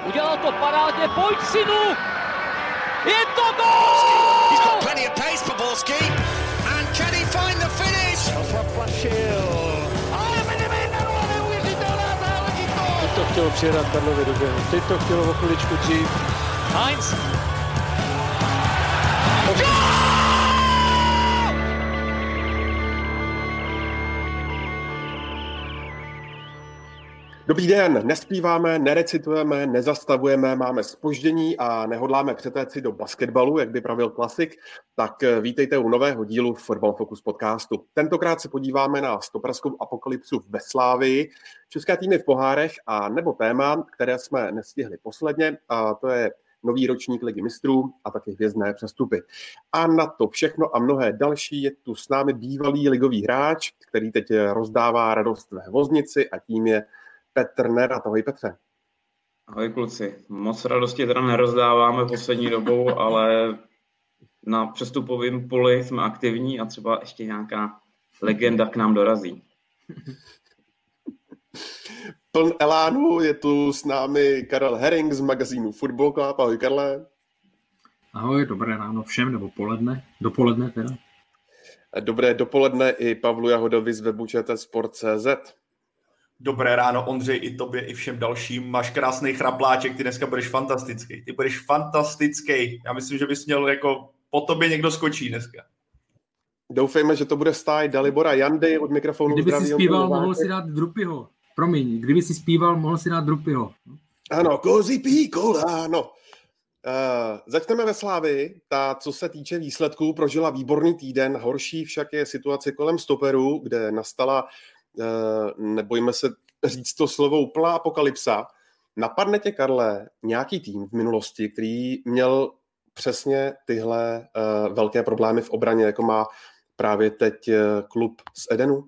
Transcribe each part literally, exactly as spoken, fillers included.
Udělal to parádně, pojď synu! Je to gól! He's got plenty of pace for Borski. And can he find the finish? Ale Medvedev, neuvěřitelná záležitost! Teď to chtělo přijedat Karlovi do běhu, teď to chtělo o chviličku dřív. Heinz! Dobrý den, nespíváme, nerecitujeme, nezastavujeme, máme zpoždění a nehodláme přetéct si do basketbalu, jak by pravil klasik, tak vítejte u nového dílu Football Focus podcastu. Tentokrát se podíváme na stoperskou apokalypsu ve Slávii, české týmy v pohárech a nebo téma, které jsme nestihli posledně, a to je nový ročník Ligy mistrů a taky hvězdné přestupy. A na to všechno a mnohé další je tu s námi bývalý ligový hráč, který teď rozdává radost ve Hvoznici a tím je Petr Nerat. Ahoj Petře. Ahoj kluci. Moc radosti teda nerozdáváme poslední dobou, ale na přestupovém poli jsme aktivní a třeba ještě nějaká legenda k nám dorazí. Pln elánu je tu s námi Karel Herring z magazínu Football Club. Ahoj Karle. Ahoj, dobré ráno všem, nebo poledne, dopoledne teda. Dobré dopoledne i Pavlu Jahodovi z webu č t sport tečka cé zet. Dobré ráno, Ondřej, i tobě, i všem dalším. Máš krásný chrapláček, ty dneska budeš fantastický. Ty budeš fantastický. Já myslím, že bys měl jako po tobě někdo skočí dneska. Doufejme, že to bude stáj Dalibora Jandy od mikrofonu. Kdyby si zpíval, mohl si dát Drupyho. Promiň, kdyby si zpíval, mohl si dát Drupyho. Ano, kozy píkola, no. Uh, začneme ve Slávii. Ta, co se týče výsledků, prožila výborný týden. Horší však je situace kolem stoperů, kde nastala Uh, nebojíme se říct to slovo úplná apokalypsa. Napadne tě, Karle, nějaký tým v minulosti, který měl přesně tyhle uh, velké problémy v obraně, jako má právě teď uh, klub z Edenu?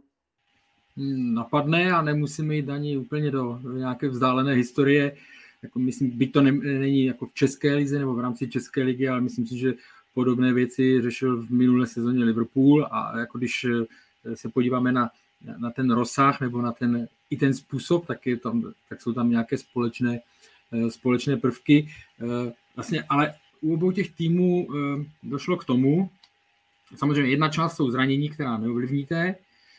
Napadne a nemusíme jít ani úplně do, do nějaké vzdálené historie. Jako myslím, byť to ne, není jako v České lize nebo v rámci České ligy, ale myslím si, že podobné věci řešil v minulé sezóně Liverpool a jako když se podíváme na na ten rozsah nebo na ten i ten způsob, tak, je tam, tak jsou tam nějaké společné, společné prvky. Vlastně, ale u obou těch týmů došlo k tomu, samozřejmě jedna část jsou zranění, která neovlivníte.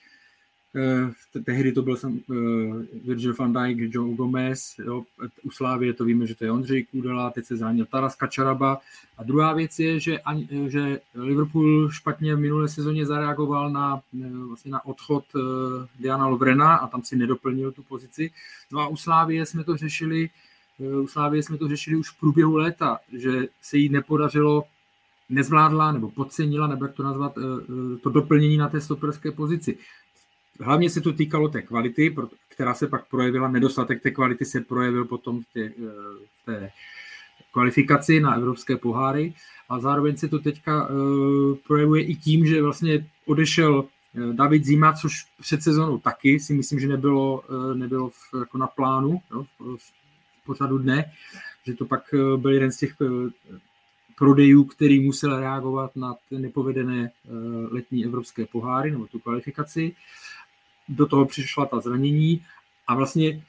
Tehdy to byl jsem Virgil van Dijk, Joe Gomez, jo. U Slávie to víme, že to je Ondřej Kůdela, teď se zranil Taras Kačaraba. A druhá věc je, že, že Liverpool špatně v minulé sezóně zareagoval na, vlastně na odchod Diana Lovrena a tam si nedoplnil tu pozici. No a u Slávie jsme to řešili, u Slávie jsme to řešili už v průběhu léta, že se jí nepodařilo, nezvládla nebo podcenila, nebo jak to nazvat, to doplnění na té stoperské pozici. Hlavně se to týkalo té kvality, která se pak projevila, nedostatek té kvality se projevil potom v té, v té kvalifikaci na evropské poháry a zároveň se to teďka uh, projevuje i tím, že vlastně odešel David Zima, což před sezónou taky si myslím, že nebylo, uh, nebylo v, jako na plánu, no, v, v pořadu dne, že to pak uh, byl jeden z těch uh, prodejů, který musel reagovat na ty nepovedené uh, letní evropské poháry nebo tu kvalifikaci. Do toho přišla ta zranění a vlastně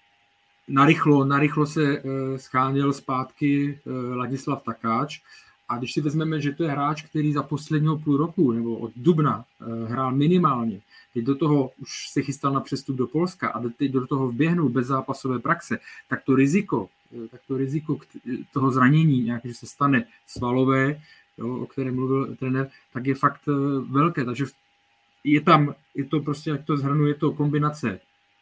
narychlo, narychlo se uh, scháněl zpátky uh, Ladislav Takáč a když si vezmeme, že to je hráč, který za posledního půl roku nebo od dubna uh, hrál minimálně, teď do toho už se chystal na přestup do Polska a teď do toho vběhnul bez zápasové praxe, tak to riziko, tak to riziko toho zranění, nějak, že se stane svalové, jo, o kterém mluvil trenér, tak je fakt uh, velké, takže je tam, je to prostě, jak to zhrnu, je to kombinace,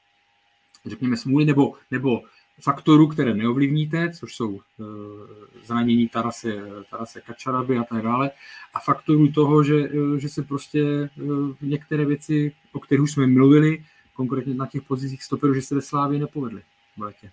řekněme, smůly nebo, nebo faktorů, které neovlivníte, což jsou uh, zranění Tarase, Tarase Kačaraby a tak dále, a faktorů toho, že, uh, že se prostě uh, některé věci, o kterých už jsme mluvili, konkrétně na těch pozicích stoperů, že se ve Slávii nepovedly v létě.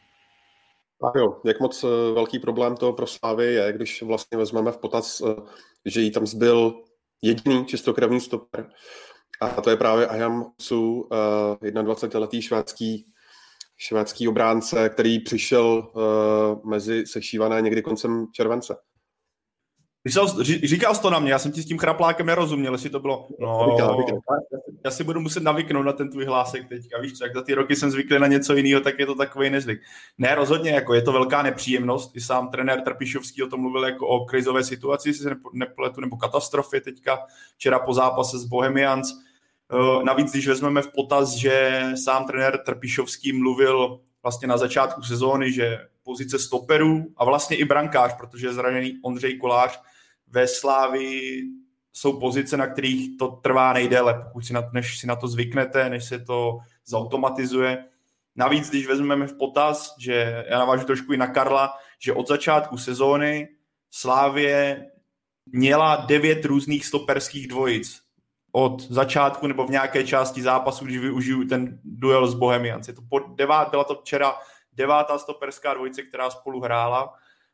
Tak jo, jak moc velký problém toho pro Slávii je, když vlastně vezmeme v potaz, že jí tam zbyl jediný čistokrevný stoper. A to je právě Ayam Su, dvacetiletý švédský, švédský obránce, který přišel uh, mezi sešívané někdy koncem července. Říkal jsi to na mě, já jsem ti s tím chraplákem nerozuměl, jestli to bylo, no, říkal, říkal. Já si budu muset navyknout na ten tvůj hlásek teďka, víš co, jak za ty roky jsem zvyklý na něco jiného, tak je to takový nezvyk. Ne, rozhodně, jako je to velká nepříjemnost, i sám trenér Trpišovský o tom mluvil jako o krizové situaci, jestli se nepletu, nebo katastrofě teďka, včera po zápase s Bohemians. Navíc, když vezmeme v potaz, že sám trenér Trpišovský mluvil vlastně na začátku sezóny, že pozice stoperů a vlastně i brankář, protože je zraněný Ondřej Kolář, ve Slávii jsou pozice, na kterých to trvá nejdéle, pokud si na, než si na to zvyknete, než se to zautomatizuje. Navíc, když vezmeme v potaz, že já navážu trošku i na Karla, že od začátku sezóny Slávie měla devět různých stoperských dvojic. Od začátku nebo v nějaké části zápasu, když využiju ten duel s Bohemians. Je to pod devát, byla to včera devátá stoperská dvojice, která spolu hrála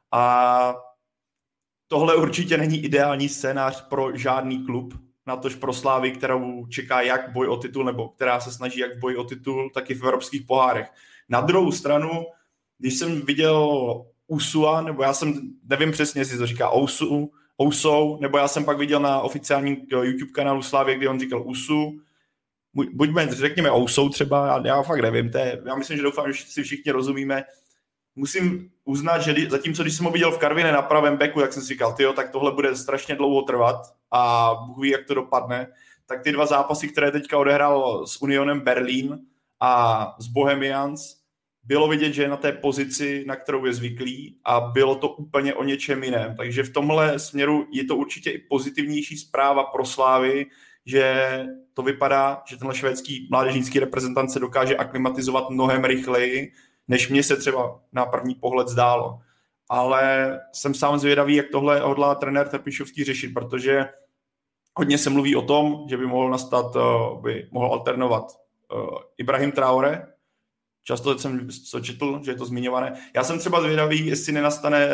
a tohle určitě není ideální scénář pro žádný klub, natož pro Slávy, kterou čeká jak boj o titul, nebo která se snaží jak v boji o titul, tak i v evropských pohárech. Na druhou stranu, když jsem viděl Usua, nebo já jsem, nevím přesně, jestli to říká Ousu, Ousou, nebo já jsem pak viděl na oficiálním YouTube kanálu Slávy, kde on říkal Usu, buďme, řekněme Ousou třeba, já, já fakt nevím, to je, já myslím, že doufám, že si všichni rozumíme. Musím uznat, že zatímco, když jsem ho viděl v Karviné na pravém beku, tak jsem si říkal, tyjo, tak tohle bude strašně dlouho trvat a Bůh ví, jak to dopadne. Tak ty dva zápasy, které teďka odehrál s Unionem Berlín a s Bohemians, bylo vidět, že je na té pozici, na kterou je zvyklý a bylo to úplně o něčem jiném. Takže v tomhle směru je to určitě i pozitivnější zpráva pro Slávy, že to vypadá, že tenhle švédský mládežnický reprezentant se dokáže aklimatizovat mnohem rychleji, než mě se třeba na první pohled zdálo. Ale jsem sám zvědavý, jak tohle hodlá trenér Trpišovský řešit, protože hodně se mluví o tom, že by mohl nastat, by mohl alternovat Ibrahim Traoré. Často jsem co četl, že je to zmiňované. Já jsem třeba zvědavý, jestli nenastane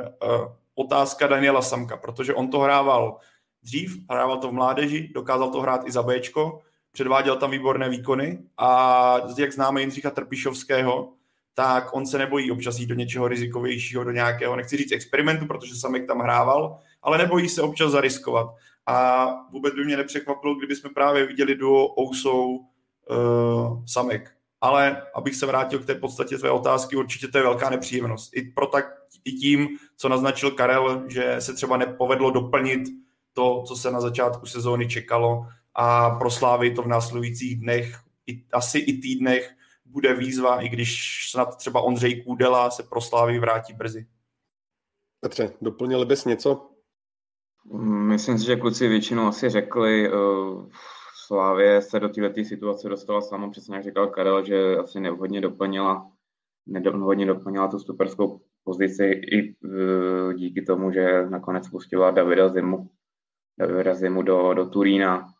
otázka Daniela Samka, protože on to hrával dřív, hrával to v mládeži, dokázal to hrát i za Béčko, předváděl tam výborné výkony a jak známe Jindřicha Trpišovského, tak on se nebojí občas jít do něčeho rizikovějšího, do nějakého, nechci říct experimentu, protože Samek tam hrával, ale nebojí se občas zariskovat. A vůbec by mě nepřekvapilo, kdybychom právě viděli duo Ousou uh, Samek. Ale abych se vrátil k té podstatě své otázky, určitě to je velká nepříjemnost. I, pro tak, i tím, co naznačil Karel, že se třeba nepovedlo doplnit to, co se na začátku sezóny čekalo a pro Slávy to v následujících dnech, i, asi i týdnech, bude výzva, i když snad třeba Ondřej Kůdela se pro Slávy vrátí brzy. Petře, doplnil bys něco? Myslím si, že kluci většinou asi řekli, uh, Slávě se do této situace dostala sama, přesně jak říkal Karel, že asi nevhodně doplnila, nevhodně doplnila tu stoperskou pozici i uh, díky tomu, že nakonec pustila Davida Zimu, Davida Zimu do, do Turína.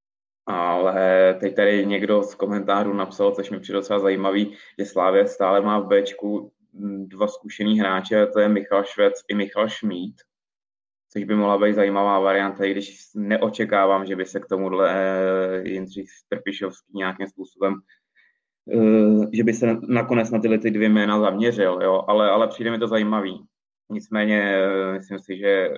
Ale teď tady někdo z komentářů napsal, což mi přijde docela zajímavý, že Slavia stále má v Bčku dva zkušený hráče, to je Michal Švec i Michal Šmíd, což by mohla být zajímavá varianta, i když neočekávám, že by se k tomuhle Jindřich Trpišovský nějakým způsobem, že by se nakonec na tyhle ty dvě jména zaměřil, jo? Ale, ale přijde mi to zajímavý. Nicméně myslím si, že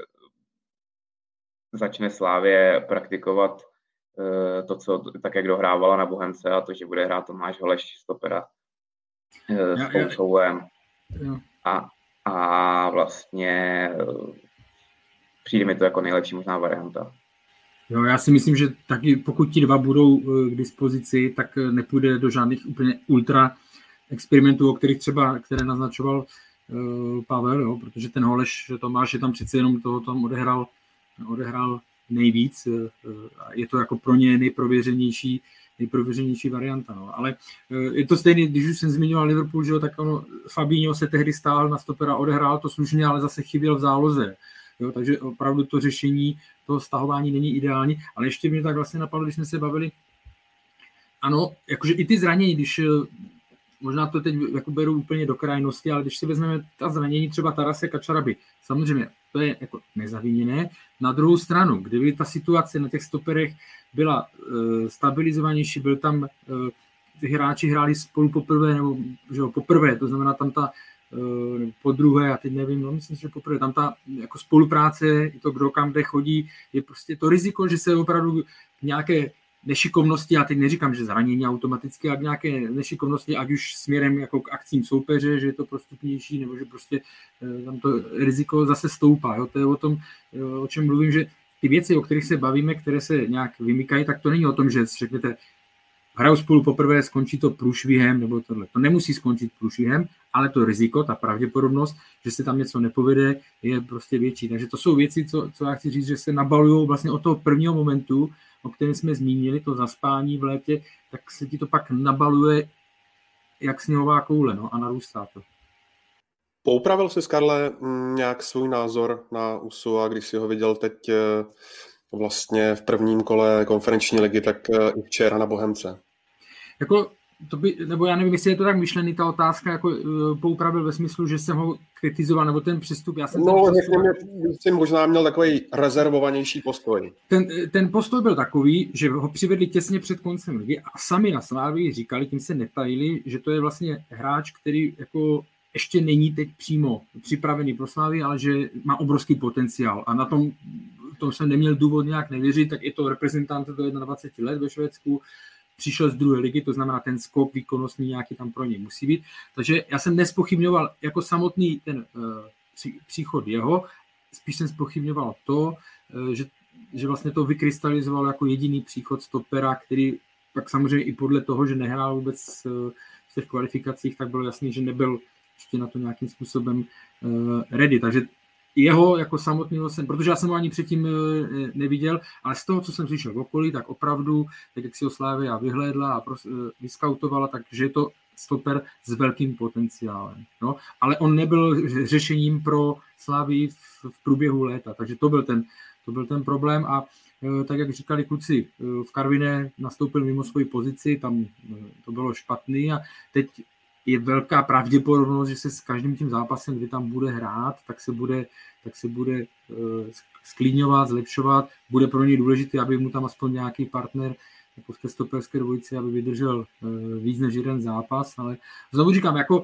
začne Slavie praktikovat to, co tak, jak dohrávala na Bohemce, a to, že bude hrát Tomáš Holeš stopera s Kousouem. A, a vlastně přijde mi to jako nejlepší možná varianta. Jo, já si myslím, že taky pokud ti dva budou k dispozici, tak nepůjde do žádných úplně ultra experimentů, o kterých třeba, které naznačoval uh, Pavel, jo, protože ten Holeš Tomáš je tam přece jenom toho tam odehrál, odehrál nejvíc. Je to jako pro ně nejprověřenější, nejprověřenější varianta. No. Ale je to stejný, když už jsem zmiňoval Liverpool, že jo, tak ono, Fabinho se tehdy stál na stopera, odehrál to slušně, ale zase chyběl v záloze. Jo, takže opravdu to řešení, toho stahování není ideální. Ale ještě mě tak vlastně napadlo, když jsme se bavili, ano, jakože i ty zranění, když možná to teď jako beru úplně do krajnosti, ale když si vezmeme ta zranění třeba Tarase Kačaraby, samozřejmě to je jako nezaviněné. Na druhou stranu, kdyby ta situace na těch stoperech byla e, stabilizovanější, byl tam, e, ty hráči hráli spolu poprvé, nebo že jo, poprvé, to znamená tam ta e, po druhé, já teď nevím, no myslím, že poprvé, tam ta jako spolupráce, to kdo kam kde chodí, je prostě to riziko, že se opravdu nějaké nešikovnosti, já teď neříkám, že zranění automaticky, ale nějaké nešikovnosti, ať už směrem jako k akcím soupeře, že je to prostupnější, nebo že prostě tam to riziko zase stoupá. Jo? To je o tom, o čem mluvím, že ty věci, o kterých se bavíme, které se nějak vymykají, tak to není o tom, že řeknete, hrajou spolu poprvé, skončí to průšvihem, nebo tohle. To nemusí skončit průšvihem, ale to riziko, ta pravděpodobnost, že se tam něco nepovede, je prostě větší. Takže to jsou věci, co, co já chci říct, že se nabalují vlastně od toho prvního momentu, o kterém jsme zmínili, to zaspání v létě, tak se ti to pak nabaluje jak sněhová koule, no, a narůstá to. Poupravil jsi, Karle, nějak svůj názor na U S U, a když jsi ho viděl teď vlastně v prvním kole konferenční ligy, tak i včera na Bohemce? Jako, to by, nebo já nevím, jestli je to tak myšlený, ta otázka, jako poupravil ve smyslu, že jsem ho kritizoval, nebo ten přístup, já jsem... No, řekněme, jsi možná měl takový rezervovanější postoj. Ten, ten postoj byl takový, že ho přivedli těsně před koncem ligy a sami na Slávii říkali, tím se netajili, že to je vlastně hráč, který jako ještě není teď přímo připravený pro Slávii, ale že má obrovský potenciál a na tom, tom jsem neměl důvod nějak nevěřit, tak je to reprezentant do dvacet jedna let ve Švédsku, přišel z druhé ligy, to znamená ten skok výkonnostní nějaký tam pro něj musí být. Takže já jsem nespochybňoval jako samotný ten uh, příchod jeho, spíš jsem spochybňoval to, uh, že, že vlastně to vykrystalizovalo jako jediný příchod stopera, který pak samozřejmě i podle toho, že nehrál vůbec uh, v těch kvalifikacích, tak bylo jasný, že nebyl ještě na to nějakým způsobem uh, ready. Takže jeho jako samotného jsem, protože já jsem ho ani předtím neviděl, ale z toho, co jsem slyšel v okolí, tak opravdu, tak jak si ho Slavia vyhlédla a vyskautovala, takže je to stoper s velkým potenciálem. No? Ale on nebyl řešením pro Slavii v, v průběhu léta, takže to byl ten, to byl ten problém a tak, jak říkali kluci, v Karviné nastoupil mimo svoji pozici, tam to bylo špatný a teď je velká pravděpodobnost, že se s každým tím zápasem, kdy tam bude hrát, tak se bude, tak se bude uh, sklidňovat, zlepšovat. Bude pro něj důležité, aby mu tam aspoň nějaký partner jako v té stoperské dvojici, aby vydržel uh, víc než jeden zápas. Ale znovu říkám, jako uh,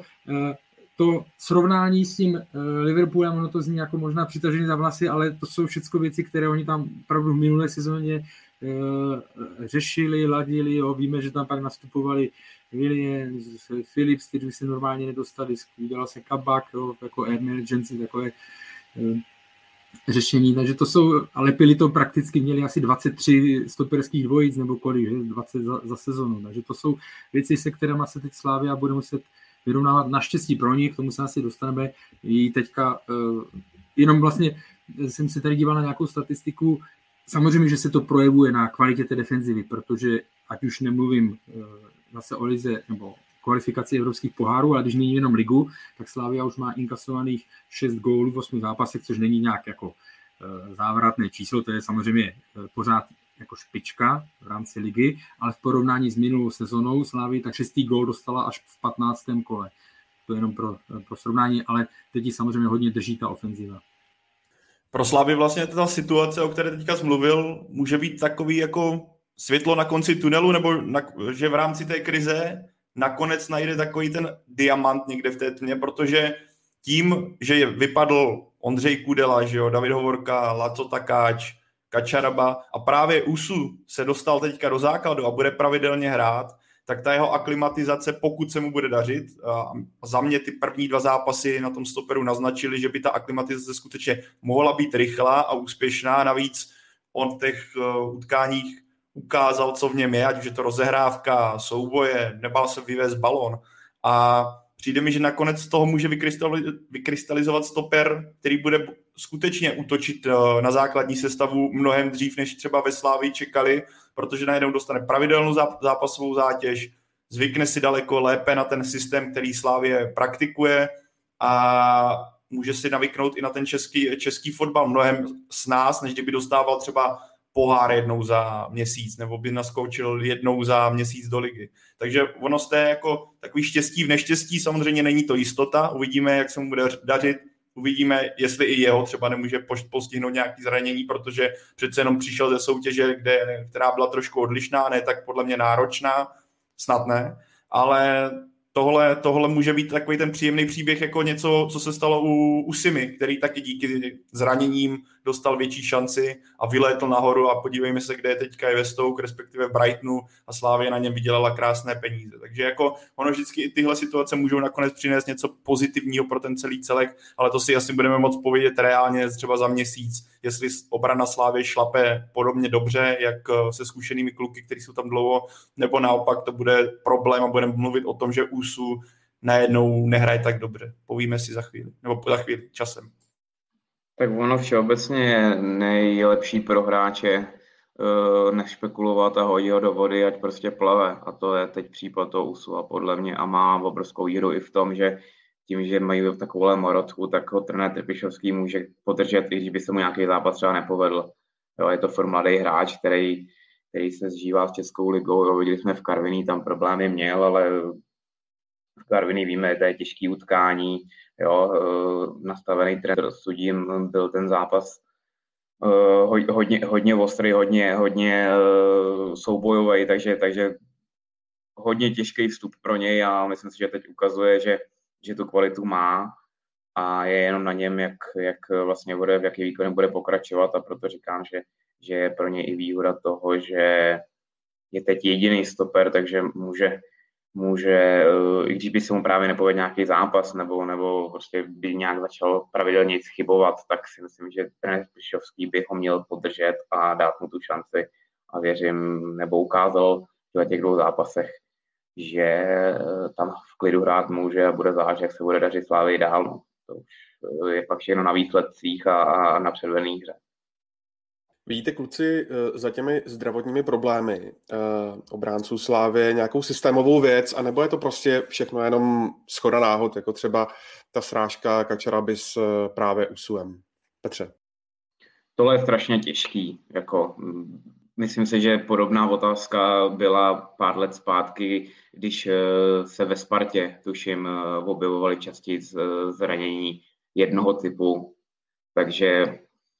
to srovnání s tím uh, Liverpoolem, ono to zní jako možná přitažený za vlasy, ale to jsou všechno věci, které oni tam opravdu v minulé sezóně uh, řešili, ladili. Jo. Víme, že tam pak nastupovali Williams, Phillips, kteří se normálně nedostali, udělal se Kabak, jo, jako emergency, takové e, řešení, takže to jsou, a lepili to prakticky, měli asi dvacet tři stoperských dvojic, nebo kolik, že? dvacet za, za sezonu, takže to jsou věci, se kterými se teď Slavia bude muset vyrovnávat, naštěstí pro nich, k tomu se asi dostaneme, i teďka, e, jenom vlastně jsem se tady díval na nějakou statistiku, samozřejmě, že se to projevuje na kvalitě té defenzivy, protože ať už nemluvím e, zase o lize nebo kvalifikaci evropských pohárů, ale když není jenom ligu, tak Slavia už má inkasovaných šest gólů v osmi zápasech, což není nějak jako e, závratné číslo, to je samozřejmě e, pořád jako špička v rámci ligy, ale v porovnání s minulou sezónou Slavia tak šestý gól dostala až v patnáctém kole. To je jenom pro, pro srovnání, ale teď ji samozřejmě hodně drží ta ofenziva. Pro Slavii vlastně ta situace, o které teďka mluvil, může být takový jako světlo na konci tunelu, nebo na, že v rámci té krize nakonec najde takový ten diamant někde v té tmě, protože tím, že vypadl Ondřej Kudela, že jo, David Hovorka, Laco Takáč, Kačaraba a právě U S U se dostal teďka do základu a bude pravidelně hrát, tak ta jeho aklimatizace, pokud se mu bude dařit, a za mě ty první dva zápasy na tom stoperu naznačili, že by ta aklimatizace skutečně mohla být rychlá a úspěšná, navíc on v těch uh, utkáních ukázal, co v něm je, ať už je to rozehrávka, souboje, nebál se vyvést balón. A přijde mi, že nakonec z toho může vykrystalizovat stoper, který bude skutečně útočit na základní sestavu mnohem dřív, než třeba ve Slávii čekali, protože najednou dostane pravidelnou zápasovou zátěž, zvykne si daleko lépe na ten systém, který Slávie praktikuje a může si navyknout i na ten český, český fotbal mnohem s nás, než kdyby dostával třeba pohár jednou za měsíc, nebo by naskočil jednou za měsíc do ligy. Takže ono z té jako takový štěstí v neštěstí, samozřejmě není to jistota, uvidíme, jak se mu bude dařit, uvidíme, jestli i jeho třeba nemůže postihnout nějaký zranění, protože přece jenom přišel ze soutěže, kde, která byla trošku odlišná, ne tak podle mě náročná, snad ne, ale tohle, tohle může být takový ten příjemný příběh jako něco, co se stalo u, u Simy, který taky díky zraněním dostal větší šanci a vylétl nahoru a podívejme se, kde je teďka je ve Stoke, respektive v Brightonu a Slavia na něm vydělala krásné peníze. Takže jako ono vždycky i tyhle situace můžou nakonec přinést něco pozitivního pro ten celý celek, ale to si asi budeme moct povědět reálně třeba za měsíc, jestli obrana Slavie šlape podobně dobře, jak se zkušenými kluky, kteří jsou tam dlouho, nebo naopak to bude problém a budeme mluvit o tom, že Úsu najednou nehraje tak dobře. Povíme si za chvíli, nebo za chvíli časem. Tak ono všeobecně je nejlepší pro hráče nešpekulovat a hodit ho do vody, ať prostě plave. A to je teď případ toho Úsu a podle mě a má obrovskou výhodu i v tom, že tím, že mají takovouhle morotku, tak ho trenér Trpišovský může podržet, i když by se mu nějaký zápas třeba nepovedl. Jo, je to furt mladý hráč, který, který se zžívá s Českou ligou. Jo, viděli jsme v Karviní, tam problémy měl, ale v Karviní víme, to je těžký utkání. Jo, nastavený trenér sudím, byl ten zápas hodně, hodně ostrý, hodně, hodně soubojový, takže, takže hodně těžký vstup pro něj a myslím si, že teď ukazuje, že, že tu kvalitu má a je jenom na něm, jak, jak vlastně bude, v jaký výkon bude pokračovat a proto říkám, že, že je pro něj i výhoda toho, že je teď jediný stoper, takže může může, i když by se mu právě nepovedl nějaký zápas nebo, nebo prostě by nějak začal pravidelně nic chybovat, tak si myslím, že trenér Trpišovský by ho měl podržet a dát mu tu šanci a věřím, nebo ukázal v těch dvou zápasech, že tam v klidu hrát může a bude záležet, jak se bude dařit Slavii dál. To už je pak všechno na výsledcích a, a na předvedené hře. Vidíte, kluci, za těmi zdravotními problémy obránců Slávie nějakou systémovou věc, anebo je to prostě všechno jenom shoda náhod, jako třeba ta srážka Kačaraby s právě Úsuem? Petře. Tohle je strašně těžký. Jako, myslím si, že podobná otázka byla pár let zpátky, když se ve Spartě, tuším, objevovali častěji zranění jednoho typu. Takže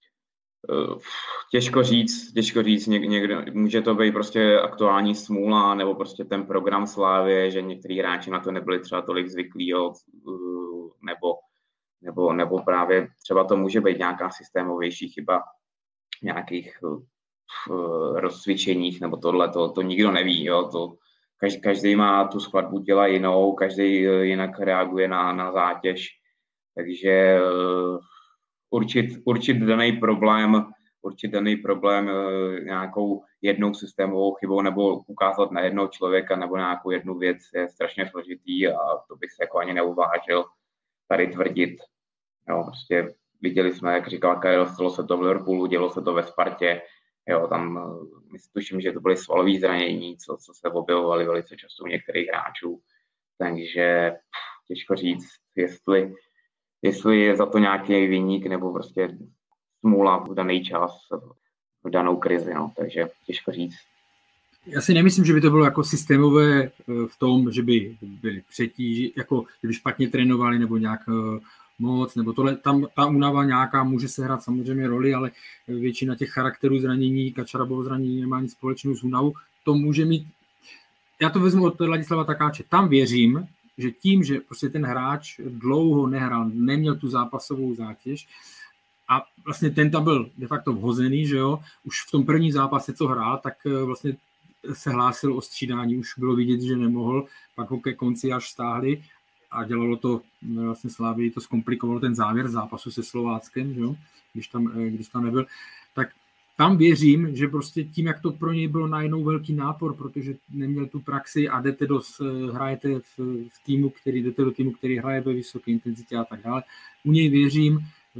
Těžko říct, těžko říct, něk, někdo, může to být prostě aktuální smůla, nebo prostě ten program Slávie, že některý hráči na to nebyli třeba tolik zvyklí, jo, nebo, nebo, nebo právě třeba to může být nějaká systémovější chyba v nějakých uh, rozcvičeních, nebo tohle, to, to nikdo neví, jo, to každý, každý má tu skladbu těla jinou, každý jinak reaguje na, na zátěž, takže uh, Určit, určit daný problém, určit daný problém e, nějakou jednou systémovou chybou nebo ukázat na jednoho člověka nebo na nějakou jednu věc je strašně složitý a to bych se jako ani neuvážil tady tvrdit. Jo, prostě viděli jsme, jak říkal Karel, stalo se to v Liverpoolu, dělo se to ve Spartě. Jo, tam myslím, tuším, že to byly svalové zranění, co, co se objevovaly velice často u některých hráčů. Takže pff, těžko říct, jestli jestli je za to nějaký viník nebo prostě smůla v daný čas, v danou krizi, no, takže těžko říct. Já si nemyslím, že by to bylo jako systémové v tom, že by byli přetíži, jako kdyby špatně trénovali nebo nějak moc, nebo tohle, tam ta únava nějaká může se hrát samozřejmě roli, ale většina těch charakterů zranění, Kačarabovo zranění nemá nic společného s únavou, to může mít, já to vezmu od Ladislava Takáče, tam věřím, že tím, že prostě ten hráč dlouho nehrál, neměl tu zápasovou zátěž a vlastně ten tam byl de facto vhozený, že jo, už v tom prvním zápase, co hrál, tak vlastně se hlásil o střídání, už bylo vidět, že nemohl, pak ho ke konci až stáhli a dělalo to, vlastně Slavii to zkomplikovalo ten závěr zápasu se Slováckem, že jo, když tam, když tam nebyl, tak tam věřím, že prostě tím, jak to pro něj bylo najednou velký nápor, protože neměl tu praxi a jdete do, hrajete v, v týmu, který jdete do týmu, který hraje ve vysoké intenzitě a tak dále. U něj věřím,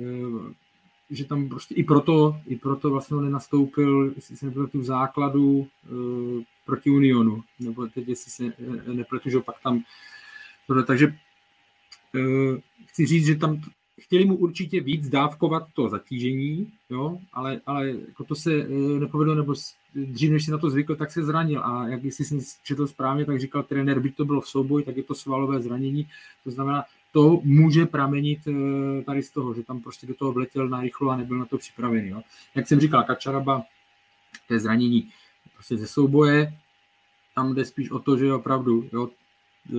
že tam prostě i proto, i proto vlastně on nenastoupil, jestli se nepletu v základu proti Unionu, nebo teď, jestli se nepletu, že pak tam takže chci říct, že tam chtěli mu určitě víc dávkovat to zatížení, jo, ale, ale jako to se nepovedlo, nebo dřív, než si na to zvykl, tak se zranil. A jak jestli jsem četl správně, tak říkal trenér, byť to bylo v souboji, tak je to svalové zranění. To znamená, to může pramenit tady z toho, že tam prostě do toho vletěl narychlo a nebyl na to připravený. Jo. Jak jsem říkal, Kačaraba, to je zranění prostě ze souboje, tam jde spíš o to, že opravdu, jo,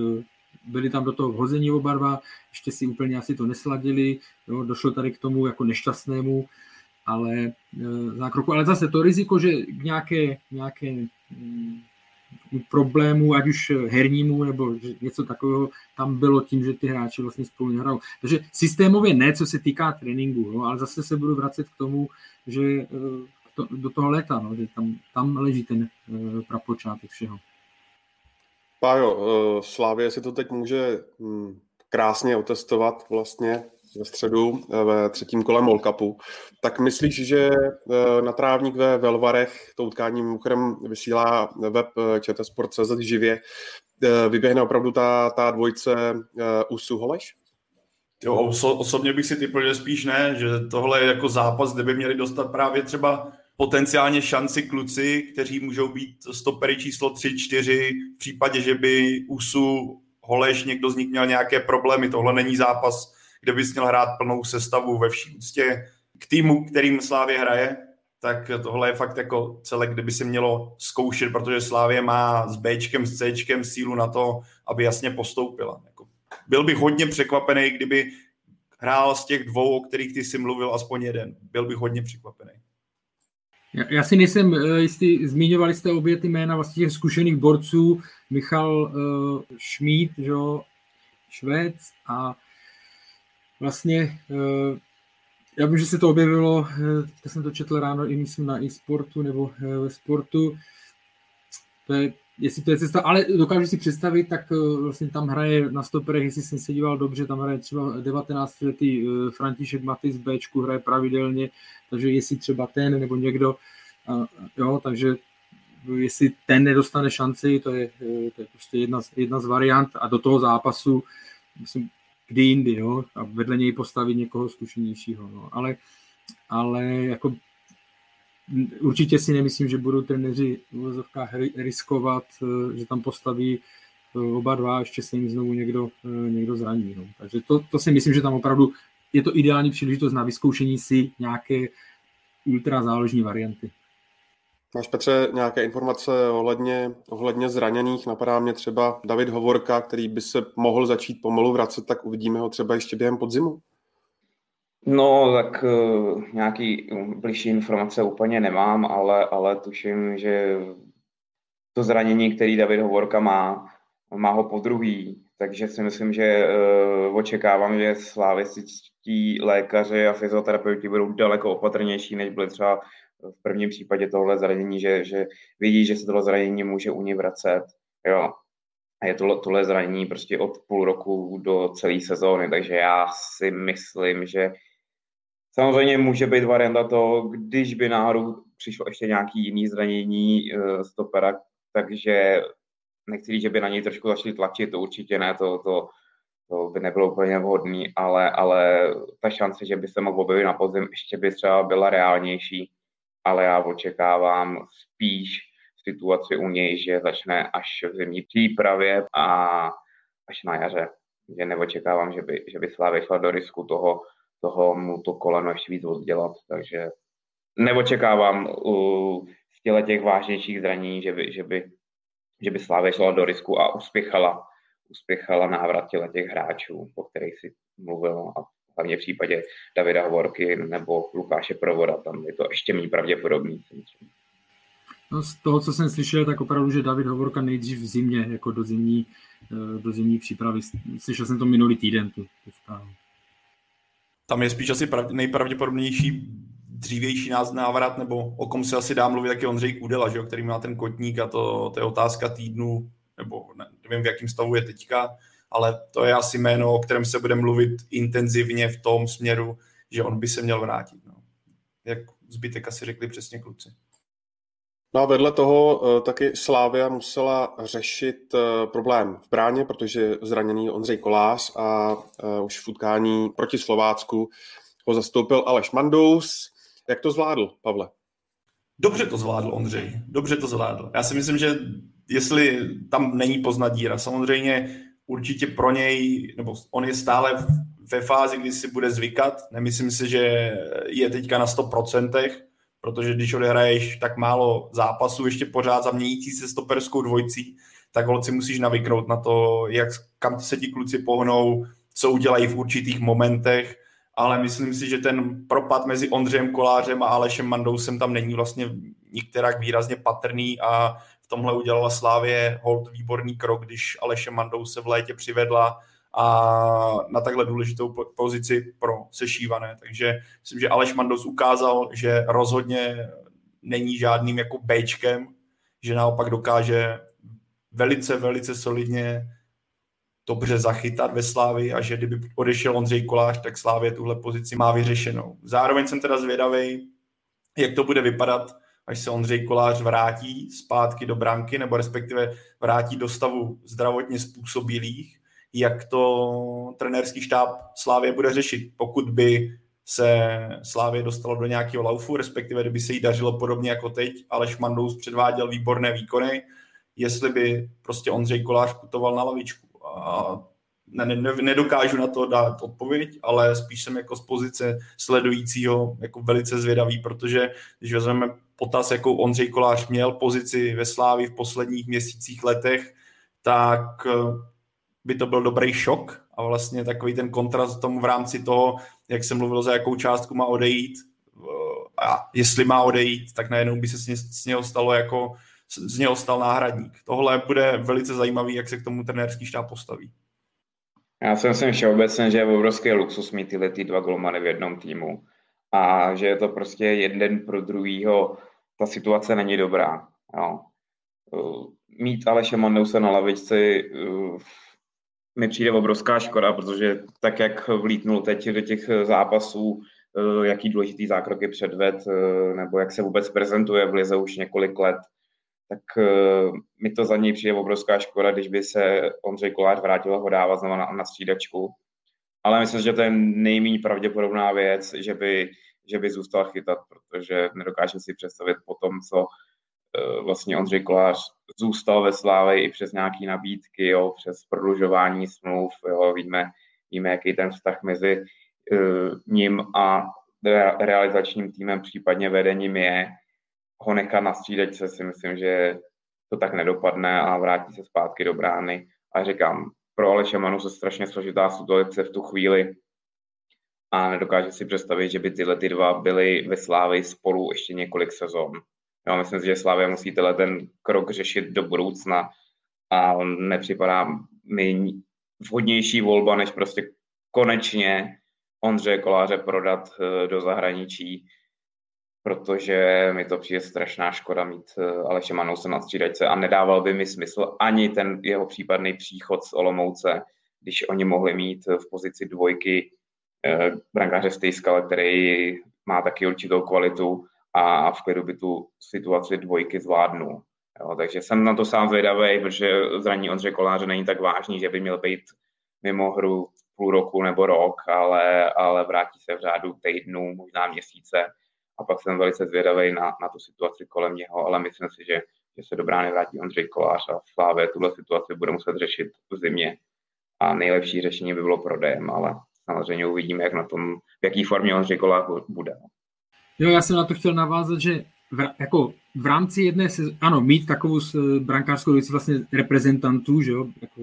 byli tam do toho vhození oba dva, ještě si úplně asi to nesladili, jo, došlo tady k tomu jako nešťastnému, ale e, zákroku. Ale zase to riziko, že k nějaké, nějaké m, problému, ať už hernímu, nebo že něco takového tam bylo tím, že ty hráči vlastně spolu nehrajou. Takže systémově ne, co se týká tréninku, no, ale zase se budu vracet k tomu, že e, to, do toho léta, no, že tam, tam leží ten e, prapočátek všeho. Pájo, Slavie si to teď může krásně otestovat vlastně ve středu ve třetím kole MOL Cupu. Tak myslíš, že na trávník ve Velvarech to utkání mimochodem vysílá web čtsport tečka cz živě, vyběhne opravdu ta, ta dvojce Usu Holeš? Jo, oso, osobně bych si typl, že spíš ne, že tohle je jako zápas, kde by měli dostat právě třeba potenciálně šanci kluci, kteří můžou být stopery číslo tři čtyři v případě, že by Usu, Holeš, někdo z nich měl nějaké problémy. Tohle není zápas, kde bys měl hrát plnou sestavu ve vší úctě k týmu, kterým Slavie hraje, tak tohle je fakt jako celek, kde by se mělo zkoušet, protože Slavie má s Bčkem, s Cčkem sílu na to, aby jasně postoupila. Byl bych hodně překvapený, kdyby hrál z těch dvou, o kterých ty jsi mluvil, aspoň jeden. Byl bych hodně překvapený. Já, já si nejsem jistý, zmiňovali jste obě ty jména vlastně těch zkušených borců, Michal uh, Šmíd, jo, Švéc a vlastně uh, já vím, že se to objevilo, uh, teď jsem to četl ráno i myslím na e-sportu nebo uh, ve sportu, to je, jestli to je cesta, ale dokážu si představit, tak uh, vlastně tam hraje na stoperech, jestli jsem se díval dobře, tam hraje třeba devatenáctiletý uh, František Matis v Bčku, hraje pravidelně, takže jestli třeba ten nebo někdo, uh, jo, takže jestli ten nedostane šanci, to je, to je prostě jedna z, jedna z variant a do toho zápasu, myslím, kdy jindy, jo, a vedle něj postavit někoho zkušenějšího, no, ale, ale jako určitě si nemyslím, že budou trenéři v uvozovkách riskovat, že tam postaví oba dva, ještě se jim znovu někdo, někdo zraní, no. Takže to, to si myslím, že tam opravdu je to ideální příležitost na vyzkoušení si nějaké ultra záložní varianty. Máš, Petře, nějaké informace ohledně, ohledně zraněných? Napadá mě třeba David Hovorka, který by se mohl začít pomalu vracet, tak uvidíme ho třeba ještě během podzimu? No, tak uh, nějaký bližší informace úplně nemám, ale, ale tuším, že to zranění, který David Hovorka má, má ho podruhý, takže si myslím, že uh, očekávám, že slavističtí lékaři a fyzioterapeuti budou daleko opatrnější, než byli třeba v prvním případě tohle zranění, že, že vidí, že se tohle zranění může u ní vracet. Jo. A je tohle, tohle zranění prostě od půl roku do celé sezóny, takže já si myslím, že samozřejmě může být varianta to, když by náhodou přišlo ještě nějaký jiný zranění uh, stopera, takže nechci říct, že by na něj trošku začali tlačit, to určitě ne, to, to, to by nebylo úplně vhodný, ale, ale ta šance, že by se mohl objevit na podzim, ještě by třeba byla reálnější, ale já očekávám spíš situaci u něj, že začne až v zimní přípravě a až na jaře. Že neočekávám, že by, že by Slavia šla do risku toho, toho mu to koleno ještě víc oddělat, takže neočekávám u těle těch vážnějších zranění, že by, že by, že by Slavia šla do risku a uspěchala, uspěchala návrat těle těch hráčů, o kterých si mluvil, a hlavně v případě Davida Hovorky nebo Lukáše Provoda, tam je to ještě méně pravděpodobný. No, z toho, co jsem slyšel, tak opravdu, že David Hovorka nejdřív v zimě, jako do zimní, do zimní přípravy. Slyšel jsem to minulý týden, tu, tu zprávu. Tam je spíš asi prav, nejpravděpodobnější dřívější návrat, nebo o kom se asi dá mluvit, taky Ondřej Kudela, že, který má ten kotník, a to, to je otázka týdnu, nebo nevím, v jakém stavu je teďka, ale to je asi jméno, o kterém se bude mluvit intenzivně v tom směru, že on by se měl vrátit. No. Jak zbytek asi řekli přesně kluci. No a vedle toho taky Slavia musela řešit problém v bráně, protože zraněný Ondřej Kolář a už v utkání proti Slovácku ho zastoupil Aleš Mandous. Jak to zvládl, Pavle? Dobře to zvládl Ondřej, dobře to zvládl. Já si myslím, že jestli tam není poznat díra, samozřejmě určitě pro něj, nebo on je stále ve fázi, kdy si bude zvykat. Nemyslím si, že je teďka na sto procent, protože když odehraješ tak málo zápasů, ještě pořád za měnící se stoperskou dvojcí, tak holci musíš navyknout na to, jak, kam se ti kluci pohnou, co udělají v určitých momentech, ale myslím si, že ten propad mezi Ondřejem Kolářem a Alešem Mandousem tam není vlastně nikterak výrazně patrný a v tomhle udělala Slavie hold výborný krok, když Aleše Mandouse v létě přivedla a na takhle důležitou pozici pro sešívané. Takže myslím, že Aleš Mandous ukázal, že rozhodně není žádným jako béčkem, že naopak dokáže velice, velice solidně dobře zachytat ve Slavii a že kdyby odešel Ondřej Kolář, tak Slavie tuhle pozici má vyřešenou. Zároveň jsem teda zvědavej, jak to bude vypadat, až se Ondřej Kolář vrátí zpátky do branky, nebo respektive vrátí do stavu zdravotně způsobilých, jak to trenérský štáb Slavie bude řešit. Pokud by se Slavie dostalo do nějakého laufu, respektive kdyby se jí dařilo podobně jako teď, Aleš Mandous předváděl výborné výkony, jestli by prostě Ondřej Kolář putoval na lavičku. A ne, ne, nedokážu na to dát odpověď, ale spíš jsem jako z pozice sledujícího jako velice zvědavý, protože když vezmeme potaz, jakou Ondřej Kolář měl pozici ve Slavii v posledních měsících, letech, tak by to byl dobrý šok a vlastně takový ten kontrast tomu v rámci toho, jak jsem mluvil, za jakou částku má odejít a jestli má odejít, tak najednou by se z něho stalo jako z něho stal náhradník. Tohle bude velice zajímavý, jak se k tomu trenérský štáb postaví. Já si myslím všeobecně, že je obrovský luxus mít tyhle ty dva golmany v jednom týmu a že je to prostě jeden pro druhýho, ta situace není dobrá. Jo. Mít Aleše Mandouse na lavičce mi přijde obrovská škoda, protože tak, jak vlítnul teď do těch zápasů, jaký důležitý zákroky předved, nebo jak se vůbec prezentuje v lize už několik let, tak mi to za něj přijde obrovská škoda, když by se Ondřej Kolář vrátil ho dávat znovu na, na střídačku. Ale myslím, že to je nejméně pravděpodobná věc, že by, že by zůstal chytat, protože nedokážu si představit po tom, co vlastně Ondřej Kolář zůstal ve Slavii i přes nějaké nabídky, jo, přes prodlužování smluv, jo, víme, víme, jaký ten vztah mezi uh, ním a realizačním týmem, případně vedením je. Ho nechat na střídačce, si myslím, že to tak nedopadne a vrátí se zpátky do brány. A říkám, pro Aleše Mandouse strašně složitá situace v tu chvíli a nedokážu si představit, že by tyhle ty dva byly ve Slavii spolu ještě několik sezon. Já myslím si, že Slavia musí tenhle ten krok řešit do budoucna a nepřipadá mi vhodnější volba, než prostě konečně Ondřeje Koláře prodat do zahraničí, protože mi to přijde strašná škoda mít Aleše Mandouse na střídačce a nedával by mi smysl ani ten jeho případný příchod z Olomouce, když oni mohli mít v pozici dvojky eh, brankáře Stejskala, který má taky určitou kvalitu a v klidu by tu situaci dvojky zvládnul. Jo, takže jsem na to sám zvědavý, protože zranění Ondřeje Koláře není tak vážný, že by měl být mimo hru půl roku nebo rok, ale, ale vrátí se v řádu týdnů, možná měsíce. A pak jsem velice zvědavý na, na tu situaci kolem něho, ale myslím si, že, že se do brány vrátí Ondřej Kolář a Slavie tuhle situaci bude muset řešit v zimě. A nejlepší řešení by bylo prodejem, ale samozřejmě uvidíme, jak na tom, v jaký formě Ondřej Kolář bude. Jo, já jsem na to chtěl navázat, že v, jako v rámci jedné se, ano, mít takovou brankářskou věci vlastně reprezentantů, že jo, jako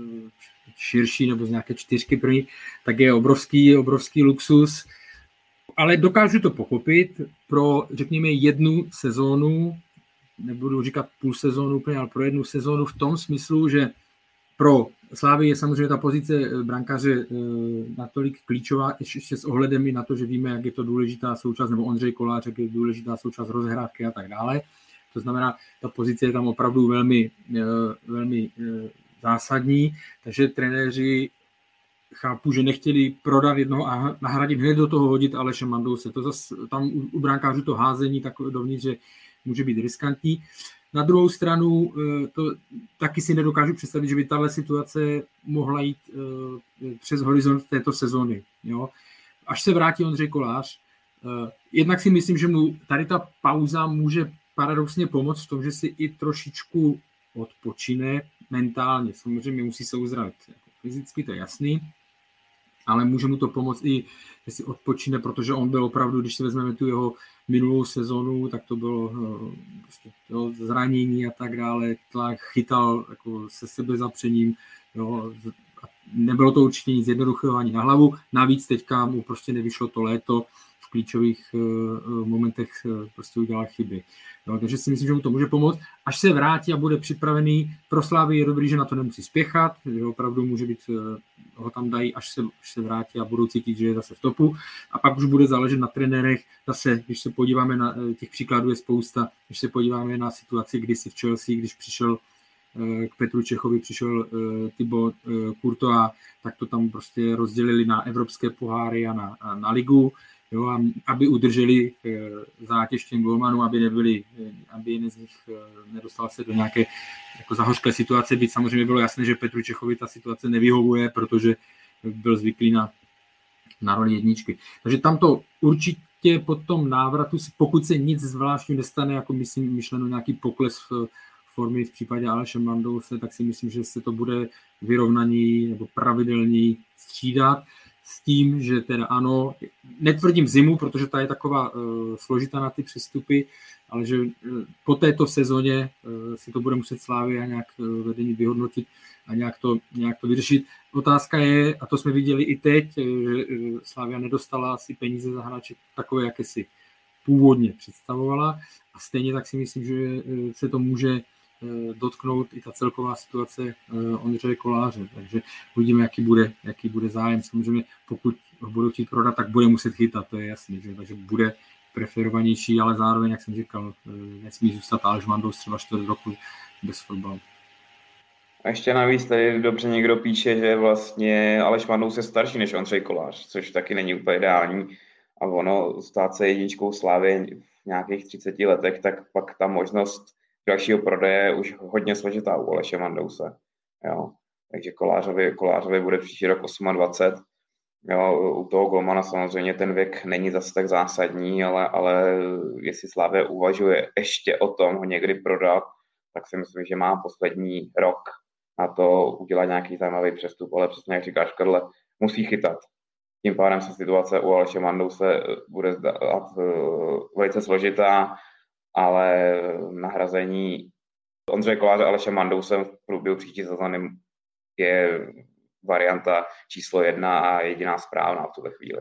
širší nebo z nějaké čtyřky první, tak je obrovský, obrovský luxus. Ale dokážu to pochopit pro, řekněme, jednu sezónu, nebudu říkat půl sezónu úplně, ale pro jednu sezónu v tom smyslu, že pro Slavii je samozřejmě ta pozice brankáře natolik klíčová, ještě s ohledem i na to, že víme, jak je to důležitá součást, nebo Ondřej Kolář, jak je důležitá součást rozhrávky a tak dále. To znamená, ta pozice je tam opravdu velmi, velmi zásadní, takže trenéři chápu, že nechtěli prodat jednoho a nahradit hned do toho hodit Aleše Mandouse. To zase tam u, u brankářů to házení tak dovnitř, že může být riskantní. Na druhou stranu to taky si nedokážu představit, že by tahle situace mohla jít uh, přes horizont této sezóny. Jo? Až se vrátí Ondřej Kolář, uh, jednak si myslím, že mu tady ta pauza může paradoxně pomoct v tom, že si i trošičku odpočine mentálně. Samozřejmě musí se uzdravit jako fyzicky, to je jasný, ale může mu to pomoct i, jestli odpočine, protože on byl opravdu, když si vezmeme tu jeho minulou sezonu, tak to bylo prostě, jo, zranění a tak dále, tlak, chytal jako se sebezapřením, jo, nebylo to určitě nic jednoduchého ani na hlavu, navíc teďka mu prostě nevyšlo to léto, v klíčových uh, momentech uh, prostě udělal chyby. Jo, takže si myslím, že mu to může pomoct. Až se vrátí a bude připravený pro Slávy, je dobrý, že na to nemusí spěchat, že opravdu může být, uh, ho tam dají, až se, až se vrátí a budou cítit, že je zase v topu. A pak už bude záležet na trenérech. Zase, když se podíváme na těch příkladů je spousta, když se podíváme na situaci, kdy si v Chelsea, když přišel k Petru Čechovi přišel uh, Thibaut uh, Courtois, tak to tam prostě rozdělili na evropské poháry a na, a na ligu, jo, a, aby udrželi uh, zátěž těm golmanům, aby nebyli, aby jeden z nich uh, nedostal se do nějaké jako zahořklé situace, byť samozřejmě bylo jasné, že Petru Čechovi ta situace nevyhovuje, protože byl zvyklý na, na roli jedničky. Takže tam to určitě po tom návratu, pokud se nic zvláštního nestane, jako myslím myšleno nějaký pokles v formy v případě Aleše Mandouse, tak si myslím, že se to bude vyrovnaný nebo pravidelný střídat s tím, že teda ano, netvrdím zimu, protože ta je taková uh, složitá na ty přestupy, ale že uh, po této sezóně uh, si to bude muset Slavia nějak uh, vedení vyhodnotit a nějak to, nějak to vyřešit. Otázka je, a to jsme viděli i teď, že uh, Slavia nedostala asi peníze za hráče takové, jaké si původně představovala a stejně tak si myslím, že uh, se to může dotknout i ta celková situace Ondřeje Koláře. Takže uvidíme, jaký bude, jaký bude zájem. Samozřejmě, pokud ho budou chtít prodat, tak bude muset chytat, to je jasný, že? Takže bude preferovanější, ale zároveň, jak jsem říkal, nesmí zůstat Aleš Mandous třeba čtvrt roku bez fotbalu. A ještě navíc tady dobře někdo píše, že vlastně Aleš Mandous je starší než Ondřej Kolář, což taky není úplně ideální. A ono stát se jedničkou Slávy v nějakých třiceti letech, tak pak ta možnost dalšího prodeje je už hodně složitá u Aleše Mandouse. Jo. Takže Kolářovi, Kolářovi bude příští rok dvacet osm. Jo. U toho golmana samozřejmě ten věk není zase tak zásadní, ale, ale jestli Slavia uvažuje ještě o tom ho někdy prodat, tak si myslím, že má poslední rok na to udělat nějaký zajímavý přestup, ale přesně jak říkáš, Karle, musí chytat. Tím pádem se situace u Aleše Mandouse bude zdát velice složitá, ale nahrazení Ondřeje Koláře Alešem Mandousem v průběhu příští sezóny je varianta číslo jedna a jediná správná v tuhle chvíli.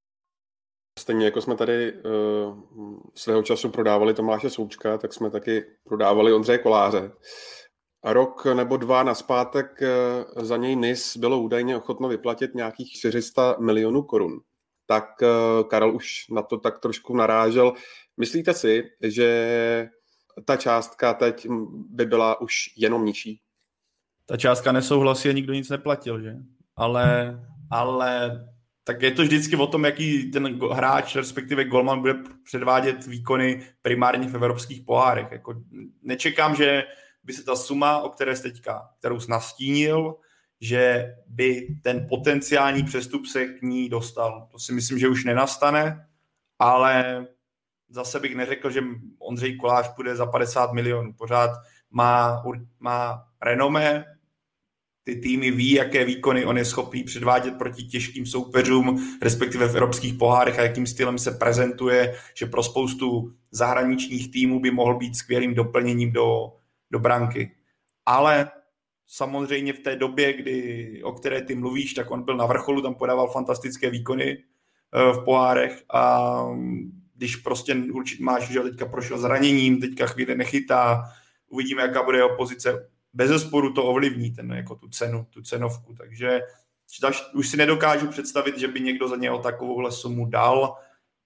Stejně jako jsme tady uh, svého času prodávali Tomáše Součka, tak jsme taky prodávali Ondřeje Koláře. A rok nebo dva nazpátek uh, za něj N I S bylo údajně ochotno vyplatit nějakých čtyři sta milionů korun. Tak uh, Karel už na to tak trošku narážel. Myslíte si, že ta částka teď by byla už jenom nižší? Ta částka nesouhlasí a nikdo nic neplatil, že? Ale, ale tak je to vždycky o tom, jaký ten hráč, respektive golman, bude předvádět výkony primárně v evropských pohárech. Jako nečekám, že by se ta suma, o které jste teďka, kterou jsi nastínil, že by ten potenciální přestup se k ní dostal. To si myslím, že už nenastane, ale zase bych neřekl, že Ondřej Kolář půjde za padesát milionů. Pořád má, má renomé, ty týmy ví, jaké výkony on je schopný předvádět proti těžkým soupeřům, respektive v evropských pohárech a jakým stylem se prezentuje, že pro spoustu zahraničních týmů by mohl být skvělým doplněním do, do branky. Ale samozřejmě v té době, kdy, o které ty mluvíš, tak on byl na vrcholu, tam podával fantastické výkony v pohárech a když prostě určitě máš, že teďka prošel zraněním, teďka chvíli nechytá, uvidíme, jaká bude jeho pozice. Bez zesporu to ovlivní ten, jako tu cenu, tu cenovku, takže už si nedokážu představit, že by někdo za něho takovouhle sumu dal,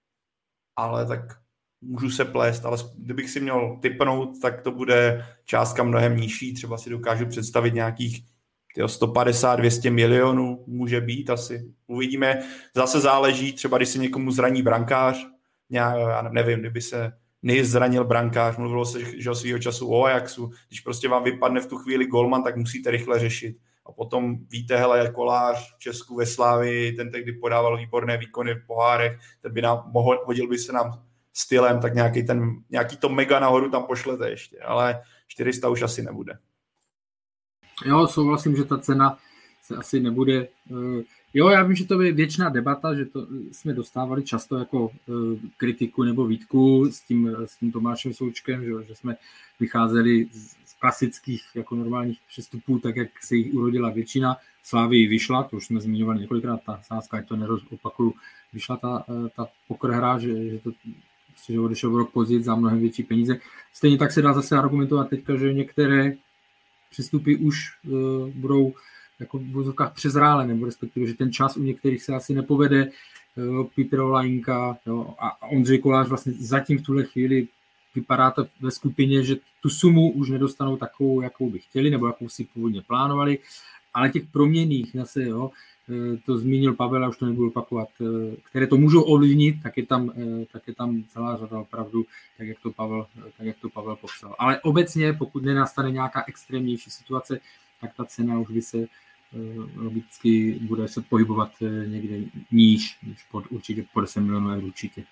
ale tak můžu se plést, ale kdybych si měl tipnout, tak to bude částka mnohem nižší, třeba si dokážu představit nějakých sto padesát až dvě stě milionů, může být asi. Uvidíme, zase záleží, třeba když se někomu zraní brankář, já nevím, kdyby se N I S zranil brankář, mluvilo se, že o svýho času o Ajaxu, když prostě vám vypadne v tu chvíli golman, tak musíte rychle řešit. A potom víte, hele, Kolář v Česku ve Slávii, ten tehdy podával výborné výkony v pohárech, ten by nám mohl, hodil by se nám stylem, tak nějaký, ten, nějaký to mega nahoru tam pošlete ještě, ale čtyři sta už asi nebude. Jo, souhlasím, že ta cena se asi nebude Jo, já vím, že to je věčná debata, že to jsme dostávali často jako uh, kritiku nebo výtku s tím, s tím Tomášem Součkem, že, že jsme vycházeli z, z klasických jako normálních přestupů, tak jak se jich urodila většina. Slávii vyšla, to už jsme zmiňovali několikrát, ta sázka, ať to nerozopakuju, vyšla ta, ta pokerhra, že, že to že odešel rok později za mnohem větší peníze. Stejně tak se dá zase argumentovat teďka, že některé přestupy už uh, budou jako v vozovkách přezrále, nebo respektive, že ten čas u některých se asi nepovede. Petr Olajinka a Ondřej Kolář vlastně zatím v tuhle chvíli vypadá to ve skupině, že tu sumu už nedostanou takovou, jakou by chtěli, nebo jakou si původně plánovali, ale těch proměnných zase, jo, to zmínil Pavel, a už to nebudu opakovat, které to můžou ovlivnit, tak je tam, tak je tam celá řada opravdu, tak jak to Pavel, tak jak to Pavel popsal. Ale obecně, pokud nenastane nějaká extrémnější situace, tak ta cena už by se logicky bude se pohybovat někde níž, než pod, určitě po deset milionů eur určitě.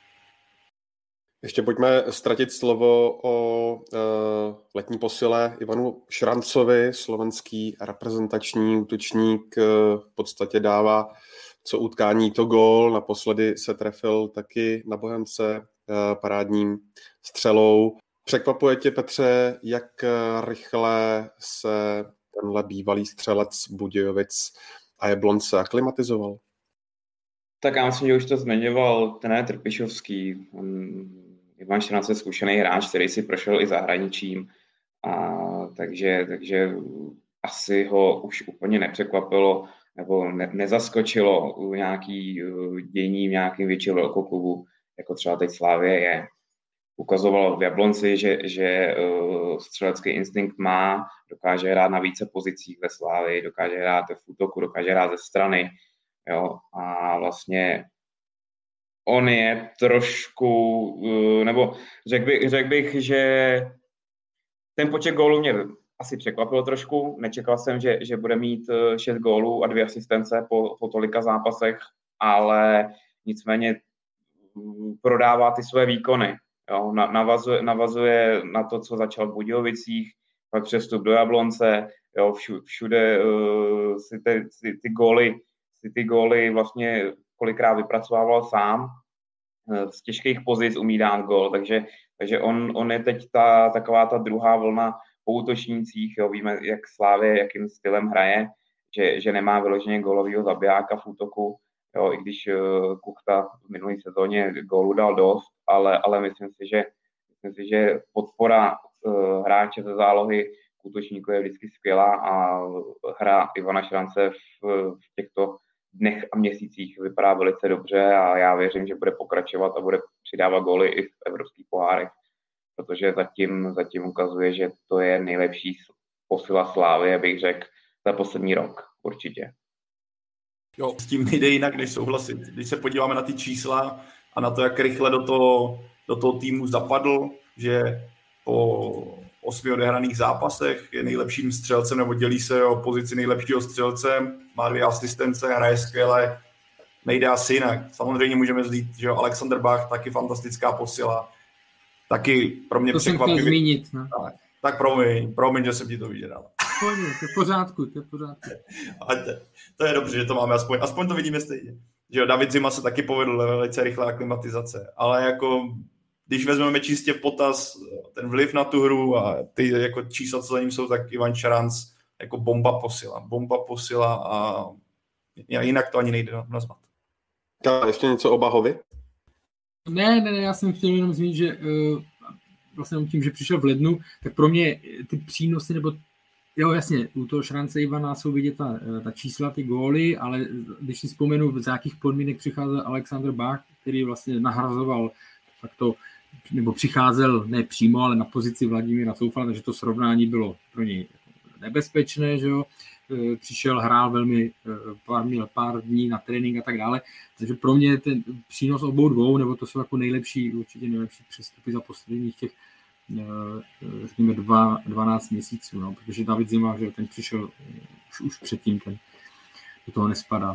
Ještě pojďme ztratit slovo o uh, letní posile Ivanu Šrancovi, slovenský reprezentační útočník, uh, v podstatě dává co utkání to gól, naposledy se trefil taky na Bohemce uh, parádním střelou. Překvapuje tě, Petře, jak rychle se tenhle bývalý střelec Budějovic a Jablonce aklimatizoval? Tak já myslím, že už to zmiňoval trenér Trpišovský. Ivan Šranc je zkušený hráč, který si prošel i zahraničím, a takže, takže asi ho už úplně nepřekvapilo nebo ne, nezaskočilo u nějaký dění v nějakým větším velkoklubu, jako třeba teď Slavie je. Ukazoval v Jablonci, že, že uh, střelecký instinkt má, dokáže hrát na více pozicích ve Slavii, dokáže hrát v útoku, dokáže hrát ze strany. Jo? A vlastně on je trošku, uh, nebo řekl bych, řek bych, že ten počet gólů mě asi překvapil trošku. Nečekal jsem, že, že bude mít šest gólů a dvě asistence po, po tolika zápasech, ale nicméně prodává ty své výkony. Jo, navazuje, navazuje na to, co začal v Budějovicích, pak přestup do Jablonce, jo, všude, všude uh, si, ty, si, ty góly, si ty góly vlastně kolikrát vypracovával sám, uh, z těžkých pozic umí dát gól, takže, takže on, on je teď ta, taková ta druhá vlna po útočnících, jo, víme, jak Slavie, jakým stylem hraje, že, že nemá vyloženě gólovýho zabijáka v útoku, jo, i když uh, Kuchta v minulé sezóně gólu dal dost, ale, ale myslím si, že, myslím si, že podpora uh, hráče ze zálohy k útočníku je vždycky skvělá a hra Ivana Šrance v, v těchto dnech a měsících vypadá velice dobře a já věřím, že bude pokračovat a bude přidávat góly i v evropských pohárech, protože zatím, zatím ukazuje, že to je nejlepší posila Slávy, bych řekl, za poslední rok určitě. Jo, s tím nejde jinak, než souhlasit. Když se podíváme na ty čísla a na to, jak rychle do toho, do toho týmu zapadl, že po osmi odehraných zápasech je nejlepším střelcem, nebo dělí se o pozici nejlepšího střelce, má dvě asistence, hraje skvěle, nejde asi jinak. Samozřejmě můžeme zlít, že Alexander Bach, taky fantastická posila, taky pro mě to překvapivý. To jsem chtěl zmínit. No. Tak, tak promiň, promiň, že jsem ti to vydělal. To je v pořádku, to je v pořádku. Ale to, to je dobře, že to máme, aspoň, aspoň to vidíme stejně. Že jo, David Zima se taky povedl velice rychlá aklimatizace, ale jako když vezmeme čistě v potaz ten vliv na tu hru a ty jako čísla, co za ním jsou, tak Ivan Šranc jako bomba posila. Bomba posila a jinak to ani nejde nazvat. Ještě něco o Bahovi? Ne, ne, ne, já jsem chtěl jenom zmínit, že uh, vlastně tím, že přišel v lednu, tak pro mě ty přínosy, nebo jo, jasně, u toho Šrance Ivana jsou vidět ta, ta čísla, ty góly, ale když si vzpomenu, z jakých podmínek přicházel Alexander Bach, který vlastně nahrazoval takto, nebo přicházel ne přímo, ale na pozici Vladimíra Soufala, takže to srovnání bylo pro něj nebezpečné, že jo. Přišel, hrál velmi pár, měl pár dní na trénink a tak dále, takže pro mě ten přínos obou dvou, nebo to jsou jako nejlepší, určitě nejlepší přestupy za posledních těch řekněme dva, dvanáct měsíců, no, protože David Zima, že ten přišel už, už předtím, ten do toho nespadá.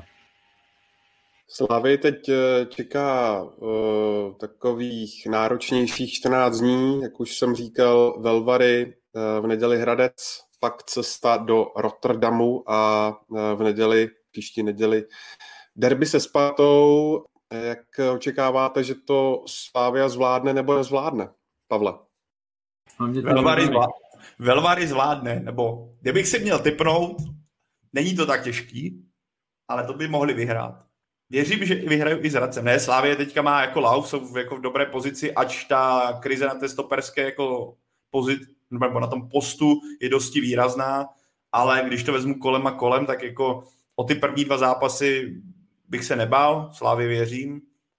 Slávy teď čeká uh, takových náročnějších čtrnáct dní, jak už jsem říkal, Velvary, uh, v neděli Hradec, pak cesta do Rotterdamu a uh, v neděli příští neděli derby se Spartou. Jak očekáváte, že to Slavia zvládne nebo nezvládne, Pavle? Velvary, zvládne, Velvary zvládne, nebo kdybych si měl tipnout, není to tak těžký, ale to by mohli vyhrát. Věřím, že vyhrajou i s Hradcem. Ne, Slavie teďka má jako lauf, jsou jako v dobré pozici, ač ta krize na té stoperské jako pozici, nebo na tom postu je dosti výrazná, ale když to vezmu kolem a kolem, tak jako o ty první dva zápasy bych se nebál, Slavii věřím.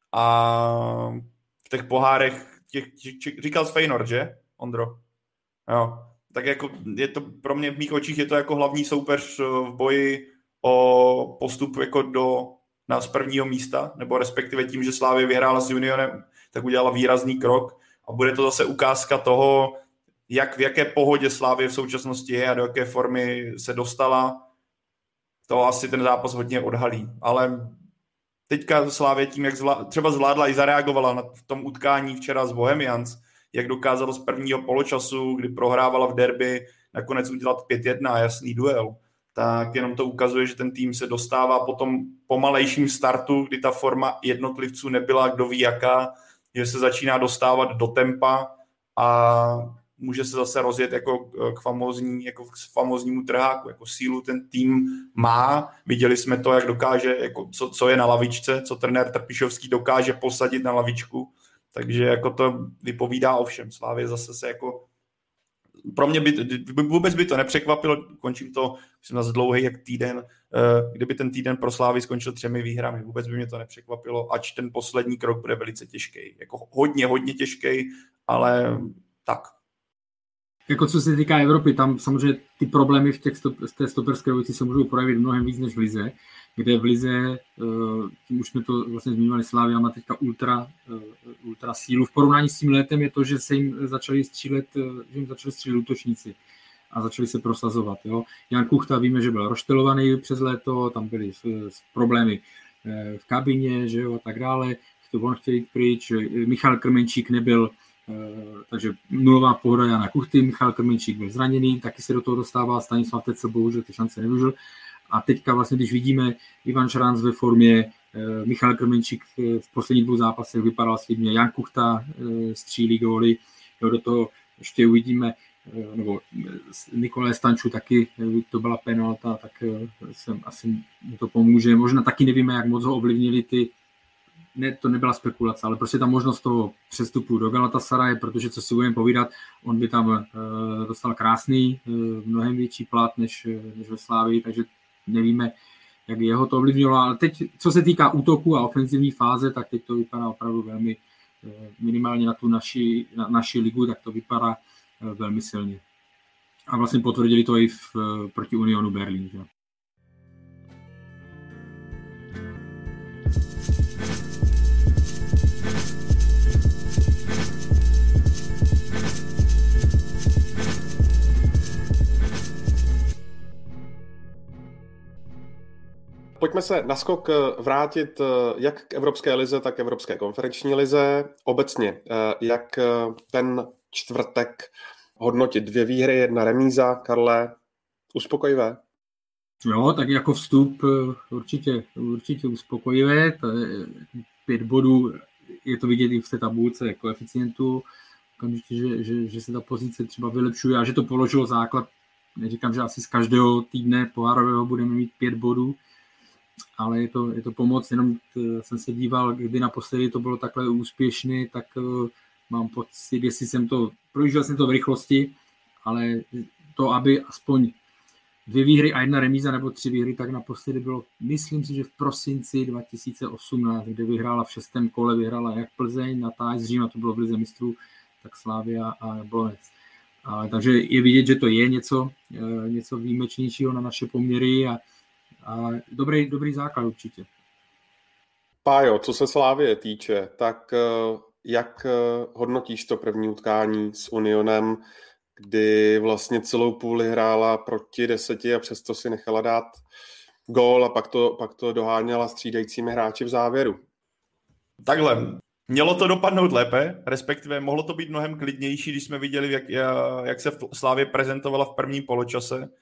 A v těch pohárech, těch, těch, těch, říkal z Feyenoord, že, Ondro? Jo. Tak jako je to pro mě v mých očích je to jako hlavní soupeř v boji o postup jako do na z prvního místa, nebo respektive tím, že Slavia vyhrála s Unionem, tak udělala výrazný krok a bude to zase ukázka toho, jak v jaké pohodě Slavia v současnosti je a do jaké formy se dostala. To asi ten zápas hodně odhalí, ale teďka Slavia tím, jak zvládla, třeba zvládla i zareagovala na v tom utkání včera z Bohemians, jak dokázalo z prvního poločasu, kdy prohrávala v derby, nakonec udělat pět jedna, jasný duel, tak jenom to ukazuje, že ten tým se dostává po tom pomalejším startu, kdy ta forma jednotlivců nebyla kdo ví jaká, že se začíná dostávat do tempa a může se zase rozjet jako k famózní, jako k famóznímu trháku, jako sílu ten tým má. Viděli jsme to, jak dokáže, jako co, co je na lavičce, co trenér Trpišovský dokáže posadit na lavičku, takže jako to vypovídá o všem. Slavia zase se jako pro mě by, vůbec by to nepřekvapilo, končím to, jsem zase dlouhý jak týden, kdyby ten týden pro Slavii skončil třemi výhrami, vůbec by mě to nepřekvapilo, ač ten poslední krok bude velice těžký, jako hodně, hodně těžký, ale tak. Jako co se týká Evropy, tam samozřejmě ty problémy v těch stop, té stoperské dvojici se můžou projevit mnohem víc než v lize, kde v lize, tím už jsme to vlastně zmiňovali, Slavia má teďka ultra, ultra sílu. V porovnání s tím letem je to, že se jim začali střílet, že jim začali střílet útočníci a začali se prosazovat. Jo. Jan Kuchta víme, že byl rozštelovaný přes léto, tam byly problémy v kabině, že jo, a tak dále. To on chtěl jít pryč, Michal Krmenčík nebyl, takže nulová pohoda Jana Kuchty, Michal Krmenčík byl zraněný, taky se do toho dostává, Stanislav Tecel bohužel ty šance nevyužil. A teďka vlastně, když vidíme Ivan Šranc ve formě, Michal Krmenčík v posledních dvou zápasech vypadal slibně, Jan Kuchta střílí góly, do toho ještě uvidíme, nebo Nikolé Stanču taky, to byla penalta, tak jsem, asi mu to pomůže. Možná taky nevíme, jak moc ho ovlivnili ty, ne, to nebyla spekulace, ale prostě ta možnost toho přestupu do Galatasaraje, protože co si budeme povídat, on by tam uh, dostal krásný, uh, mnohem větší plat než, než ve Slávii, takže nevíme, jak jeho to ovlivnilo, ale teď, co se týká útoku a ofenzivní fáze, tak teď to vypadá opravdu velmi, uh, minimálně na tu naši, na naši ligu, tak to vypadá uh, velmi silně. A vlastně potvrdili to i v, uh, proti Unionu Berlín, že? Pojďme se naskok vrátit jak k Evropské lize, tak k Evropské konferenční lize. Obecně, jak ten čtvrtek hodnotit? Dvě výhry, jedna remíza, Karle, uspokojivé? Jo, tak jako vstup určitě, určitě uspokojivé. To je pět bodů, je to vidět i v té tabulce koeficientu, okamžitě, že, že, že se ta pozice třeba vylepšuje a že to položilo základ. Neříkám, že asi z každého týdne pohárového budeme mít pět bodů, ale je to, je to pomoc, jenom t, jsem se díval, kdy naposledy to bylo takhle úspěšné, tak uh, mám pocit, jestli jsem to, projížděl jsem to v rychlosti, ale to, aby aspoň dvě výhry a jedna remíza nebo tři výhry, tak naposledy bylo, myslím si, že v prosinci dva tisíce osmnáct, kde vyhrála v šestém kole, vyhrála jak Plzeň, Natáž z Říma, to bylo v lize mistrů, tak Slavia a Jablonec. A, takže je vidět, že to je něco, e, něco výjimečnějšího na naše poměry a A dobrý, dobrý základ určitě. Pájo, co se Slávie týče, tak jak hodnotíš to první utkání s Unionem, kdy vlastně celou půli hrála proti deseti a přesto si nechala dát gól a pak to, pak to doháněla střídajícími hráči v závěru? Takhle, mělo to dopadnout lépe, respektive mohlo to být mnohem klidnější, když jsme viděli, jak, jak se Slávie prezentovala v prvním poločase.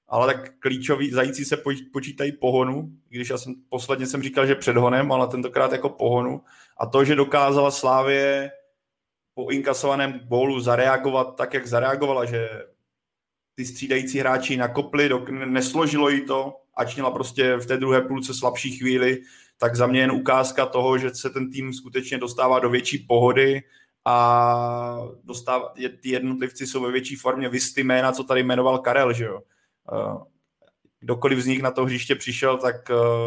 ale tak klíčový zajíci se počítají pohonu, když já jsem posledně jsem říkal, že před honem, ale tentokrát jako pohonu. A to, že dokázala Slavie po inkasovaném gólu zareagovat tak, jak zareagovala, že ty střídající hráči nakopli, nesložilo jí to, ač měla prostě v té druhé půlce slabší chvíli, tak za mě jen ukázka toho, že se ten tým skutečně dostává do větší pohody a dostává, ty jednotlivci jsou ve větší formě. Vy ty jména, co tady jmenoval Karel, že jo. Kdokoliv z nich na to hřiště přišel, tak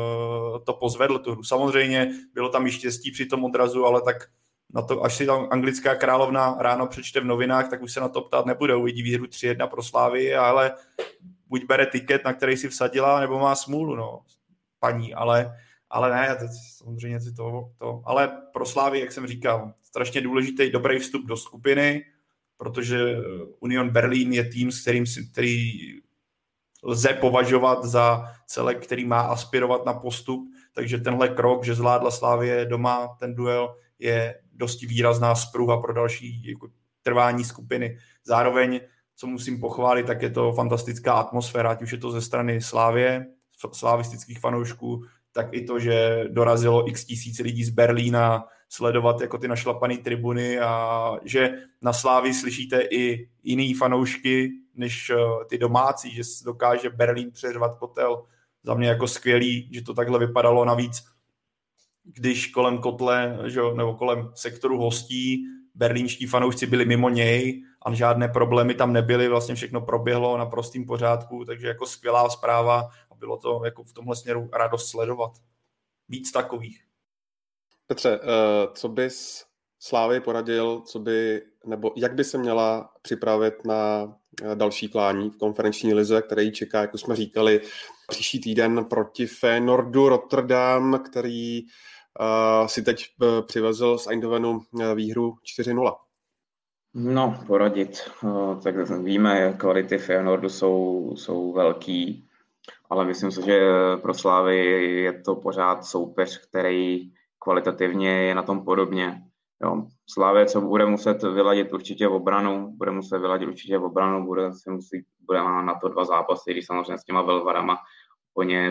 to pozvedl tu hru. Samozřejmě bylo tam i štěstí při tom odrazu, ale tak na to, až si tam anglická královna ráno přečte v novinách, tak už se na to ptát nebude. Uvidí výhru tři jedna pro Slavii, ale buď bere tiket, na který si vsadila, nebo má smůlu, no, paní, ale, ale ne, to, samozřejmě si to, to, ale pro Slavii, jak jsem říkal, strašně důležitý, dobrý vstup do skupiny, protože Union Berlin je tým, s kterým si, který lze považovat za celek, který má aspirovat na postup, takže tenhle krok, že zvládla Slavie doma ten duel, je dosti výrazná spruha pro další jako, trvání skupiny. Zároveň, co musím pochválit, tak je to fantastická atmosféra, ať už je to ze strany Slavie, slavistických fanoušků, tak i to, že dorazilo x tisíc lidí z Berlína sledovat jako ty našlapané tribuny a že na Slavii slyšíte i jiný fanoušky než ty domácí, že dokáže Berlín přeřvat kotel. Za mě jako skvělý, že to takhle vypadalo. Navíc když kolem kotle, že, nebo kolem sektoru hostí berlínští fanoušci byli mimo něj a žádné problémy tam nebyly, vlastně všechno proběhlo na prostým pořádku, takže jako skvělá zpráva a bylo to jako v tomhle směru radost sledovat. Víc takových. Petře, co bys Slávii poradil, co by, nebo jak by se měla připravit na další klání v konferenční lize, které ji čeká, jak už jsme říkali, příští týden proti Feyenoordu Rotterdam, který uh, si teď přivezl z Eindhovenu výhru čtyři nula. No, poradit. Uh, tak víme, kvality Feyenoordu jsou, jsou velký, ale myslím si, že pro Slavii je to pořád soupeř, který kvalitativně je na tom podobně. Jo. Slavie, co bude muset vyladit určitě v obranu, bude muset vyladit určitě v obranu, bude, si musí, bude na to dva zápasy, když samozřejmě s těma Velvarama úplně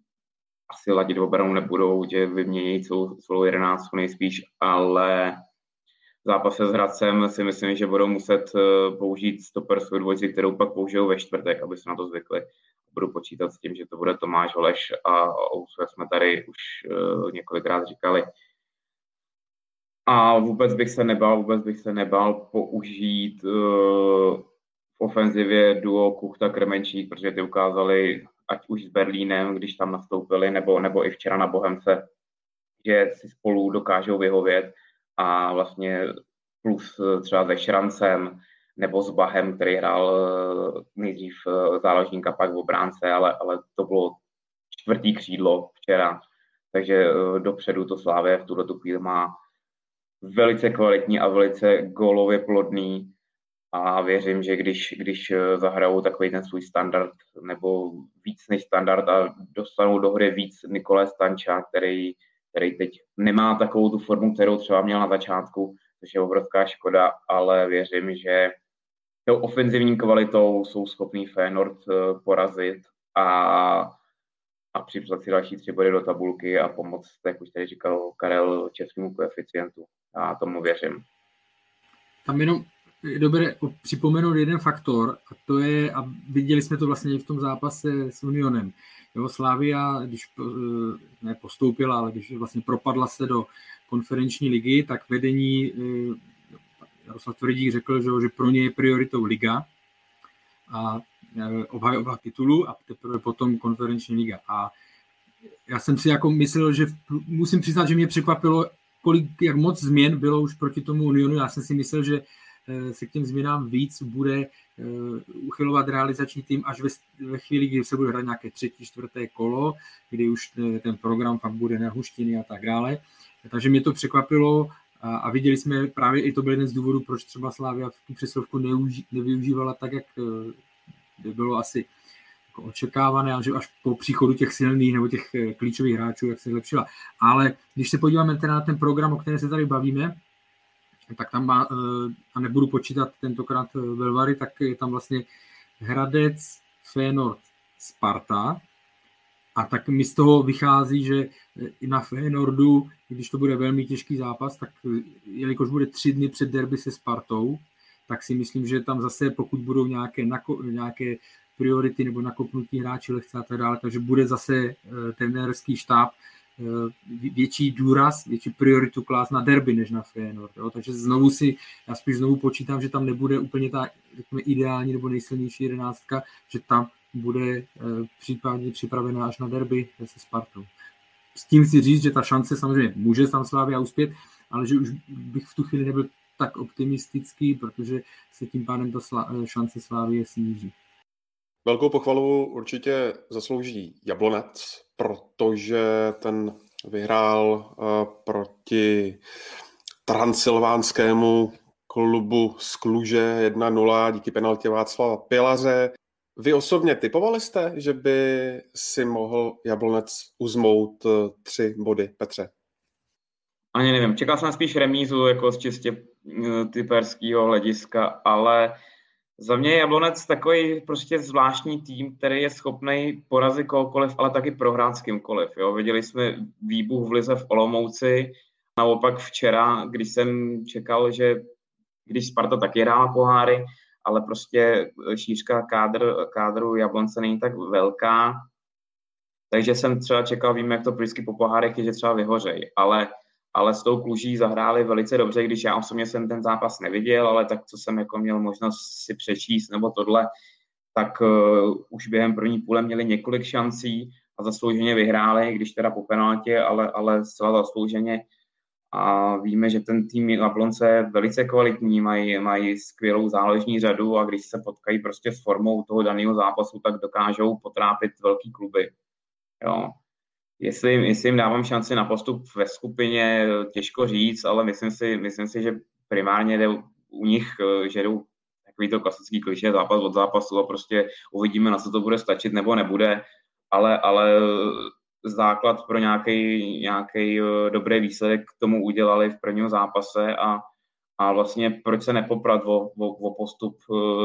asi ladit v obranu nebudou, že vymění celou, celou jedenáctku nejspíš, ale v zápase s Hradcem si myslím, že budou muset použít stoperskou dvojici, kterou pak použijou ve čtvrtek, aby se na to zvykli. Budu počítat s tím, že to bude Tomáš Holeš a Ousu, jak jsme tady už uh, několikrát říkali. A vůbec bych se nebál, vůbec bych se nebál použít uh, v ofenzivě duo Kuchta-Krmenčík, protože ty ukázali, ať už s Berlínem, když tam nastoupili, nebo, nebo i včera na Bohemce, že si spolu dokážou vyhovět a vlastně plus třeba se Šrancem nebo s Bahem, který hrál nejdřív záložníka, pak v obránce, ale, ale to bylo čtvrtý křídlo včera, takže dopředu to Slavie v tuto chvíli má velice kvalitní a velice gólově plodný a věřím, že když, když zahrajou takový ten svůj standard nebo víc než standard a dostanou do hry víc Nikolé Stanča, který, který teď nemá takovou tu formu, kterou třeba měl na začátku, což je obrovská škoda, ale věřím, že tou ofenzivní kvalitou jsou schopný Feyenoord porazit a, a připsat si další tři body do tabulky a pomoct, jak už tady říkal Karel, českému koeficientu. Já tomu věřím. Tam jenom je dobré připomenout jeden faktor, a to je, a viděli jsme to vlastně i v tom zápase s Unionem. Jo, Slavia, když ne postoupila, ale když vlastně propadla se do konferenční ligy, tak vedení Jaroslav Tvrdík řekl, že, že pro ně je prioritou liga a obhajoba titulu a teprve potom konferenční liga. A já jsem si jako myslel, že musím přiznat, že mě překvapilo, kolik, jak moc změn bylo už proti tomu Unionu. Já jsem si myslel, že se k těm změnám víc bude uchylovat realizační tým až ve, ve chvíli, kdy se bude hrát nějaké třetí, čtvrté kolo, kdy už ten program fakt bude na huštiny a tak dále. Takže mě to překvapilo a, a viděli jsme právě, i to byl jeden z důvodů, proč třeba Slavia v tu přesilovku neuži, nevyužívala tak, jak by bylo asi jako očekávané, ale že až po příchodu těch silných nebo těch klíčových hráčů, jak se zlepšila. Ale když se podíváme teda na ten program, o kterém se tady bavíme, tak tam má, a nebudu počítat tentokrát Velvary, tak je tam vlastně Hradec, Feyenoord, Sparta. A tak mi z toho vychází, že i na Feyenoordu, když to bude velmi těžký zápas, tak jelikož bude tři dny před derby se Spartou, tak si myslím, že tam zase, pokud budou nějaké, nako, nějaké priority nebo nakopnutí hráči lehce a tak dále, takže bude zase trenérský štáb větší důraz, větší prioritu klást na derby než na Feyenoord. Jo? Takže znovu si, já spíš znovu počítám, že tam nebude úplně ta, řekněme, ideální nebo nejsilnější jedenáctka, že tam bude případně připravená až na derby se Spartou. S tím chci říct, že ta šance samozřejmě může tam Slavia uspět, ale že už bych v tu chvíli nebyl tak optimistický, protože se tím pádem ta šance Slavie sníží. Velkou pochvalu určitě zaslouží Jablonec, protože ten vyhrál proti transylvánskému klubu z Kluže jedna nula díky penaltě Václava Pilaře. Vy osobně typovali jste, že by si mohl Jablonec uzmout tři body, Petře? Ani nevím, čekal jsem spíš remízu jako z čistě typerského hlediska, ale za mě je Jablonec takový prostě zvláštní tým, který je schopný porazit kohokoliv, ale taky prohrát s kýmkoliv. Jo? Viděli jsme výbuch v lize v Olomouci, naopak včera, když jsem čekal, že když Sparta taky hrála poháry, ale prostě šířka kádr, kádru Jablonce není tak velká, takže jsem třeba čekal, vím, jak to vždycky po pohárech je, že třeba vyhořej, ale ale s tou Kluží zahráli velice dobře, když já osobně jsem ten zápas neviděl, ale tak, co jsem jako měl možnost si přečíst nebo tohle, tak uh, už během první půle měli několik šancí a zaslouženě vyhráli, když teda po penaltě, ale, ale zcela zaslouženě. A víme, že ten tým Jablonce je velice kvalitní, mají, mají skvělou záložní řadu a když se potkají prostě s formou toho daného zápasu, tak dokážou potrápit velký kluby. Jo. Jestli, jestli jim dávám šanci na postup ve skupině, těžko říct, ale myslím si, myslím si, že primárně jde u nich, že jdou takový to klasický klišé zápas od zápasu a prostě uvidíme, na co to bude stačit nebo nebude, ale, ale základ pro nějaký, nějaký dobrý výsledek k tomu udělali v prvním zápase a, a vlastně proč se nepoprat o, o, o postup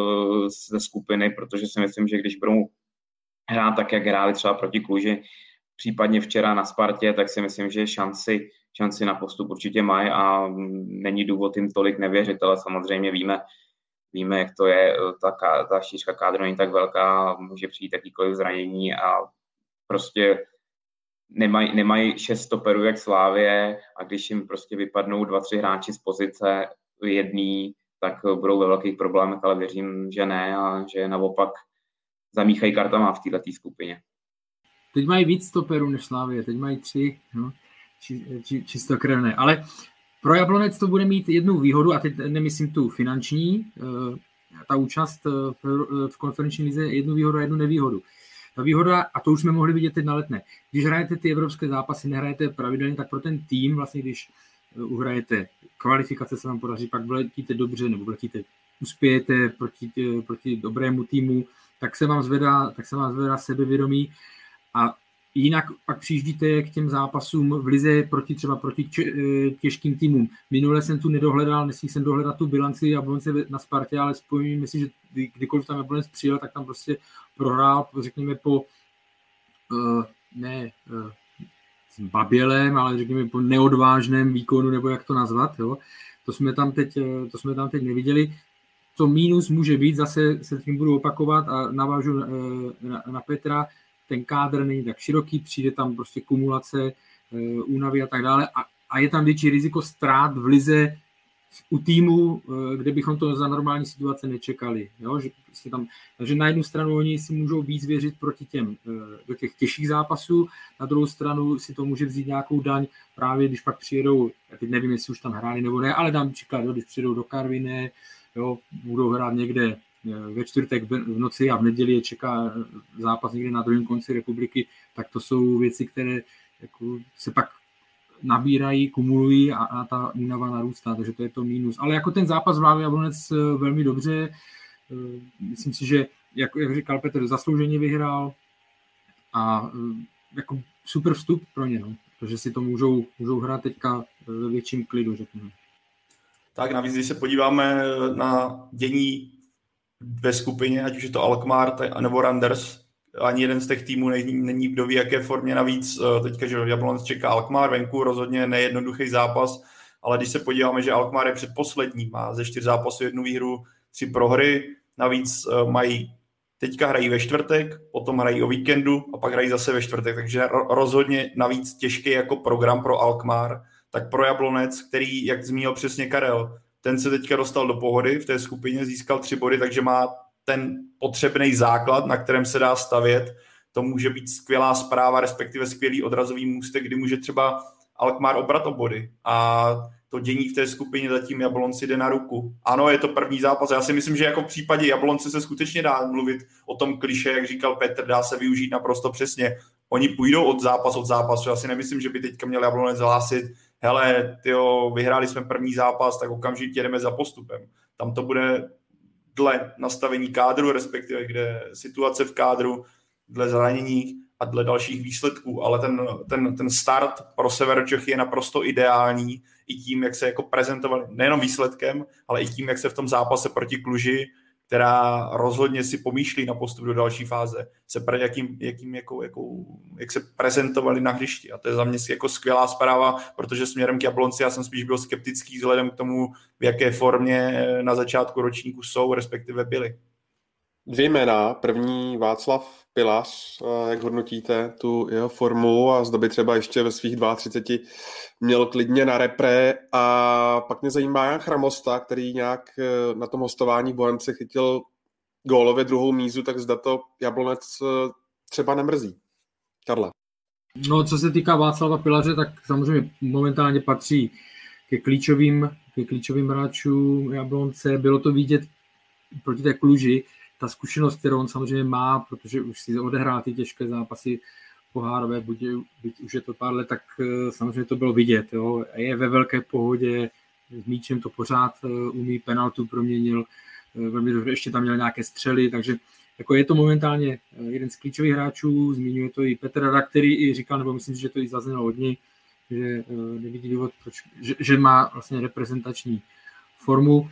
ze skupiny, protože si myslím, že když budou hrát tak, jak hráli třeba proti Kluži, případně včera na Spartě, tak si myslím, že šanci, šanci na postup určitě mají a není důvod jim tolik nevěřit, ale samozřejmě víme, víme jak to je, ta, ta šířka kádru není tak velká, může přijít jakýkoliv zranění a prostě nemají nemaj šest stoperů jak Slavie a když jim prostě vypadnou dva, tři hráči z pozice jedný, tak budou ve velkých problémech, ale věřím, že ne a že naopak zamíchají kartama v této skupině. Teď mají víc stoperů než Slavie, teď mají tři, no, či, či, čistokrevné, ale pro Jablonec to bude mít jednu výhodu, a teď nemyslím tu finanční, ta účast v konferenční lize jednu výhodu a jednu nevýhodu. Ta výhoda, a to už jsme mohli vidět teď na Letné, když hrajete ty evropské zápasy, nehrajete pravidelně, tak pro ten tým, vlastně když uhrajete kvalifikace, se vám podaří, pak vletíte dobře, nebo vletíte, uspějete proti, proti dobrému týmu, tak se vám zvedá, tak se vám zvedá sebevědomí. A jinak pak přijíždíte k těm zápasům v lize proti třeba proti těžkým týmům. Minule jsem tu nedohledal, nesmí jsem dohledat tu bilanci Jablonce na Spartě, ale spojím si, že kdykoliv tam Jablonec přijel, tak tam prostě prohrál, řekněme po uh, ne uh, s babělem, ale řekněme po neodvážném výkonu, nebo jak to nazvat. Jo. To jsme tam teď, to jsme tam teď neviděli. To mínus může být, zase se tím budu opakovat a navážu uh, na, na Petra, ten kádr není tak široký, přijde tam prostě kumulace, únavy a tak dále a, a je tam větší riziko ztrát v lize u týmu, kde bychom to za normální situace nečekali. Jo? Že prostě tam, takže na jednu stranu oni si můžou víc věřit proti těm, do těch těžších zápasů, na druhou stranu si to může vzít nějakou daň, právě když pak přijedou, já teď nevím, jestli už tam hráli nebo ne, ale dám příklad, jo, když přijedou do Karviné, jo, budou hrát někde ve čtvrtek v noci a v neděli je čeká zápas někde na druhém konci republiky, tak to jsou věci, které jako se pak nabírají, kumulují a, a ta únava narůstá, takže to je to mínus. Ale jako ten zápas vlávy Jablonec velmi dobře, myslím si, že jak, jak říkal Petr, zaslouženě vyhrál a jako super vstup pro ně, no, protože si to můžou, můžou hrát teďka ve větším klidu, řekněme. Tak navíc, když se podíváme na dění ve skupině, ať už je to Alkmaar nebo Randers, ani jeden z těch týmů není, není kdo ví, jaké formě. Navíc teďka, že Jablonec čeká Alkmaar venku, rozhodně nejednoduchý zápas, ale když se podíváme, že Alkmaar je předposlední, má ze čtyř zápasů jednu výhru, tři prohry, navíc mají, teďka hrají ve čtvrtek, potom hrají o víkendu a pak hrají zase ve čtvrtek, takže rozhodně navíc těžký jako program pro Alkmaar, tak pro Jablonec, který, jak zmínil přesně Karel, ten se teďka dostal do pohody v té skupině, získal tři body, takže má ten potřebný základ, na kterém se dá stavět. To může být skvělá zpráva, respektive skvělý odrazový můstek, kdy může třeba Alkmaar obrat o body. A to dění v té skupině zatím Jablonci jde na ruku. Ano, je to první zápas. Já si myslím, že jako v případě Jablonce se skutečně dá mluvit o tom kliše, jak říkal Petr, dá se využít naprosto přesně. Oni půjdou od zápas od zápasu. Já si nemyslím, že by teďka měl Jablonec hlásit, hele, tyjo, vyhráli jsme první zápas, tak okamžitě jdeme za postupem. Tam to bude dle nastavení kádru, respektive kde situace v kádru, dle zranění a dle dalších výsledků, ale ten, ten, ten start pro Severočechy je naprosto ideální i tím, jak se jako prezentovali, nejenom výsledkem, ale i tím, jak se v tom zápase proti Kluži, která rozhodně si pomýšlí na postup do další fáze, se pre, jakým, jakým jako, jako, jak se prezentovali na hřišti. A to je za mě jako skvělá zpráva, protože směrem k Jablonci já jsem spíš byl skeptický vzhledem k tomu, v jaké formě na začátku ročníku jsou, respektive byli. Dvě jména. První Václav Pilař. Jak hodnotíte tu jeho formu a zda by třeba ještě ve svých třiceti dvou měl klidně na repre. A pak mě zajímá Jan Chramosta, který nějak na tom hostování v Bohemce chytil gólově druhou mízu, tak zda to Jablonec třeba nemrzí. Karle. No, co se týká Václava Pilaře, tak samozřejmě momentálně patří ke klíčovým, ke klíčovým hráčům Jablonce. Bylo to vidět proti té Kluži, ta zkušenost, kterou on samozřejmě má, protože už si odehrál ty těžké zápasy pohárové, buď, byť už je to pár let, tak samozřejmě to bylo vidět. Jo. Je ve velké pohodě, s míčem to pořád umí, penaltu proměnil, velmi dobře, ještě tam měl nějaké střely, takže jako je to momentálně jeden z klíčových hráčů, zmiňuje to i Petr Rada, který i říkal, nebo myslím, že to i zaznělo od něj, že nevidí důvod, proč, že, že má vlastně reprezentační formu.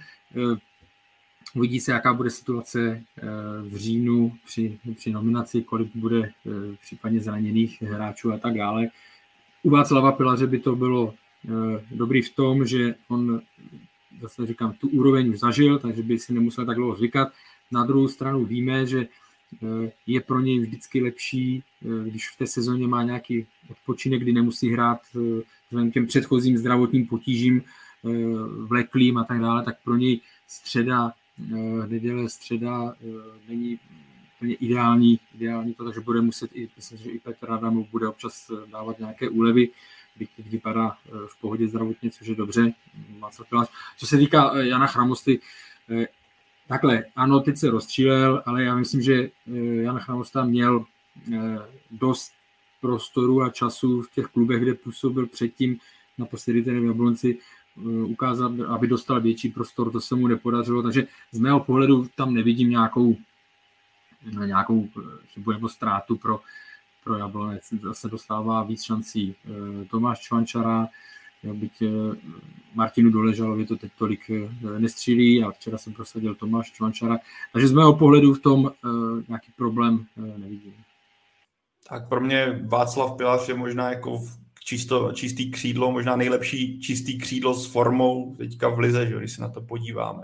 Uvidí se, jaká bude situace v říjnu při, při nominaci, kolik bude případně zraněných hráčů a tak dále. U Václava Pilaře by to bylo dobrý v tom, že on, zase říkám, tu úroveň už zažil, takže by si nemusel tak dlouho zvykat. Na druhou stranu víme, že je pro něj vždycky lepší, když v té sezóně má nějaký odpočinek, kdy nemusí hrát vzhledem těm předchozím zdravotním potížím vleklým a tak dále, tak pro něj středa neděle, středa není úplně ideální, ideální to, takže bude muset i, myslím, že i Petr Adamu bude občas dávat nějaké úlevy, byť teď vypadá v pohodě zdravotně, což je dobře. Co se týká Jana Chramosty, takhle, ano, teď se rozstřílel, ale já myslím, že Jan Chramosta měl dost prostoru a času v těch klubech, kde působil předtím, naposledy ten v Jablonci, ukázat, aby dostal větší prostor, to se mu nepodařilo, takže z mého pohledu tam nevidím nějakou, nějakou chybu nebo ztrátu pro, pro Jablonec. Zase dostává víc šancí Tomáš Čvančara, byť Martinu Doležalovi to teď tolik nestřílí a včera jsem prosadil Tomáš Čvančara, takže z mého pohledu v tom nějaký problém nevidím. Tak pro mě Václav Pilař je možná jako Čisto, čistý křídlo, možná nejlepší čistý křídlo s formou teďka v lize, že, když se na to podíváme.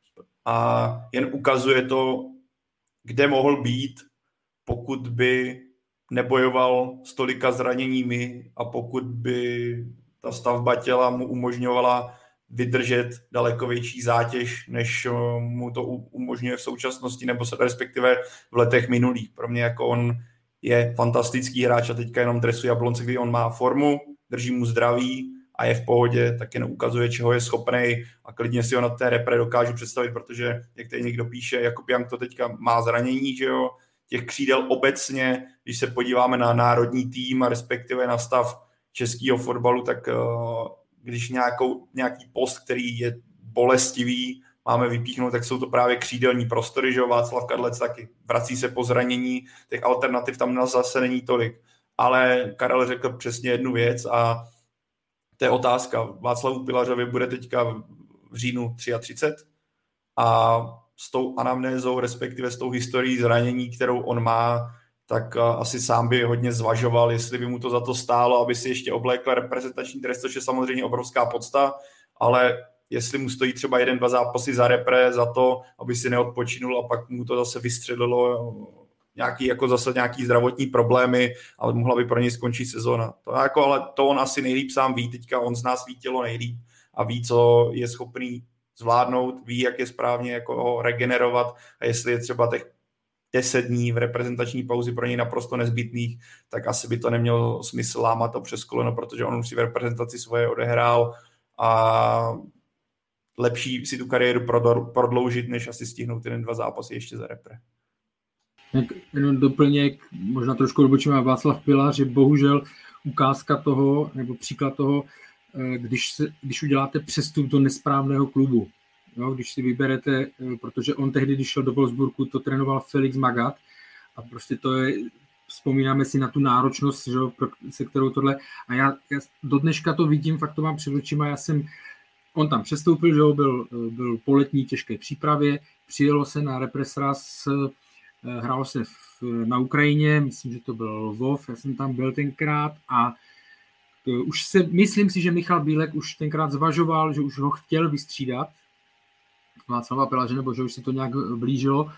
A jen ukazuje to, kde mohl být, pokud by nebojoval s tolika zraněními a pokud by ta stavba těla mu umožňovala vydržet daleko větší zátěž, než mu to umožňuje v současnosti, nebo respektive v letech minulých. Pro mě jako on je fantastický hráč a teďka jenom dresuje Jablonce, kdy on má formu, drží mu zdraví a je v pohodě, tak jen ukazuje, čeho je schopnej a klidně si ho na té repre dokážu představit, protože, jak tady někdo píše, Jakub Jank to teďka má zranění, že jo, těch křídel obecně, když se podíváme na národní tým a respektive na stav českého fotbalu, tak když nějakou, nějaký post, který je bolestivý, máme vypíchnout, tak jsou to právě křídelní prostory, že jo, Václav Kadlec taky vrací se po zranění, těch alternativ tam zase není tolik. Ale Karel řekl přesně jednu věc a to je otázka. Václavu Pilařovi bude teďka v říjnu třicet tři a s tou anamnézou, respektive s tou historií zranění, kterou on má, tak asi sám by hodně zvažoval, jestli by mu to za to stálo, aby si ještě oblékl reprezentační dres, což je samozřejmě obrovská podsta, ale jestli mu stojí třeba jeden, dva zápasy za repre, za to, aby si neodpočinul a pak mu to zase vystřelilo nějaký, jako zase nějaký zdravotní problémy, ale mohla by pro něj skončit sezóna. To jako, ale to on asi nejlíp sám ví, teďka on z nás ví tělo nejlíp a ví, co je schopný zvládnout, ví, jak je správně jako ho regenerovat a jestli je třeba těch deset dní v reprezentační pauzi pro něj naprosto nezbytných, tak asi by to nemělo smysl lámat to přes koleno, protože on už si v reprezentaci svoje odehrál a lepší si tu kariéru prodloužit, než asi stihnout jeden, dva zápasy ještě za repre. Jak jenom doplněk, možná trošku odbočím a Václav Pilař, že bohužel ukázka toho, nebo příklad toho, když, se, když uděláte přestup do nesprávného klubu. Jo, když si vyberete, protože on tehdy, když šel do Wolfsburgu, to trénoval Felix Magath a prostě to je, vzpomínáme si na tu náročnost, že, se kterou tohle, a já, já do dneška to vidím, fakt to mám před očima, já jsem, on tam přestoupil, že byl, byl po letní těžké přípravě, přijelo se na Represras, hrálo se v, na Ukrajině, myslím, že to byl Lvov, já jsem tam byl tenkrát a už se, myslím si, že Michal Bílek už tenkrát zvažoval, že už ho chtěl vystřídat, Václava Pilaře, nebo že už si to nějak blížilo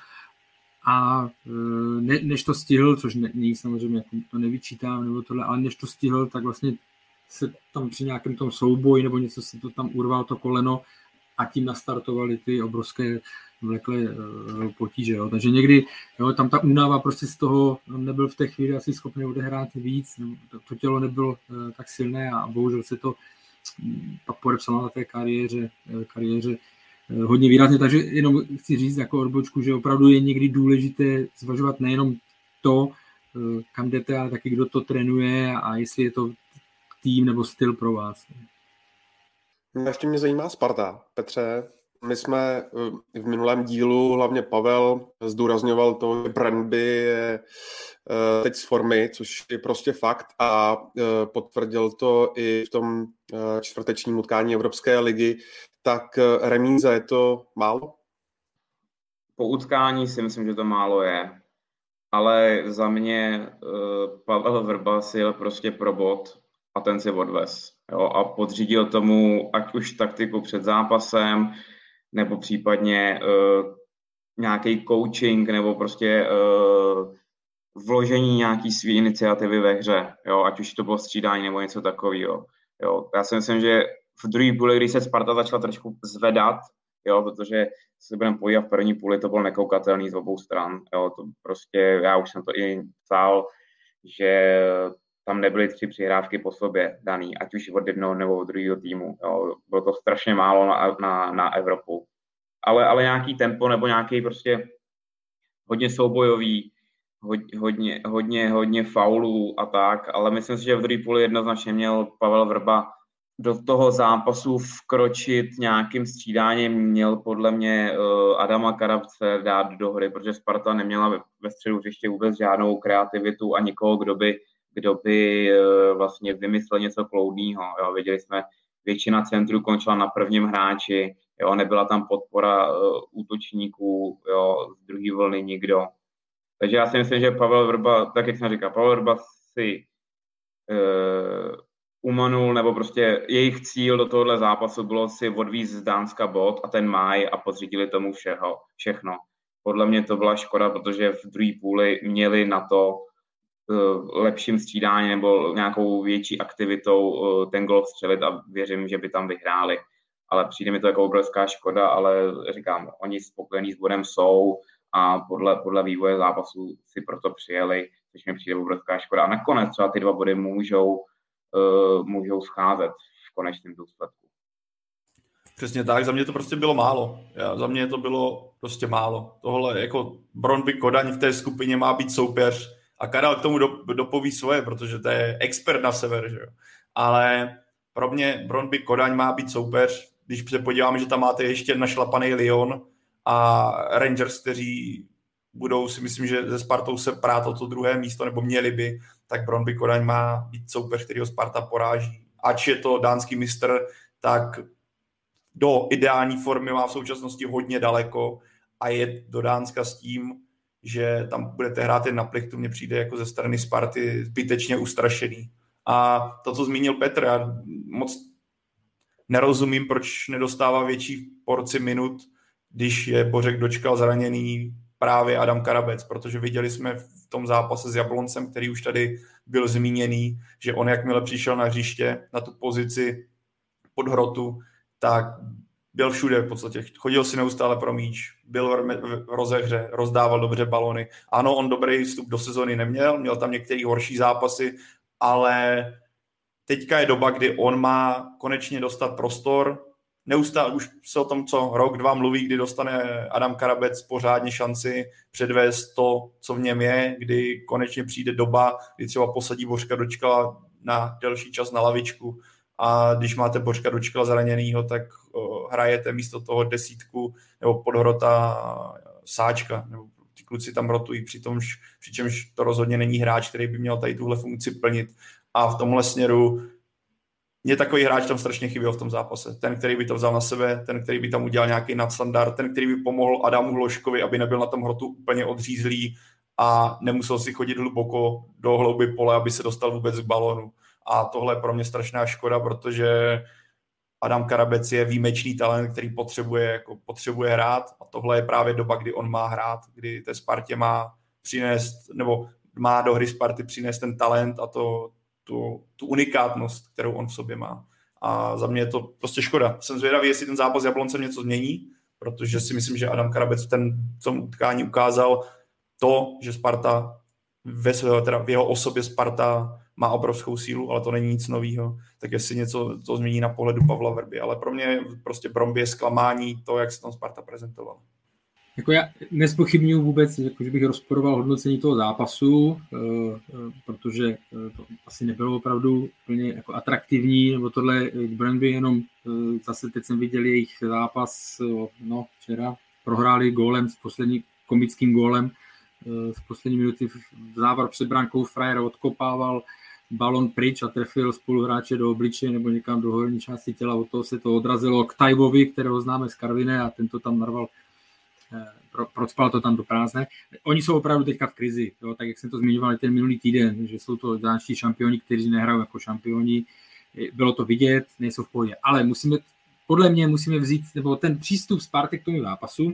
a ne, než to stihl, což ne, ne, samozřejmě to nevyčítám, nebo tohle, ale než to stihl, tak vlastně se tam při nějakém tom souboji nebo něco se to tam urval to koleno a tím nastartovali ty obrovské vleklé potíže. Jo. Takže někdy jo, tam ta únava prostě z toho nebyl v té chvíli asi schopný odehrát víc, to, to tělo nebylo tak silné a bohužel se to pak podepsalo na té kariéře, kariéře hodně výrazně, takže jenom chci říct jako odbočku, že opravdu je někdy důležité zvažovat nejenom to, kam jdete, ale taky kdo to trénuje a jestli je to tým nebo styl pro vás. Ještě mě zajímá Sparta. Petře, my jsme v minulém dílu, hlavně Pavel, zdůrazňoval to, že Brøndby je teď z formy, což je prostě fakt a potvrdil to i v tom čtvrtečním utkání Evropské ligy. Tak remíza, je to málo? Po utkání si myslím, že to málo je. Ale za mě Pavel Vrba si jel prostě pro bod a ten si odvez. Jo, a podřídil tomu ať už taktiku před zápasem, nebo případně uh, nějaký coaching, nebo prostě uh, vložení nějaký svý iniciativy ve hře. Jo, ať už to bylo střídání nebo něco takového. Jo, já si myslím, že v druhé půli, když se Sparta začala trošku zvedat, jo, protože se budeme podívat v první půli, to bylo nekoukatelný z obou stran. Jo, to prostě, já už jsem to i psal, že tam nebyly tři přihrávky po sobě daný, ať už od jednoho nebo od druhého týmu. Jo. Bylo to strašně málo na, na, na Evropu. Ale, ale nějaký tempo nebo nějaký prostě hodně soubojový, hodně, hodně, hodně faulů a tak, ale myslím si, že v druhé půli jednoznačně měl Pavel Vrba do toho zápasu vkročit nějakým střídáním, měl podle mě uh, Adama Karabce dát do hry, protože Sparta neměla ve, ve středu hřiště vůbec žádnou kreativitu a nikoho, kdo by, kdo by uh, vlastně vymyslel něco kloudného. Jo. Viděli jsme, většina centrů končila na prvním hráči, jo, nebyla tam podpora uh, útočníků, jo, z druhé vlny nikdo. Takže já si myslím, že Pavel Vrba, tak jak jsem říkal, Pavel Vrba si uh, umanul, nebo prostě jejich cíl do tohohle zápasu bylo si odvízt z Dánska bod a ten máj a podřídili tomu všeho, všechno. Podle mě to byla škoda, protože v druhé půli měli na to uh, lepším střídání nebo nějakou větší aktivitou uh, ten gol vstřelit a věřím, že by tam vyhráli. Ale přijde mi to jako obrovská škoda, ale říkám, oni spokojení s bodem jsou a podle, podle vývoje zápasu si proto přijeli, což mi přijde obrovská škoda. A nakonec třeba ty dva body můžou Uh, můžou scházet v konečném důsledku. Přesně tak, za mě to prostě bylo málo. Já, za mě to bylo prostě málo. Tohle jako Brøndby Kodaň v té skupině má být soupeř a Karel k tomu do, dopoví svoje, protože to je expert na sever, že jo. Ale pro mě Brøndby Kodaň má být soupeř, když se podíváme, že tam máte ještě našlapaný Lyon a Rangers, kteří budou, si myslím, že ze Spartou se prát o to druhé místo, nebo měli by, tak Brøndby Kodaň má být soupeř, kterýho Sparta poráží. Ač je to dánský mistr, tak do ideální formy má v současnosti hodně daleko a je do Dánska s tím, že tam budete hrát jen na plichtu, mně přijde jako ze strany Sparty zbytečně ustrašený. A to, co zmínil Petr, já moc nerozumím, proč nedostává větší porci minut, když je Bořek Dočkal zraněný právě Adam Karabec, protože viděli jsme v tom zápase s Jabloncem, který už tady byl zmíněný, že on jakmile přišel na hřiště, na tu pozici pod hrotu, tak byl všude v podstatě. Chodil si neustále pro míč, byl v rozehře, rozdával dobře balony. Ano, on dobrý vstup do sezony neměl, měl tam některé horší zápasy, ale teďka je doba, kdy on má konečně dostat prostor. Neustále už se o tom, co rok, dva mluví, kdy dostane Adam Karabec pořádně šanci předvést to, co v něm je, kdy konečně přijde doba, kdy třeba posadí Bořka Dočkala na delší čas na lavičku a když máte Bořka Dočkala zraněnýho, tak o, hrajete místo toho desítku nebo podhrota Sáčka, nebo ty kluci tam rotují, přitomž, přičemž to rozhodně není hráč, který by měl tady tuhle funkci plnit. A v tomhle směru mě takový hráč tam strašně chyběl v tom zápase. Ten, který by to vzal na sebe, ten, který by tam udělal nějaký nadstandard, ten, který by pomohl Adamu Hloškovi, aby nebyl na tom hrotu úplně odřízlý a nemusel si chodit hluboko do hlouby pole, aby se dostal vůbec k balonu. A tohle je pro mě strašná škoda, protože Adam Karabec je výjimečný talent, který potřebuje, jako potřebuje hrát a tohle je právě doba, kdy on má hrát, kdy té Spartě má přinést, nebo má do hry Sparty přinést ten talent a to Tu, tu unikátnost, kterou on v sobě má. A za mě je to prostě škoda. Jsem zvědavý, jestli ten zápas s Jabloncem něco změní, protože si myslím, že Adam Karabec v ten v tom utkání ukázal to, že Sparta ve svého, teda v jeho osobě Sparta má obrovskou sílu, ale to není nic novýho. Tak jestli něco to změní na pohledu Pavla Vrby. Ale pro mě prostě Bromby je zklamání to, jak se tam Sparta prezentovala. Jako já nespochybnuju vůbec, jako, že bych rozporoval hodnocení toho zápasu, e, e, protože to asi nebylo opravdu úplně jako atraktivní, nebo tohle Brøndby jenom, e, zase teď jsem viděl jejich zápas, no včera prohráli gólem, s posledním komickým gólem, e, z poslední minuty v závar před brankou frajer odkopával balon pryč a trefil spoluhráče do obličeje nebo někam do horní části těla, od toho se to odrazilo k Tajvovi, kterého známe z Karviné a tento tam narval, Pro, procpal to tam do prázdne. Oni jsou opravdu teďka v krizi, jo, tak jak jsem to zmiňoval ten minulý týden, že jsou to dánští šampioni, kteří nehrají jako šampioni. Bylo to vidět, nejsou v pohodě. Ale musíme, podle mě musíme vzít, nebo ten přístup Sparty k tomu zápasu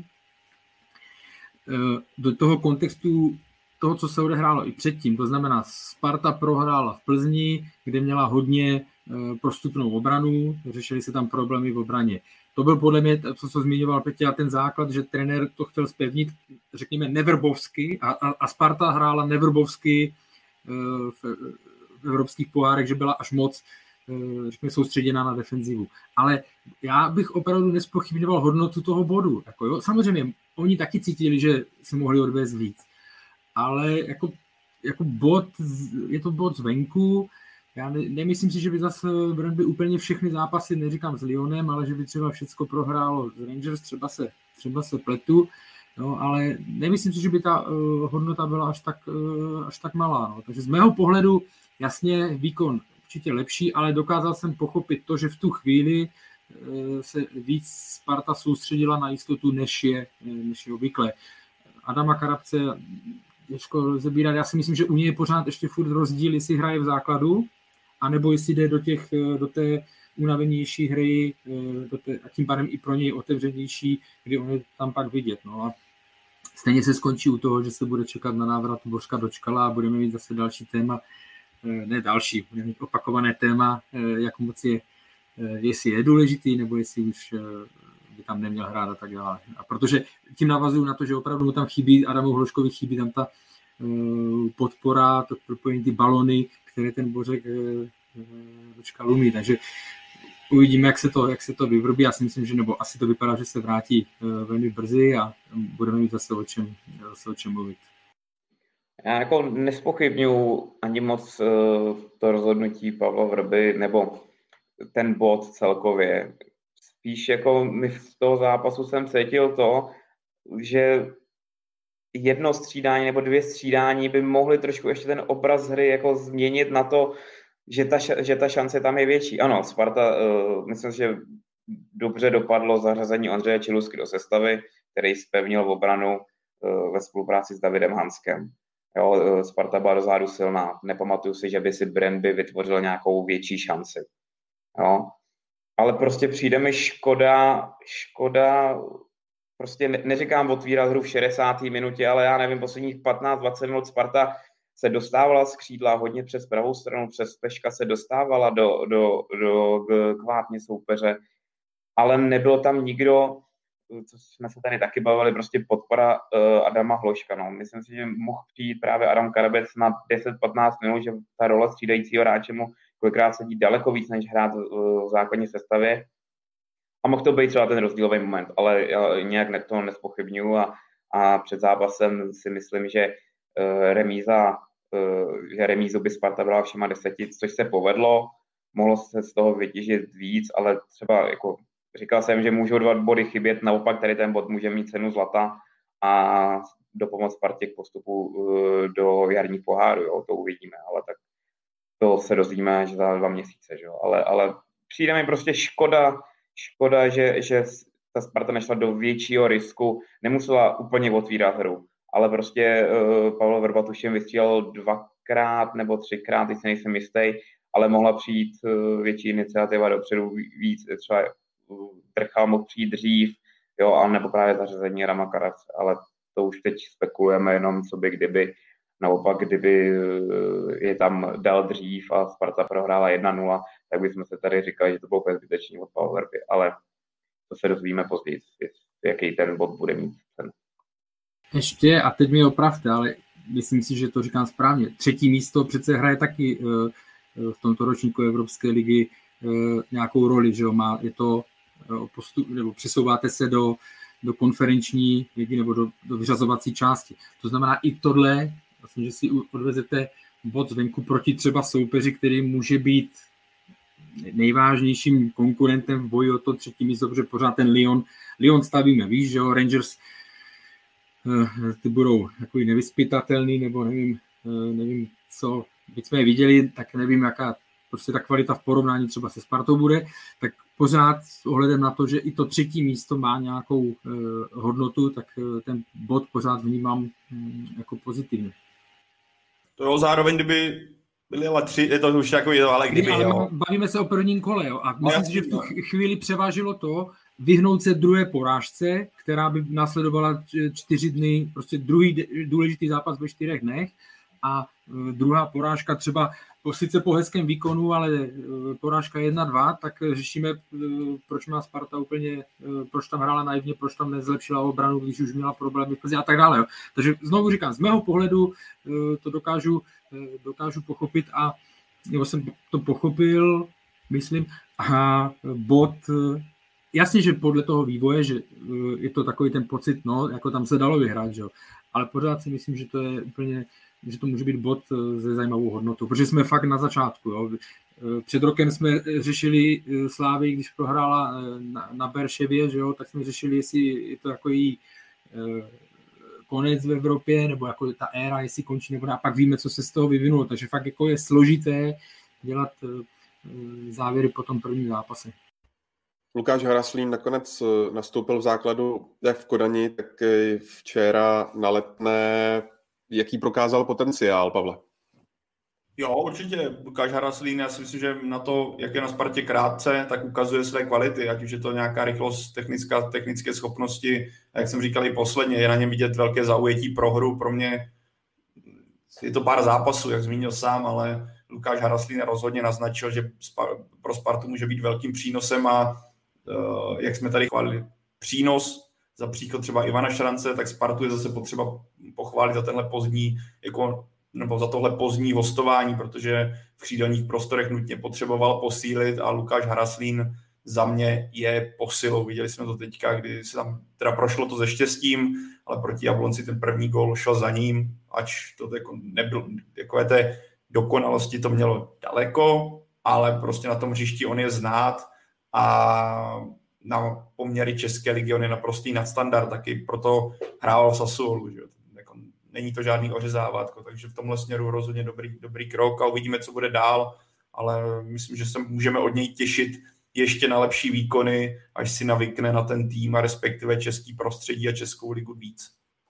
do toho kontextu toho, co se odehrálo i předtím. To znamená, Sparta prohrála v Plzni, kde měla hodně prostupnou obranu, řešili se tam problémy v obraně. To byl podle mě, co se zmiňoval Petě, ten základ, že trenér to chtěl zpevnit, řekněme, nevrbovsky a, a, a Sparta hrála nevrbovsky v, v evropských pohárech, že byla až moc, řekněme, soustředěná na defenzivu. Ale já bych opravdu nespochybňoval hodnotu toho bodu. Jako, jo, samozřejmě, oni taky cítili, že se mohli odvést víc. Ale jako, jako bod, je to bod zvenku. Já ne, nemyslím si, že by zase Brøndby úplně všechny zápasy, neříkám s Lyonem, ale že by třeba všecko prohrálo z Rangers, třeba se, třeba se pletu, no, ale nemyslím si, že by ta uh, hodnota byla až tak, uh, až tak malá. No. Takže z mého pohledu jasně výkon určitě lepší, ale dokázal jsem pochopit to, že v tu chvíli uh, se víc Sparta soustředila na jistotu, než je, než je obvykle. Adama Karabce těžko rozebírat. Já si myslím, že u něj je pořád ještě furt rozdíl, jestli hraje v základu, anebo jestli jde do, těch, do té unavenější hry do té, a tím pádem i pro něj otevřenější, kdy on je tam pak vidět. No a stejně se skončí u toho, že se bude čekat na návrat Bořka Dočkala a budeme mít zase další téma, ne další, budeme mít opakované téma, jak moc je, jestli je důležitý, nebo jestli už by tam neměl hrát a tak dále. A protože tím navazuju na to, že opravdu mu tam chybí, Adamu Hloškovi chybí tam ta uh, podpora, to propojení ty balony, které ten Bořek uh, Dočkal umí. Takže uvidíme, jak se to, jak se to vyvrbí. Já si myslím, že nebo asi to vypadá, že se vrátí uh, velmi brzy a budeme mít zase o čem, zase o čem mluvit. Já jako nespochybňuji ani moc uh, to rozhodnutí Pavla Vrby nebo ten bod celkově. Spíš jako mi z toho zápasu jsem cítil to, že jedno střídání nebo dvě střídání by mohly trošku ještě ten obraz hry jako změnit na to, že ta, že ta šance tam je větší. Ano, Sparta, uh, myslím, že dobře dopadlo zařazení Ondřeje Čilusky do sestavy, který zpevnil v obranu. ve spolupráci s Davidem Hanskem. Jo, Sparta byla dozadu silná. Nepamatuju si, že by si Brandby vytvořil nějakou větší šanci. Jo. Ale prostě přijde mi škoda, škoda, prostě ne, neříkám otvírat hru v šedesáté minutě, ale já nevím, posledních patnáct dvacet minut Sparta se dostávala z křídla hodně přes pravou stranu, přes Peška se dostávala do, do, do kvátně soupeře, ale nebylo tam nikdo, co jsme se tady taky bavili, prostě podpora uh, Adama Hloška. No. Myslím si, že mohl přijít právě Adam Karabec na deset patnáct minut, že ta role střídajícího hráče mu kolikrát sedí daleko víc, než hrát uh, v základní sestavě. A mohl to být třeba ten rozdílový moment, ale já nějak ne, to nespochybňuju a, a před zápasem si myslím, že uh, remíza, uh, že remízu by Sparta brala všema deseti, což se povedlo. Mohlo se z toho vytěžit víc, ale třeba jako říkal jsem, že můžou dva body chybět, naopak tady ten bod může mít cenu zlata a dopomoc Spartě k postupu uh, do jarních pohárů, jo, to uvidíme, ale tak to se dozvíme až za dva měsíce, jo, ale, ale přijde mi prostě škoda, škoda, že, že ta Sparta nešla do většího risku, nemusela úplně otvírat hru, ale prostě uh, Pavel Vrba tuším vystřílel dvakrát nebo třikrát, teď se nejsem jistý, ale mohla přijít uh, větší iniciativa dopředu víc, třeba Trchal mohl přijít dřív, jo, ale nebo právě zařazení Adama Karace, ale to už teď spekulujeme jenom, co by kdyby, naopak kdyby je tam dal dřív a Sparta prohrála jedna nula, tak bychom se tady říkali, že to bylo zbytečný od Pavla Vrby, ale to se dozvíme později, jaký ten bod bude mít ten. Ještě, a teď mi opravte, ale myslím si, že to říkám správně, třetí místo přece hraje taky uh, v tomto ročníku Evropské ligy uh, nějakou roli, že jo, má, je to postup, nebo přesouváte se do, do konferenční ligy nebo do, do vyřazovací části. To znamená i tohle, vlastně, že si odvezete bod zvenku proti třeba soupeři, který může být nejvážnějším konkurentem v boji o to třetí místo, protože pořád ten Lyon, Lyon stavíme, víš, že jo, Rangers ty budou takový nevyspytatelný, nebo nevím, nevím co, byť jsme je viděli, tak nevím, jaká prostě ta kvalita v porovnání třeba se Spartou bude, tak pořád s ohledem na to, že i to třetí místo má nějakou uh, hodnotu, tak uh, ten bod pořád vnímám um, jako pozitivně. To jo, zároveň kdyby byly ale tři, je to už jako je, ale kdyby, ale jo. Bavíme se o prvním kole, jo, a myslím si, že v tu chvíli převážilo to, vyhnout se druhé porážce, která by následovala čtyři dny, prostě druhý důležitý zápas ve čtyřech dnech a uh, druhá porážka třeba po, sice po hezkém výkonu, ale porážka jedna dva, tak řešíme, proč má Sparta úplně, proč tam hrála naivně, proč tam nezlepšila obranu, když už měla problémy v Plzni a tak dále. Jo. Takže znovu říkám, z mého pohledu to dokážu, dokážu pochopit a nebo jsem to pochopil, myslím, a bod, jasně, že podle toho vývoje, že je to takový ten pocit, no, jako tam se dalo vyhrát, že jo. Ale pořád si myslím, že to je úplně, že to může být bod se zajímavou hodnotou, protože jsme fakt na začátku. Jo. Před rokem jsme řešili Slávy, když prohrála na, na Berševě, že jo, tak jsme řešili, jestli je to jako jí eh, konec v Evropě, nebo jako ta éra, jestli končí, nebo ne, a pak víme, co se z toho vyvinulo. Takže fakt jako je složité dělat eh, závěry po tom prvním zápase. Lukáš Haraslín nakonec nastoupil v základu jak v Kodani, tak i včera na Letné. Jaký prokázal potenciál, Pavle? Jo, určitě. Lukáš Haraslín, já si myslím, že na to, jak je na Spartě krátce, tak ukazuje své kvality, ať už je to nějaká rychlost, technická, technické schopnosti. A jak jsem říkal i posledně, je na něm vidět velké zaujetí pro hru. Pro mě je to pár zápasů, jak zmínil sám, ale Lukáš Haraslín rozhodně naznačil, že pro Spartu může být velkým přínosem a uh, jak jsme tady chválili přínos, za příklad třeba Ivana Šrance, tak Spartu je zase potřeba pochválit za tenhle pozdní, jako, nebo za tohle pozdní hostování, protože v křídelních prostorech nutně potřeboval posílit a Lukáš Haraslín za mě je posilou. Viděli jsme to teďka, kdy se tam teda prošlo to se štěstím, ale proti Jablonci ten první gól šel za ním, ač to jako nebylo, takové té dokonalosti to mělo daleko, ale prostě na tom hřišti on je znát a na poměry České ligy on je naprostý nadstandard, taky proto hrával v Sassuolu, že jako není to žádný ořezávátko, takže v tomhle směru rozhodně dobrý, dobrý krok a uvidíme, co bude dál, ale myslím, že se můžeme od něj těšit ještě na lepší výkony, až si navykne na ten tým a respektive český prostředí a Českou ligu víc.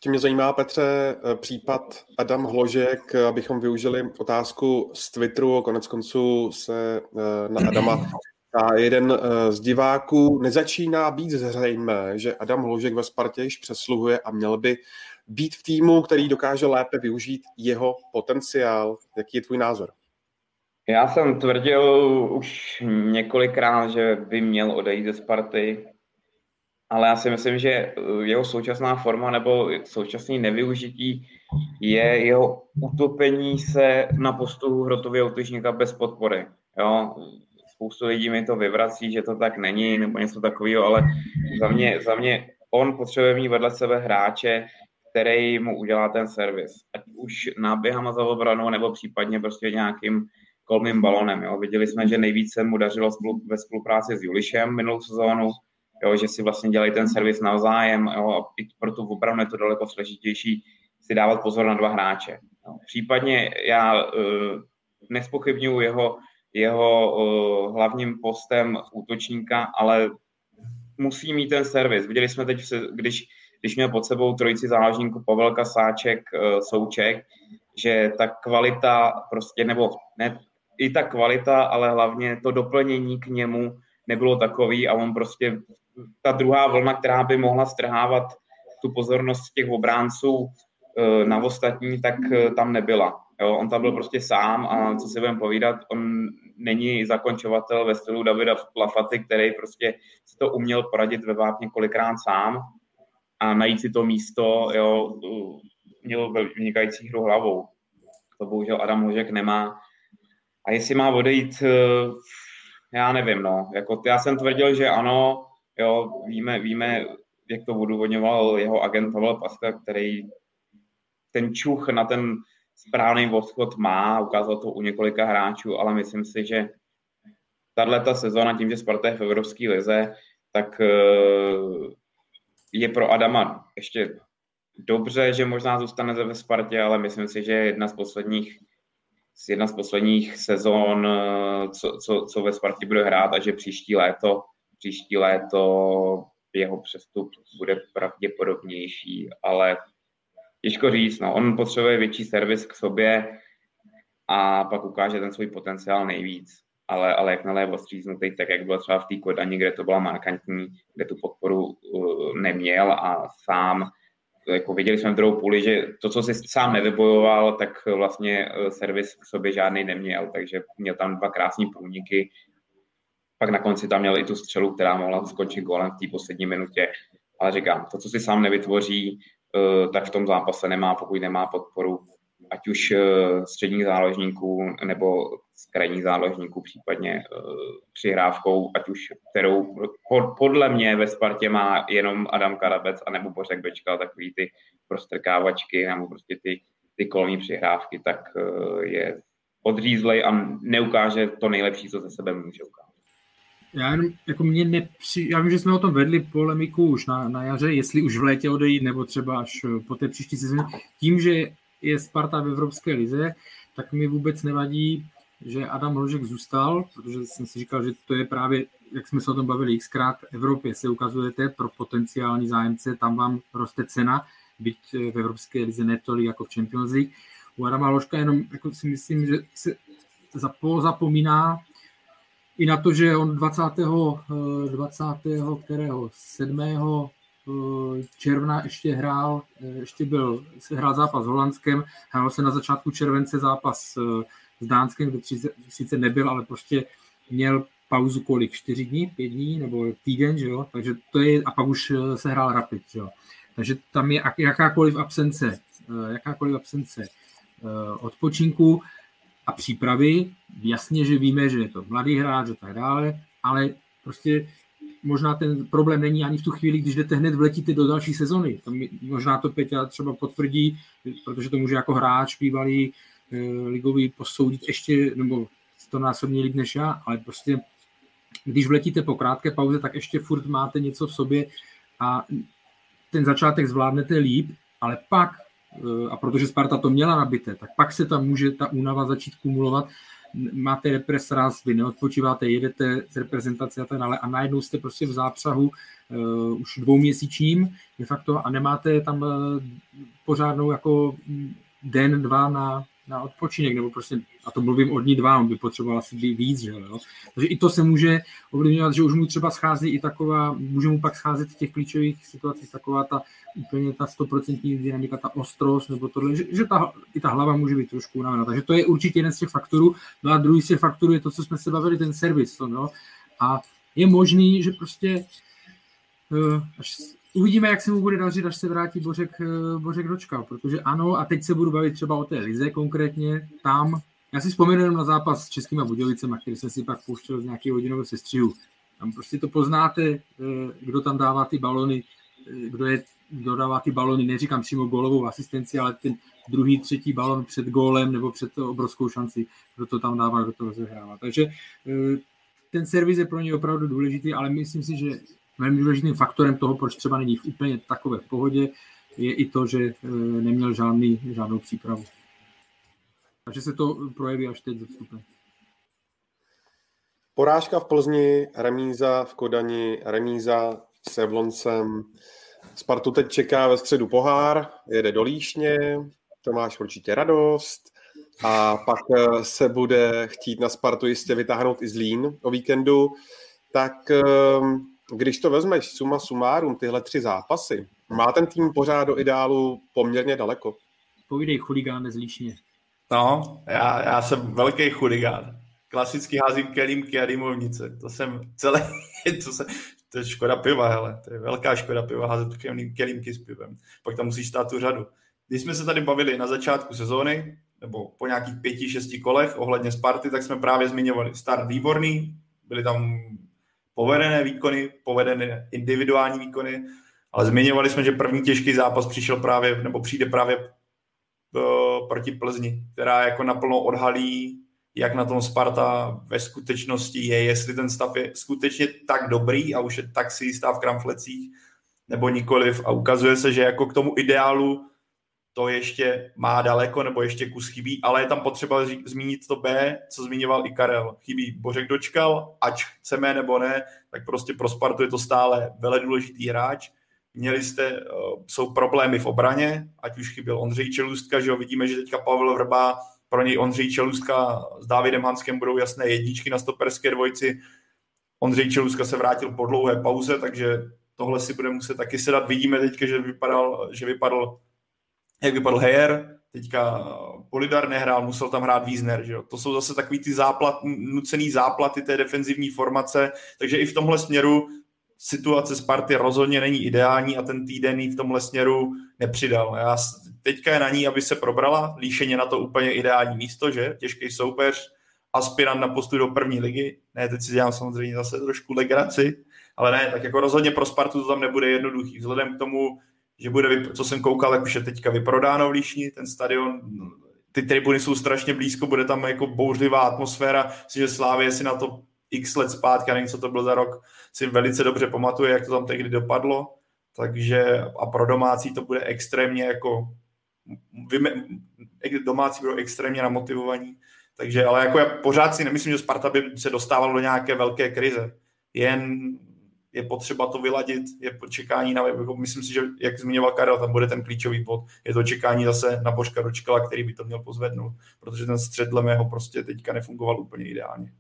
Ještě mě zajímá, Petře, případ Adam Hložek, abychom využili otázku z Twitteru, konec konců se na Adama a jeden z diváků. Nezačíná být zřejmé, že Adam Hložek ve Spartě již přesluhuje a měl by být v týmu, který dokáže lépe využít jeho potenciál. Jaký je tvůj názor? Já jsem tvrdil už několikrát, že by měl odejít ze Sparty, ale já si myslím, že jeho současná forma nebo současné nevyužití je jeho utopení se na postu hrotového útočníka bez podpory. Jo? Spoustu lidí mi to vyvrací, že to tak není nebo něco takového, ale za mě, za mě on potřebuje mít vedle sebe hráče, který mu udělá ten servis. Ať už náběhama za obranou nebo případně prostě nějakým kolmým balonem. Jo? Viděli jsme, že nejvíce mu dařilo ve spolupráci s Julišem minulou sezónu, jo, že si vlastně dělají ten servis navzájem, jo, a i pro tu obranu je to daleko složitější si dávat pozor na dva hráče. Jo. Případně já uh, nespochybňuji jeho, jeho uh, hlavním postem útočníka, ale musí mít ten servis. Viděli jsme teď, když, když měl pod sebou trojici záložníků Pavelka, Sáček, uh, Souček, že ta kvalita prostě, nebo ne, i ta kvalita, ale hlavně to doplnění k němu nebylo takový a on prostě ta druhá vlna, která by mohla strhávat tu pozornost těch obránců na ostatní, tak tam nebyla. Jo, on tam byl prostě sám a co si budeme povídat, on není zakončovatel ve stylu Davida Lafaty, který prostě si to uměl poradit ve vápně kolikrát sám a najít si to místo, jo, měl vynikající hru hlavou. To bohužel Adam Hložek nemá. A jestli má odejít, já nevím, no. Jako, já jsem tvrdil, že ano, jo, víme, víme, jak to odůvodňoval jeho agent Pavel Paska, který ten čuch na ten správný odchod má, ukázal to u několika hráčů, ale myslím si, že tato sezóna tím, že Sparta je v Evropské lize, tak je pro Adama ještě dobře, že možná zůstane ve Spartě, ale myslím si, že jedna z posledních jedna z posledních sezón, co, co, co ve Spartě bude hrát a že příští léto, příští léto jeho přestup bude pravděpodobnější, ale těžko říct, no, on potřebuje větší servis k sobě a pak ukáže ten svůj potenciál nejvíc, ale, ale jakmile je ostříznutý, tak jak bylo třeba v té Kodani, kde to byla markantní, kde tu podporu uh, neměl a sám jako viděli jsme v druhou půli, že to, co si sám nevybojoval, tak vlastně servis k sobě žádný neměl, takže měl tam dva krásný průniky. Pak na konci tam měl i tu střelu, která mohla skončit gólem v té poslední minutě. Ale říkám, to, co si sám nevytvoří, tak v tom zápase nemá, pokud nemá podporu, ať už středních záložníků nebo z krajních záložníků, případně přihrávkou, ať už kterou podle mě ve Spartě má jenom Adam Karabec a nebo Bořek Bečka, takový ty prostrkávačky nebo prostě ty, ty kolmí přihrávky, tak je odřízlej a neukáže to nejlepší, co ze sebe může ukázat. Já jenom, jako mě nepři... Já vím, že jsme o tom vedli polemiku už na, na jaře, jestli už v létě odejít, nebo třeba až po té příští sezóně. Tím, že je Sparta v Evropské lize, tak mi vůbec nevadí, že Adam Hložek zůstal, protože jsem si říkal, že to je právě, jak jsme se o tom bavili xkrát, v Evropě se ukazujete pro potenciální zájemce, tam vám roste cena, byť v Evropské lize netolik jako v Champions League. U Adama Hložka jenom jako si myslím, že se zapomíná i na to, že on dvacátého dvacátého kterého sedmého června ještě hrál, ještě byl, se hrál zápas s Holandskem, hrál se na začátku července zápas s Dánskem, kde sice nebyl, ale prostě měl pauzu kolik, čtyři dní, pět dní, nebo týden, že jo, takže to je, a pak už se hrál Rapid, že jo, takže tam je jakákoliv absence, jakákoliv absence odpočinku a přípravy, jasně, že víme, že je to mladý hráč a tak dále, ale prostě možná ten problém není ani v tu chvíli, když jdete hned vletíte do další sezony. To možná to Peťa třeba potvrdí, protože to může jako hráč bývalý e, ligový posoudit ještě, nebo stonásobně líp než já, ale prostě když vletíte po krátké pauze, tak ještě furt máte něco v sobě a ten začátek zvládnete líp, ale pak, e, a protože Sparta to měla nabité, tak pak se tam může ta únava začít kumulovat máte repres, vy neodpočíváte, jedete z reprezentace a tak dále a najednou jste prostě v zápřahu uh, už dvouměsíčním de facto a nemáte tam uh, pořádnou jako den, dva na, na odpočinek, nebo prostě, a to mluvím od dní dva, on by potřeboval asi být víc, že jo. Takže i to se může ovlivňovat, že už mu třeba schází i taková, může mu pak scházet v těch klíčových situacích taková ta úplně ta stoprocentní dynamika, ta ostrost, nebo tohle, že, že ta, i ta hlava může být trošku unavená. Takže to je určitě jeden z těch faktorů. No a druhý z těch faktorů je to, co jsme se bavili, ten servis. To, no. A je možný, že prostě uh, až uvidíme, jak se mu bude dařit, až se vrátí Bořek, Bořek Dočkal, protože ano, a teď se budu bavit třeba o té lize konkrétně, tam, já si vzpomínám na zápas s Českýma Budějovicema, který jsem si pak pouštěl z nějakého hodinového sestřihu. Tam prostě to poznáte, kdo tam dává ty balony, kdo, je, kdo dává ty balony, neříkám přímo gólovou asistenci, ale ten druhý, třetí balon před gólem nebo před obrovskou šanci, kdo to tam dává, kdo to rozehrává. Takže ten servis je pro ně opravdu důležitý, ale myslím si, že velmi důležitým faktorem toho, proč třeba není v úplně takové v pohodě, je i to, že neměl žádný, žádnou přípravu. Takže se to projeví až teď ze vstupem. Porážka v Plzni, remíza v Kodani, remíza s Jabloncem. Spartu teď čeká ve středu pohár, jede do Líšně, to máš určitě radost. A pak se bude chtít na Spartu jistě vytáhnout i Zlín o víkendu. Tak když to vezmeš suma sumárum, tyhle tři zápasy, má ten tým pořád do ideálu poměrně daleko? Povídej, chuligán z Líšně. No, já, já jsem velký chuligán. Klasicky házím kelímky a dýmovnice. To jsem celý, to, se, to je škoda piva, hele. To je velká škoda piva, házet kelímky s pivem. Pak tam musíš stát tu řadu. Když jsme se tady bavili na začátku sezóny, nebo po nějakých pěti, šesti kolech ohledně Sparty, tak jsme právě zmiňovali start výborný, byly tam povedené výkony, povedené individuální výkony, ale zmiňovali jsme, že první těžký zápas přišel právě, nebo přijde právě uh, proti Plzni, která jako naplno odhalí, jak na tom Sparta ve skutečnosti je, jestli ten stav je skutečně tak dobrý a už je tak si jistá v kramflecích, nebo nikoliv. A ukazuje se, že jako k tomu ideálu to ještě má daleko, nebo ještě kus chybí, ale je tam potřeba zmínit to B, co zmiňoval i Karel. Chybí Bořek Dočkal, ať chceme nebo ne, tak prostě pro Spartu je to stále veledůležitý hráč. Měli jste, jsou problémy v obraně, ať už chyběl Ondřej Čelůstka, že ho vidíme, že teďka Pavel Vrba, pro něj Ondřej Čelůstka s Dávidem Hanskem budou jasné jedničky na stoperské dvojici. Ondřej Čelůstka se vrátil po dlouhé pauze, takže tohle si bude muset taky sedat. Vidíme teďka, že vypadal, že vypadl jak vypadl Heyer, teďka Polidar nehrál, musel tam hrát Wiesner, že jo? To jsou zase takový ty záplat, nucený záplaty té defenzivní formace, takže i v tomhle směru situace Sparty rozhodně není ideální a ten týden jí v tomhle směru nepřidal. Já, teďka je na ní, aby se probrala, Líšeň na to úplně ideální místo, že? Těžký soupeř, aspirant na postup do první ligy, ne, teď si dělám samozřejmě zase trošku legraci, ale ne, tak jako rozhodně pro Spartu to tam nebude jednoduchý, vzhledem k tomu, že bude, co jsem koukal, jak už je teďka vyprodáno v Líšni, ten stadion, ty tribuny jsou strašně blízko, bude tam jako bouřlivá atmosféra, myslím, že Slavie si na to x let zpátky, nevím, co to bylo za rok, si velice dobře pamatuje, jak to tam tehdy dopadlo, takže a pro domácí to bude extrémně jako, domácí budou extrémně namotivovaní, takže, ale jako já pořád si nemyslím, že Sparta by se dostávala do nějaké velké krize, jen je potřeba to vyladit, je čekání na, jako myslím si, že jak zmiňoval Karel, tam bude ten klíčový bod, je to čekání zase na Božka Dočkala, který by to měl pozvednout, protože ten střed dle mého prostě teďka nefungoval úplně ideálně.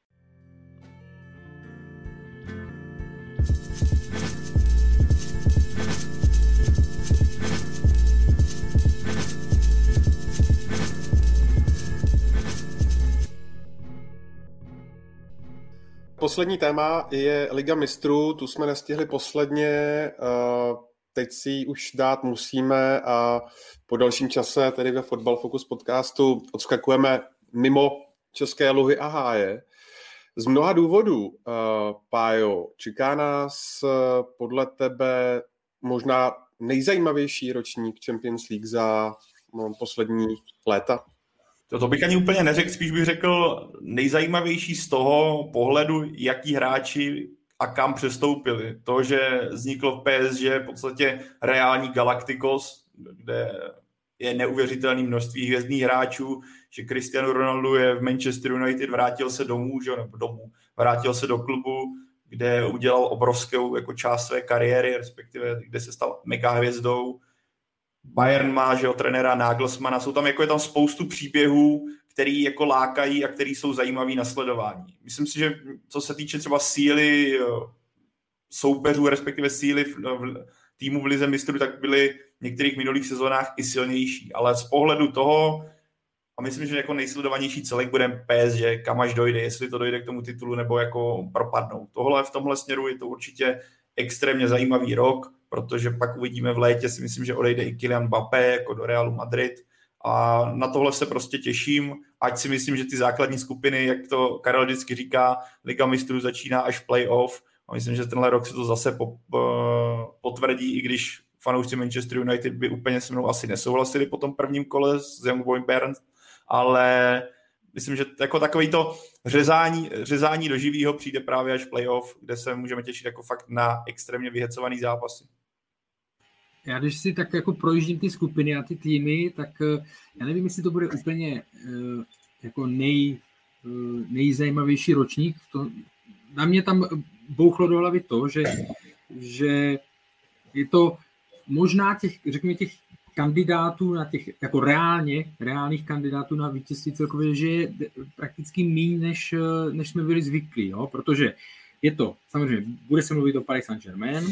Poslední téma je Liga mistrů, tu jsme nestihli posledně, teď si ji už dát musíme a po dalším čase tedy ve Fotbal Focus podcastu odskakujeme mimo České luhy a háje. Z mnoha důvodů, Pájo, čeká nás podle tebe možná nejzajímavější ročník Champions League za poslední léta? To, to bych ani úplně neřekl, spíš bych řekl nejzajímavější z toho pohledu, jaký hráči a kam přestoupili. To, že vzniklo v P S G v podstatě reální Galacticos, kde je neuvěřitelné množství hvězdných hráčů, že Cristiano Ronaldo je v Manchester United, vrátil se domů, že, nebo domů, vrátil se do klubu, kde udělal obrovskou jako část své kariéry, respektive kde se stal mega hvězdou. Bayern má, že jo, trenéra Nagelsmana, jsou tam, jako je tam spoustu příběhů, který jako lákají a který jsou zajímavý na sledování. Myslím si, že co se týče třeba síly soupeřů, respektive síly v, v týmu v Lize mistrů, tak byly v některých minulých sezónách i silnější. Ale z pohledu toho, a myslím, že jako nejsledovanější celek bude P S G, kam až dojde, jestli to dojde k tomu titulu, nebo jako propadnou. Tohle v tomhle směru je to určitě extrémně zajímavý rok, protože pak uvidíme v létě, si myslím, že odejde i Kylian Mbappé jako do Realu Madrid. A na tohle se prostě těším, ať si myslím, že ty základní skupiny, jak to Karel vždycky říká, Liga mistrů začíná až v playoff. A myslím, že tenhle rok se to zase po, potvrdí, i když fanoušci Manchester United by úplně se mnou asi nesouhlasili po tom prvním kole s Young Boys Bern, ale myslím, že jako takový to řezání, řezání do živýho přijde právě až v playoff, kde se můžeme těšit jako fakt na extrémně vyhecovaný zápasy. Já když si tak jako projíždím ty skupiny a ty týmy, tak já nevím, jestli to bude úplně jako nej, nejzajímavější ročník. To, na mě tam bouchlo do hlavy to, že, že je to možná těch, řekněme, těch kandidátů na těch, jako reálně, reálných kandidátů na vítězství celkově, že je prakticky méně, než, než jsme byli zvyklí, jo? Protože je to, samozřejmě, bude se mluvit o Paris Saint-Germain,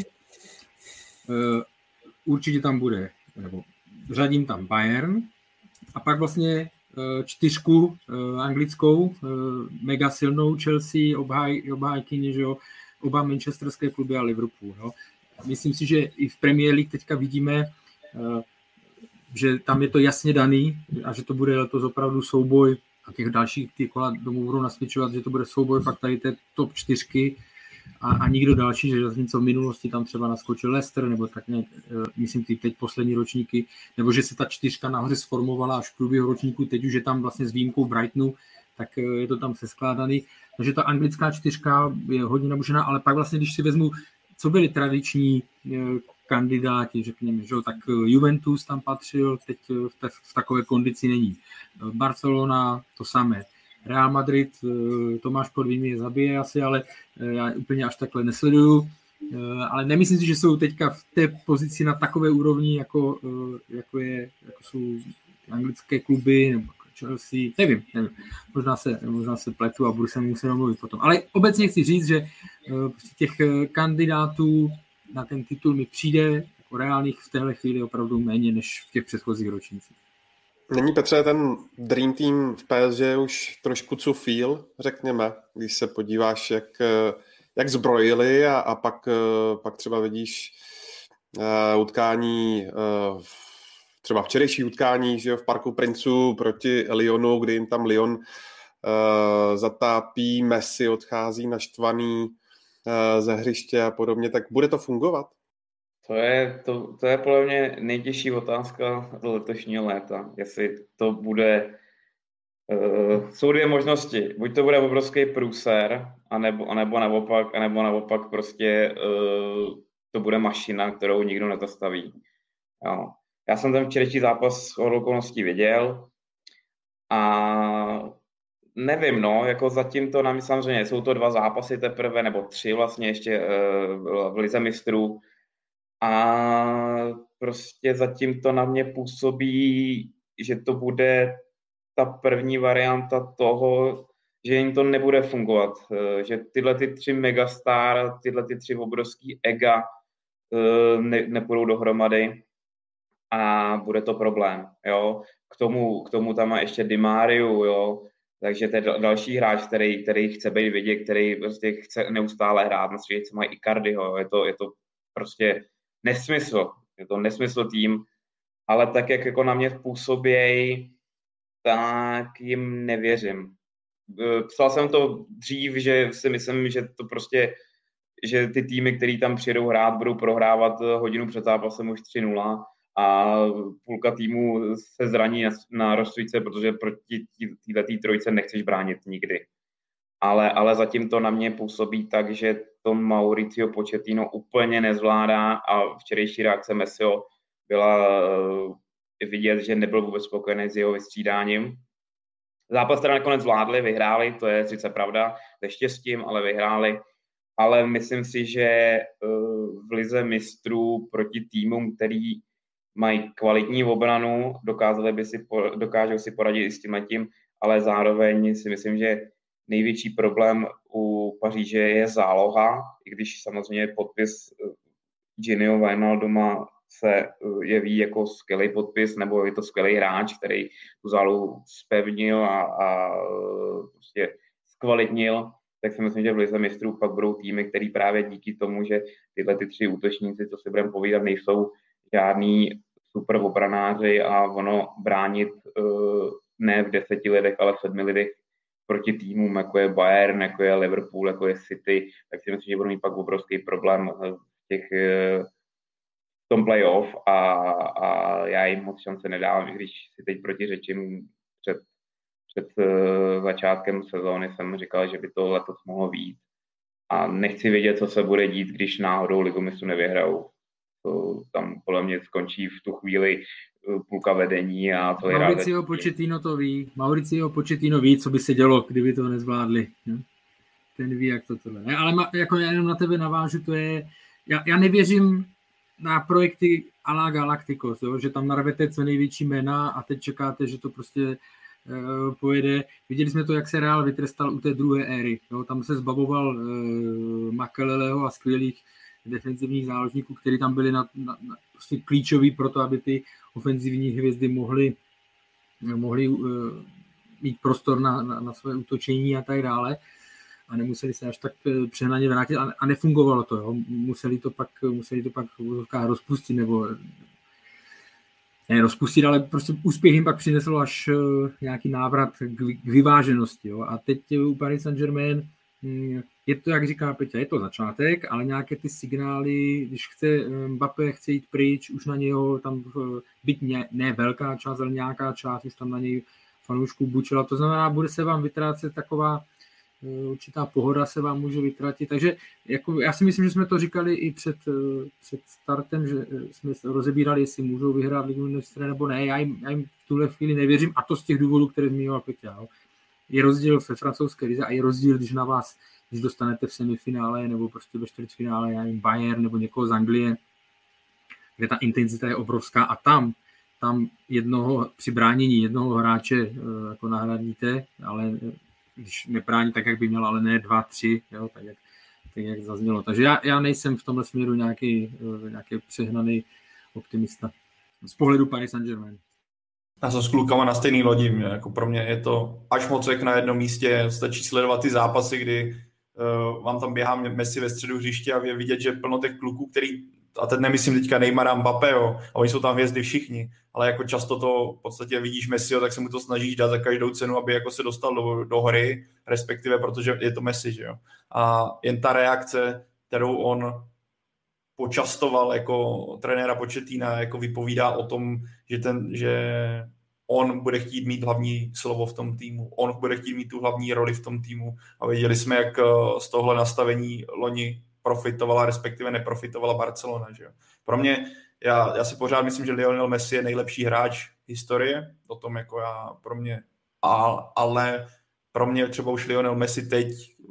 určitě tam bude, nebo řadím tam Bayern a pak vlastně čtyřku anglickou, mega silnou Chelsea, obhaj, obhájkyně, že jo, oba manchesterské kluby a Liverpool. Jo. Myslím si, že i v Premier League teďka vidíme, že tam je to jasně daný a že to bude letos opravdu souboj a těch dalších ty kola domů budou nasvědčovat, že to bude souboj fakt tady té top čtyřky a, a nikdo další, že zatímco v minulosti tam třeba naskočil Leicester, nebo tak nějak, myslím ty teď poslední ročníky, nebo že se ta čtyřka nahoře sformovala až v průběhu ročníku, teď už je tam vlastně s výjimkou Brightonu, tak je to tam seskládaný. Takže ta anglická čtyřka je hodně nabušená, ale pak vlastně, když si vezmu, co byli tradiční kandidáti, řekněme, že tak Juventus tam patřil, teď v, te, v takové kondici není. Barcelona to samé. Real Madrid, Tomáš Podvín mě zabije asi, ale já úplně až takhle nesleduju. Ale nemyslím si, že jsou teďka v té pozici na takové úrovni, jako, jako, je, jako jsou anglické kluby nebo Chelsea, nevím, nevím. Možná se, možná se pletu a budu se muset mluvit potom. Ale obecně chci říct, že těch kandidátů na ten titul mi přijde jako reálných v téhle chvíli opravdu méně než v těch předchozích ročnících. Není, Petře, ten Dream Team v P S G už trošku co feel, řekněme, když se podíváš, jak, jak zbrojili a, a pak, pak třeba vidíš uh, utkání, uh, třeba včerejší utkání, že jo, v Parku Princů proti Lyonu, kdy jim tam Lyon uh, zatápí, Messi odchází naštvaný uh, ze hřiště a podobně, tak bude to fungovat? To je, to, to je podle mě nejtěžší otázka do letošního léta. Jestli to bude... Uh, jsou dvě možnosti. Buď to bude obrovský průser, anebo, anebo, naopak, anebo naopak prostě uh, to bude mašina, kterou nikdo nezastaví. Jo. Já jsem ten včerejší zápas od okolností viděl a nevím, no, jako zatím to nám samozřejmě, jsou to dva zápasy teprve, nebo tři vlastně ještě uh, v Lize mistrů, a prostě zatím to na mě působí, že to bude ta první varianta toho, že jim to nebude fungovat. Že tyhle ty tři megastar, tyhle ty tři obrovský ega ne, nepůjdou dohromady a bude to problém. Jo? K tomu, k tomu tam má ještě Di Mariu, jo? Takže to je další hráč, který, který chce být vidět, který prostě chce neustále hrát. Na střídce mají Icardiho, jo? Je to, je to prostě nesmysl, je to nesmysl tým, ale tak, jak jako na mě působějí, tak jim nevěřím. Psal jsem to dřív, že si myslím, že to prostě, že ty týmy, které tam přijedou hrát, budou prohrávat hodinu před zápasem už tři nula a půlka týmu se zraní na, na rozcvičce, protože proti této trojce nechceš bránit nikdy. Ale, ale zatím to na mě působí tak, že to Mauricio Pochettino úplně nezvládá a včerejší reakce Messiho byla vidět, že nebyl vůbec spokojený s jeho vystřídáním. Zápas teda nakonec zvládli, vyhráli, to je sice pravda, se štěstím, ale vyhráli. Ale myslím si, že v lize mistrů proti týmům, který mají kvalitní obranu, dokázali by si, dokážou si poradit i s tímhletím, ale zároveň si myslím, že největší problém u Paříže je záloha, i když samozřejmě podpis Giniho Wijnalduma se jeví jako skvělý podpis, nebo je to skvělý hráč, který tu zálohu zpevnil a, a prostě zkvalitnil, tak si myslím, že v lize mistrů pak budou týmy, který právě díky tomu, že tyhle ty tři útočníci, co si budeme povídat, nejsou žádný super obranáři a ono bránit ne v deseti lidech, ale v sedmi lidech proti týmům, jako je Bayern, jako je Liverpool, jako je City, tak si myslím, že budou mít pak obrovský problém v těch v tom playoff a, a já jim moc šance nedávám, když si teď protiřečím před, před začátkem sezóny jsem říkal, že by to letos mohlo být a nechci vědět, co se bude dít, když náhodou Ligu mistrů nevyhrajou. To tam podle mě skončí v tu chvíli půlka vedení a celý rád. Mauricio Pochettino to ví. Mauricio Pochettino ví, co by se dělo, kdyby to nezvládli. Ten ví, jak to tohle. Ne? Ale ma, jako já jenom na tebe navážu, to je... Já, já nevěřím na projekty a la Galacticos, jo? Že tam narvete co největší jména a teď čekáte, že to prostě uh, pojede. Viděli jsme to, jak se Real vytrestal u té druhé éry. Jo? Tam se zbavoval uh, Makeleleho a skvělých defenzivních záložníků, kteří tam byli na, na, na, prostě klíčoví pro to, aby ty ofenzivní hvězdy mohly, mohly uh, mít prostor na, na, na své útočení a tak dále. A nemuseli se až tak přehnaně vrátit a, a nefungovalo to. Jo. Museli to pak, museli to pak rozpustit, nebo ne rozpustit, ale prostě úspěch jim pak přineslo až uh, nějaký návrat k, k vyváženosti. Jo. A teď u Paris Saint-Germain je to, jak říká Peťa, je to začátek, ale nějaké ty signály, když chce Mbappé chce jít pryč, už na něho tam byť ne, ne velká část, ale nějaká část, už tam na něj fanoušků bučila. To znamená, bude se vám vytrácet taková určitá pohoda se vám může vytratit. Takže jako, já si myslím, že jsme to říkali i před, před startem, že jsme rozebírali, jestli můžou vyhrát Ligu mistrů nebo ne. Já jim, já jim v tuhle chvíli nevěřím, a to z těch důvodů, které zmiňoval Peťa. Je rozdíl ve francouzské lize a je rozdíl, když na vás, když dostanete v semifinále nebo prostě ve čtvrtfinále, já jim Bayern nebo někoho z Anglie, kde ta intenzita je obrovská a tam, tam jednoho při bránění jednoho hráče jako nahradíte, ale když nebrání tak, jak by měl, ale ne dva, tři, jo, tak, jak, tak jak zaznělo. Takže já, já nejsem v tomhle směru nějaký, nějaký přehnaný optimista. Z pohledu Paris Saint-Germain. Já jsem s klukama na stejný lodi. Jako pro mě je to až moc jak na jednom místě. Stačí sledovat ty zápasy, kdy uh, vám tam běhá Messi ve středu hřiště a je vidět, že plno těch kluků, který, a teď nemyslím teďka Neymara, Mbappého, a oni jsou tam hvězdy všichni, ale jako často to v podstatě vidíš Messiho, tak se mu to snažíš dát za každou cenu, aby jako se dostal do, do hry, respektive protože je to Messi, že jo. A jen ta reakce, kterou on počastoval jako trenéra Pochettina, jako vypovídá o tom, že, ten, že on bude chtít mít hlavní slovo v tom týmu, on bude chtít mít tu hlavní roli v tom týmu a viděli jsme, jak z tohle nastavení loni profitovala, respektive neprofitovala Barcelona. Že jo. Pro mě, já, já si pořád myslím, že Lionel Messi je nejlepší hráč historie, o tom jako já, pro mě, a, ale pro mě třeba už Lionel Messi teď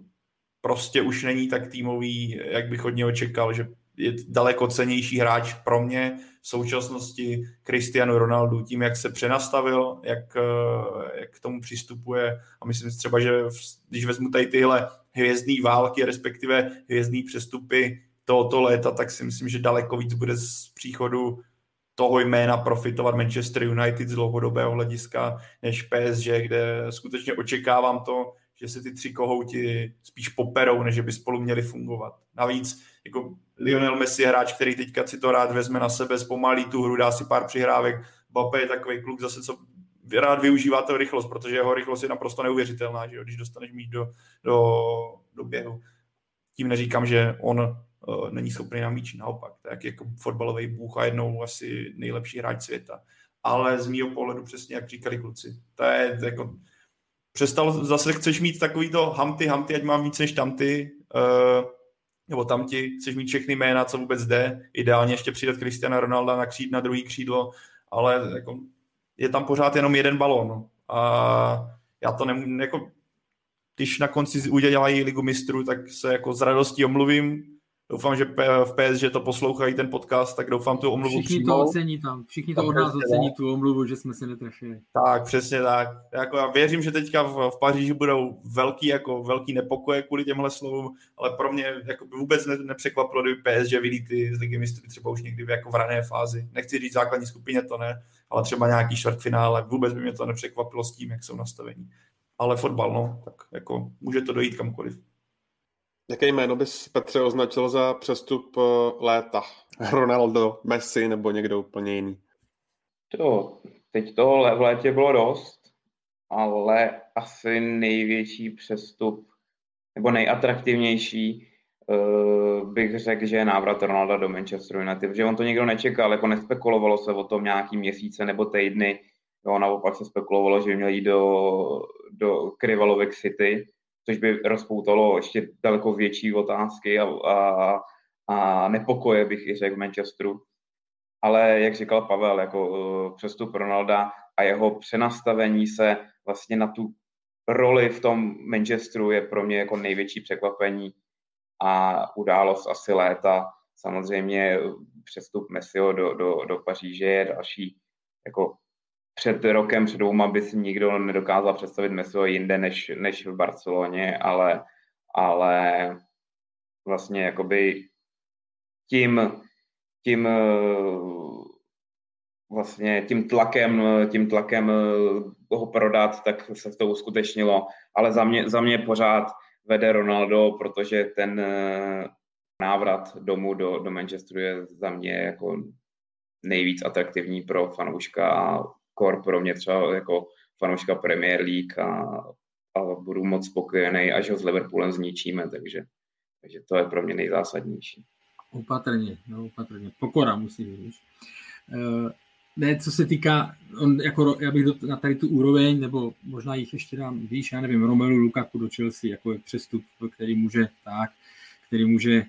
prostě už není tak týmový, jak bych od něho čekal, že je daleko cennější hráč pro mě v současnosti Cristiano Ronaldo tím, jak se přenastavil, jak, jak k tomu přistupuje a myslím si třeba, že když vezmu tady tyhle hvězdný války, respektive hvězdný přestupy tohoto léta, tak si myslím, že daleko víc bude z příchodu toho jména profitovat Manchester United z dlouhodobého hlediska než P S G, kde skutečně očekávám to, že se ty tři kohouti spíš poperou, než by spolu měli fungovat. Navíc jako Lionel Messi je hráč, který teďka si to rád vezme na sebe, zpomalí tu hru, dá si pár přihrávek. Mbappé je takový kluk zase, co rád využívá tu rychlost, protože jeho rychlost je naprosto neuvěřitelná, že jo, když dostaneš mít do, do, do běhu. Tím neříkám, že on uh, není schopný na míči, naopak. Tak jako fotbalový bůh a jednou asi nejlepší hráč světa. Ale z mýho pohledu přesně, jak říkali kluci. To je jako... Přestal, zase chceš mít takový to hamty, hamty, ať mám víc než tamty, uh, nebo tamti, chceš mít všechny jména, co vůbec jde, ideálně ještě přidat Cristiana Ronalda na, kříd, na druhý křídlo ale jako je tam pořád jenom jeden balón. A já to nemůžu, jako, když na konci udělají Ligu mistrů, tak se jako s radostí omluvím. Doufám, že v P S G to poslouchají ten podcast, tak doufám tu omluvu všichni přijmou. to ocení tam, všichni to od nás ocení tak. Tu omluvu, že jsme se netrefili. Tak, přesně tak. Jako já věřím, že teďka v, v Paříži budou velký, jako velký nepokoje kvůli těmhle slovům, ale pro mě jako by vůbec ne, nepřekvapilo, kdyby P S G vylítli z Ligy mistrů třeba už někdy jako v rané fázi. Nechci říct základní skupině, to ne, ale třeba nějaký čtvrtfinále. Vůbec by mě to nepřekvapilo s tím, jak jsou nastavení. Ale fotbal, no, tak jako může to dojít kamkoliv. Jaké jméno bys, Petře, označil za přestup léta? Ronaldo, Messi nebo někdo úplně jiný? To, teď toho v létě bylo dost, ale asi největší přestup, nebo nejatraktivnější, uh, bych řekl, že je návrat Ronalda do Manchesteru United, protože on to nikdo nečekal, jako nespekulovalo se o tom nějaký měsíce nebo týdny, jo, naopak se spekulovalo, že by měl jít do, do Krivalovek City, což by rozpoutalo ještě daleko větší otázky a, a, a nepokoje, bych i řekl, v Manchesteru. Ale jak říkal Pavel, jako uh, přestup Ronalda a jeho přenastavení se vlastně na tu roli v tom Manchesteru je pro mě jako největší překvapení a událost asi léta. Samozřejmě přestup Messiho do, do, do Paříže je další jako před rokem, před dvouma by si nikdo nedokázal představit Messiho jinde než, než v Barceloně, ale, ale vlastně jakoby tím, tím vlastně tím tlakem, tím tlakem ho prodat, tak se to uskutečnilo, ale za mě, za mě pořád vede Ronaldo, protože ten návrat domů do, do Manchesteru je za mě jako nejvíc atraktivní pro fanouška a kor pro mě třeba jako fanouška Premier League a, a budu moc spokojený, až ho s Liverpoolem zničíme, takže, takže to je pro mě nejzásadnější. Opatrně, no opatrně. Pokora musí být. Uh, ne, co se týká, on, jako, já bych do, na tady tu úroveň, nebo možná jich ještě dám výš, já nevím, Romelu Lukaku do Chelsea, jako je přestup, který může tak, který může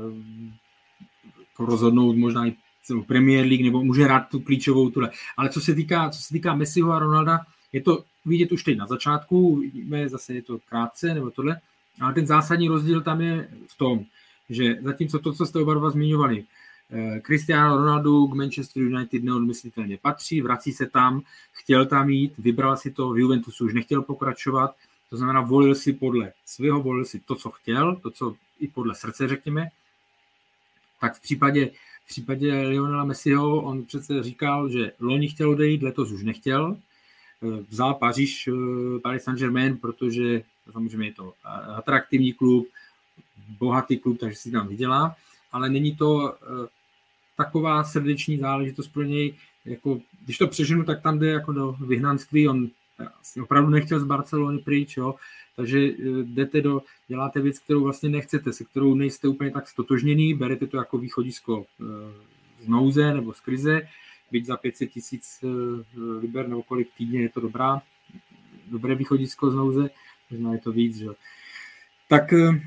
uh, rozhodnout možná i celou Premier League, nebo může hrát tu klíčovou tule. Ale co se týká, co se týká Messiho a Ronalda, je to vidět už teď na začátku, vidíme, zase je to krátce, nebo tohle, ale ten zásadní rozdíl tam je v tom, že zatímco to, co jste oba dva zmiňovali, Cristiano Ronaldo k Manchester United neodmyslitelně patří, vrací se tam, chtěl tam jít, vybral si to, v Juventusu už nechtěl pokračovat, to znamená, volil si podle svého, volil si to, co chtěl, to, co i podle srdce, řekněme. Tak v případě, v případě Lionela Messiho, on přece říkal, že loni chtěl odejít, letos už nechtěl, vzal Paříž, Paris Saint-Germain, protože samozřejmě je to atraktivní klub, bohatý klub, takže si tam vydělá, ale není to taková srdeční záležitost pro něj, jako, když to přeženu, tak tam jde jako do vyhnanství, on opravdu nechtěl z Barcelony pryč, jo? Takže jdete do, děláte věc, kterou vlastně nechcete, se kterou nejste úplně tak stotožněný, berete to jako východisko z nouze nebo z krize, byť za pět set tisíc liber nebo kolik týdně je to dobrá, dobré východisko z nouze, možná je to víc, že? Tak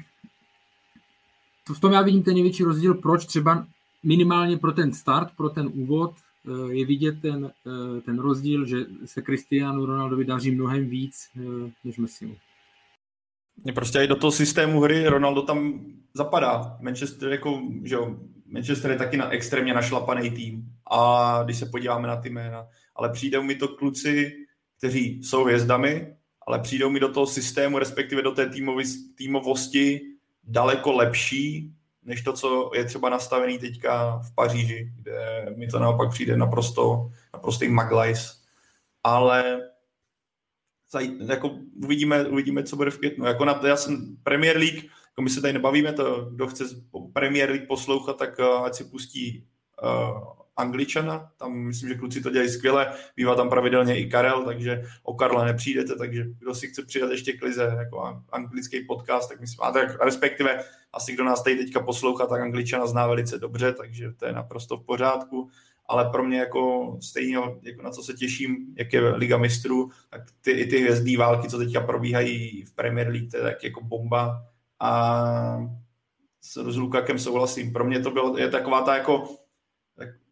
v tom já vidím ten největší rozdíl, proč třeba minimálně pro ten start, pro ten úvod je vidět ten, ten rozdíl, že se Cristiano Ronaldovi daří mnohem víc než Messimu. Prostě i do toho systému hry Ronaldo tam zapadá. Manchester, jako, že jo, Manchester je taky na extrémně našlapaný tým a když se podíváme na ty jména, ale přijdou mi to kluci, kteří jsou hvězdami, ale přijdou mi do toho systému, respektive do té týmovosti daleko lepší, než to, co je třeba nastavený teďka v Paříži, kde mi to naopak přijde naprosto, naprostý maglajs. Ale jako uvidíme, uvidíme, co bude v květnu. Jako na, já jsem Premier League, jako my se tady nebavíme, to, kdo chce Premier League poslouchat, tak ať si pustí uh, Angličana, tam myslím, že kluci to dělají skvěle, bývá tam pravidelně i Karel, takže o Karla nepřijdete, takže kdo si chce přidat ještě k lize, jako anglický podcast, tak myslím, a tak respektive asi kdo nás tady teďka poslouchá, tak Angličana zná velice dobře, takže to je naprosto v pořádku, ale pro mě jako stejně, jako na co se těším, jak je Liga mistrů, tak ty, i ty hvězdný války, co teďka probíhají v Premier League, to je tak jako bomba a s, s Lukakem souhlasím. Pro mě to bylo, je taková ta jako tak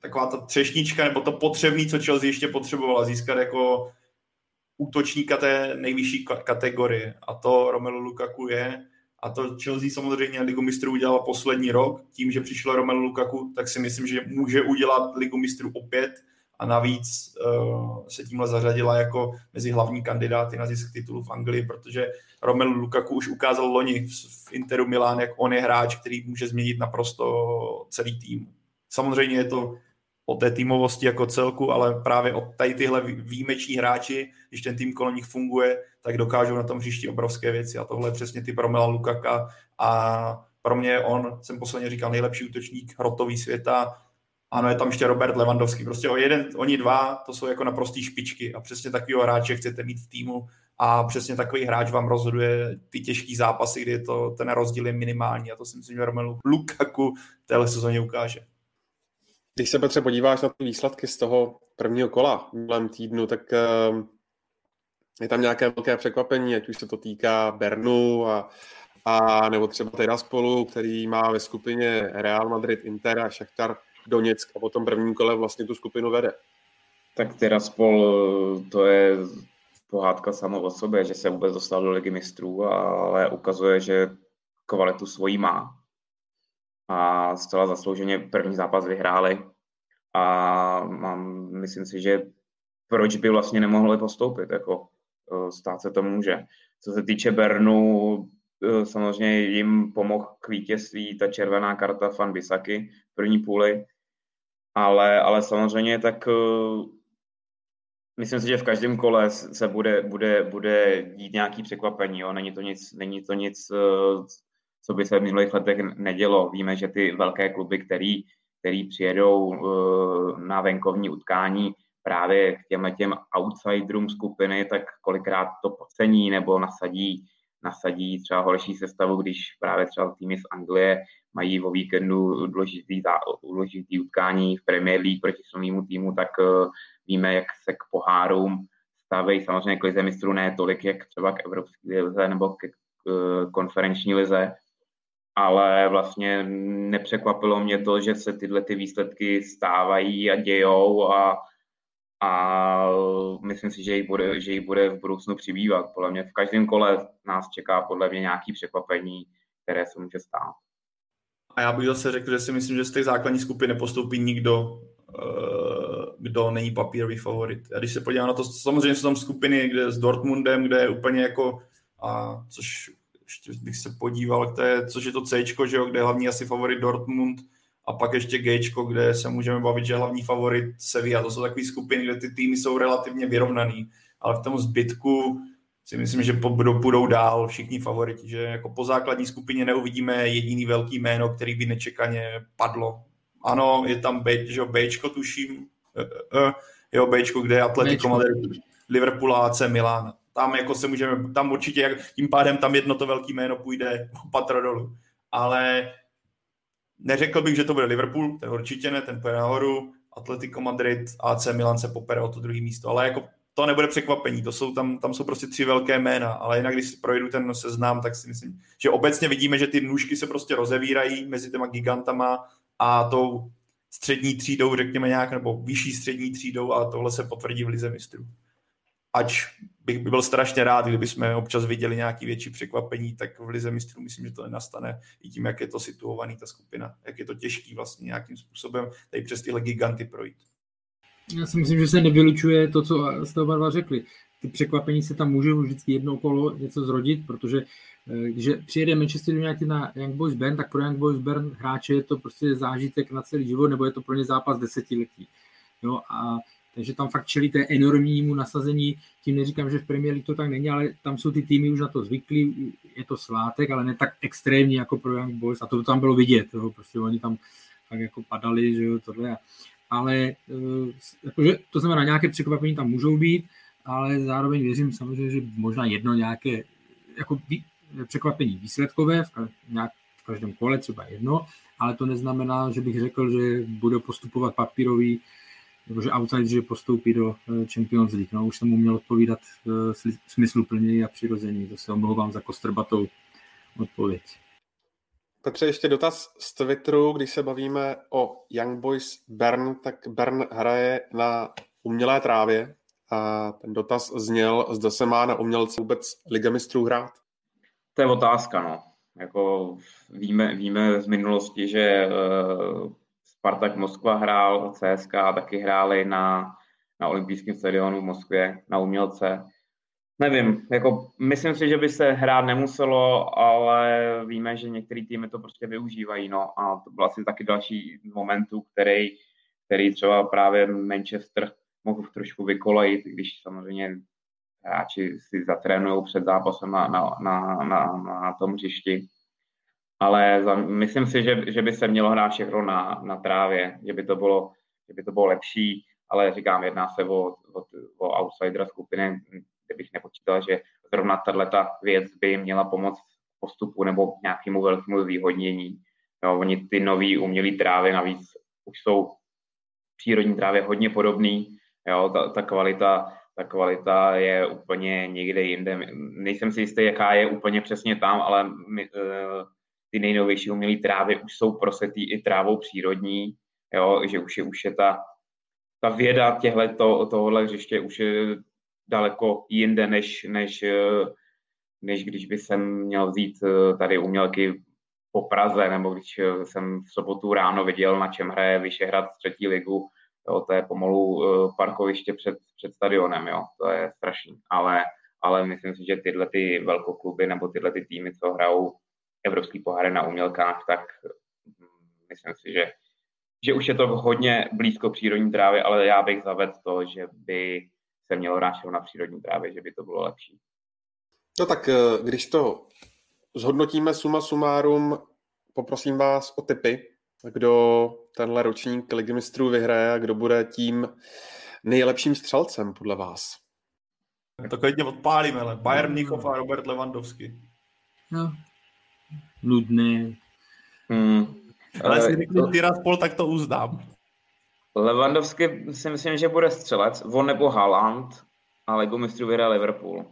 taková ta třešnička, nebo to potřebný, co Chelsea ještě potřebovala, získat jako útočníka té nejvyšší kategorie. A to Romelu Lukaku je. A to Chelsea samozřejmě Ligu mistrů udělala poslední rok. Tím, že přišel Romelu Lukaku, tak si myslím, že může udělat Ligu mistrů opět. A navíc uh, se tímhle zařadila jako mezi hlavní kandidáty na zisk titulu v Anglii, protože Romelu Lukaku už ukázal loni v Interu Milán, jak on je hráč, který může změnit naprosto celý tým. Samozřejmě je to o té týmovosti jako celku, ale právě o tady tyhle výjimeční hráči, když ten tým kolem nich funguje, tak dokážou na tom hřišti obrovské věci. A tohle je přesně typ Romela Lukaka. A pro mě on, jsem posledně říkal, nejlepší útočník hrotový světa. Ano, je tam ještě Robert Lewandowski. Prostě o jeden, oni dva, to jsou jako naprostý špičky. A přesně takového hráče chcete mít v týmu. A přesně takový hráč vám rozhoduje ty těžký zápasy, kdy je to, ten rozdíl je minimální. A to si myslím, že Romelu Lukaku v téhle sezóně ukáže. Když se, Petře, podíváš na ty výsledky z toho prvního kola v minulém týdnu, tak uh, je tam nějaké velké překvapení, ať už se to týká Bernu a, a nebo třeba Tiraspolu, který má ve skupině Real Madrid, Inter a Šachtar Doněck a po tom prvním kole vlastně tu skupinu vede. Tak Tiraspol, to je pohádka samo o sobě, že se vůbec dostal do Ligy mistrů, ale ukazuje, že kvalitu svojí má. A zcela zaslouženě první zápas vyhráli a mám, myslím si, že proč by vlastně nemohli postoupit, jako stát se to může. Co se týče Bernu, samozřejmě jim pomohl k vítězství ta červená karta Fan Bissaky v první půli, ale, ale samozřejmě tak myslím si, že v každém kole se bude, bude, bude dít nějaký překvapení, jo? Není to nic, není to nic co by se v minulých letech nedělo. Víme, že ty velké kluby, který, který přijedou uh, na venkovní utkání právě k těmhle těm outsiderům skupiny, tak kolikrát to podcení nebo nasadí, nasadí třeba horší sestavu, když právě třeba týmy z Anglie mají o víkendu důležitý, důležitý utkání v Premier League proti silnému týmu, tak uh, víme, jak se k pohárům staví. Samozřejmě k lize mistrů ne tolik, jak třeba k Evropské lize nebo k uh, konferenční lize, ale vlastně nepřekvapilo mě to, že se tyhle ty výsledky stávají a dějou a, a myslím si, že jich, bude, že jich bude v budoucnu přibývat. Podle mě v každém kole nás čeká podle mě nějaké překvapení, které se může stát. A já bych zase řekl, že si myslím, že z té základní skupiny nepostoupí nikdo, kdo není papírový favorit. A když se podívám na to, samozřejmě jsou tam skupiny, kde s Dortmundem, kde je úplně jako, a což ještě bych se podíval, je, což je to Cčko, že jo, kde je hlavní asi favorit Dortmund a pak ještě Gčko, kde se můžeme bavit, že je hlavní favorit Sevilla. To jsou takové skupiny, kde ty týmy jsou relativně vyrovnaný, ale v tom zbytku si myslím, že budou, budou dál všichni favoriti, že jako po základní skupině neuvidíme jediný velký jméno, který by nečekaně padlo. Ano, je tam B, že jo, Bčko tuším, jo, Bčko, kde je Atletico Madrid, Liverpool a A C Milan. Tam jako se můžeme, tam určitě, tím pádem tam jedno to velký jméno půjde o patro dolů. Ale neřekl bych, že to bude Liverpool, ten určitě ne, ten půjde nahoru, Atletico Madrid, A C Milan se popere o to druhé místo, ale jako to nebude překvapení, to jsou tam, tam jsou prostě tři velké jména, ale jinak, když si projdu ten seznam, tak si myslím, že obecně vidíme, že ty nůžky se prostě rozevírají mezi těma gigantama a tou střední třídou, řekněme nějak, nebo vyšší střední třídou a tohle se potvrdí v lize mistrů. Ač bych byl strašně rád, kdyby jsme občas viděli nějaké větší překvapení, tak v lize mistrů myslím, že to nenastane i tím, jak je to situovaný ta skupina, jak je to těžký vlastně nějakým způsobem tady přes tyhle giganty projít. Já si myslím, že se nevylučuje to, co jste oba dva řekli. Ty překvapení se tam můžou vždycky jedno kolo něco zrodit, protože když přijede Manchester United na Young Boys Bern, tak pro Young Boys Bern hráče je to prostě zážitek na celý život, nebo je to pro ně zápas desetiletí. Jo, a takže tam fakt čelí té enormnímu nasazení. Tím neříkám, že v Premier League to tak není, ale tam jsou ty týmy už na to zvyklí, je to svátek, ale ne tak extrémní jako pro Young Boys. A to tam bylo vidět, jo, prostě oni tam tak jako padali, že jo, tohle. Ale jakože, to znamená, nějaké překvapení tam můžou být, ale zároveň věřím samozřejmě, že možná jedno nějaké jako vý, překvapení výsledkové, v, nějak, v každém kole třeba jedno, ale to neznamená, že bych řekl, že bude postupovat papírový, nebo že outsider, že postoupí do Champions League. No, už jsem mu měl odpovídat smysluplněji a přirozeně. To se omlouvám za kostrbatou odpověď. Petře, ještě dotaz z Twitteru, když se bavíme o Young Boys Bern, tak Bern hraje na umělé trávě a ten dotaz zněl, zda se má na umělce vůbec Liga mistrů hrát. To je otázka, no. Jako víme, víme z minulosti, že uh, Spartak Moskva hrál, C S K taky hráli na, na olympijském stadionu v Moskvě na umělce. Nevím, jako myslím si, že by se hrát nemuselo, ale víme, že některé týmy to prostě využívají, no a to byl asi taky další momentů, který, který třeba právě Manchester mohl trošku vykolejit, když samozřejmě hráči si zatrénujou před zápasem na, na, na, na, na tom hřišti. Ale za, myslím si, že, že by se mělo hrát všechno na, na trávě, že by to bylo, že by to bylo lepší, ale říkám, jedná se o, o, o outsidera skupiny, kde bych nepočítal, že zrovna tato věc by měla pomoct postupu nebo nějakému velkému zvýhodnění. Jo, oni ty nový umělý trávy navíc už jsou přírodní trávě hodně podobný, jo, ta, ta kvalita ta kvalita je úplně někde jinde. Nejsem si jistý, jaká je úplně přesně tam, ale my, ty nejnovější umělé trávy už jsou prosetý i trávou přírodní, jo, že už je, už je ta, ta věda těchto, tohohle hřiště už je daleko jinde, než, než, než když by jsem měl vzít tady umělky po Praze, nebo když jsem v sobotu ráno viděl, na čem hraje Vyšehrad třetí ligu, jo, to je pomalu parkoviště před, před stadionem, jo, to je strašný, ale, ale myslím si, že tyhle ty velkokluby nebo tyhle ty týmy, co hrajou evropský poháry na umělkách, tak myslím si, že, že už je to hodně blízko přírodní trávě, ale já bych zavedl to, že by se mělo hrát na přírodní trávě, že by to bylo lepší. No tak když to zhodnotíme suma sumárum, poprosím vás o tipy, kdo tenhle ročník Ligy mistrů vyhraje a kdo bude tím nejlepším střelcem podle vás. To klidně odpálíme, ale Bayern Mnichov a Robert Lewandowski. No, nudné. Hmm. Ale jestli řekli Tiraspol, tak to uznám. Lewandowski si myslím, že bude střelec, on nebo Haaland, a Ligu mistrů vyhraje Liverpool.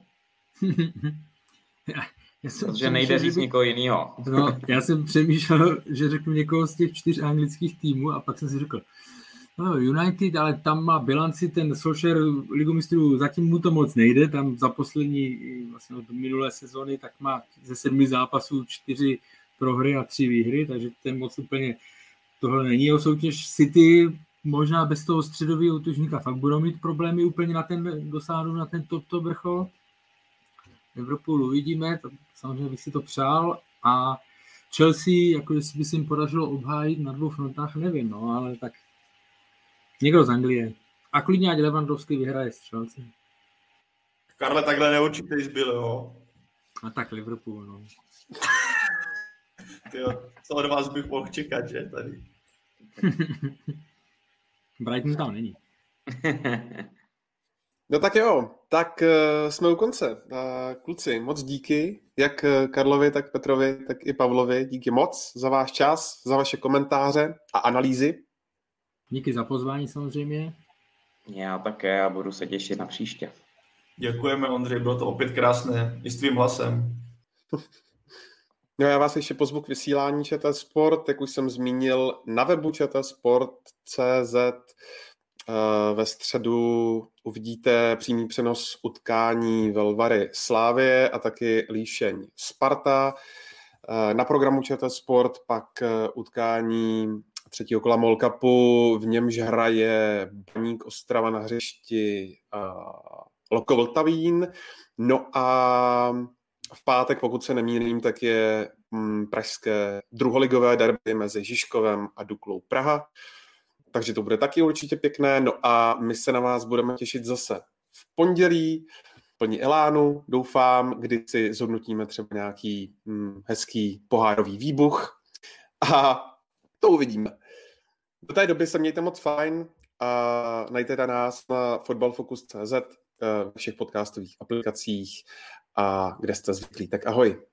Protože nejde říct by... nikoho jinýho. No, já jsem přemýšlel, že řeknu někoho z těch čtyř anglických týmů a pak jsem si řekl, no, United, ale tam má bilanci, ten Solskjaer Ligu mistrů, zatím mu to moc nejde, tam za poslední, vlastně od minulé sezony, tak má ze sedmi zápasů čtyři prohry a tři výhry, takže ten moc úplně tohle není jeho soutěž. City možná bez toho středového útočníka fakt budou mít problémy úplně na ten, dosáhnout na ten top, top vrchol. Liverpool uvidíme, to, samozřejmě bych si to přál a Chelsea, jako jestli by se jim podařilo obhájit na dvou frontách, nevím, no, ale tak někdo z Anglie. A klidně ať Lewandowski vyhraje střelci. Karle, takhle neočítej zbyl, jo. A tak Liverpool, no. Tyjo, co od vás bych mohl čekat, že, tady. Brighton tam není. No tak jo, tak uh, jsme u konce. Uh, kluci, moc díky, jak Karlovi, tak Petrovi, tak i Pavlovi. Díky moc za váš čas, za vaše komentáře a analýzy. Díky za pozvání samozřejmě. Já také a budu se těšit na příště. Děkujeme, Ondřej, bylo to opět krásné, i s tvým hlasem. No já vás ještě pozvu k vysílání ČT Sport, jak už jsem zmínil, na webu čtsport tečka cé zet ve středu uvidíte přímý přenos utkání Velvary Slávie a taky Líšeň Sparta. Na programu ČT Sport pak utkání třetího kola MOL Cupu, v němž hraje Baník Ostrava na hřišti Loko Vltavín. No a v pátek, pokud se nemýlím, tak je pražské druholigové derby mezi Žižkovem a Duklou Praha. Takže to bude taky určitě pěkné. No a my se na vás budeme těšit zase v pondělí, plní elánu, doufám, kdy si zhodnotíme třeba nějaký hm, hezký pohárový výbuch. A to uvidíme. Do té doby se mějte moc fajn a najděte nás na fotbalfocus tečka cé zet ve všech podcastových aplikacích a kde jste zvyklí. Tak ahoj.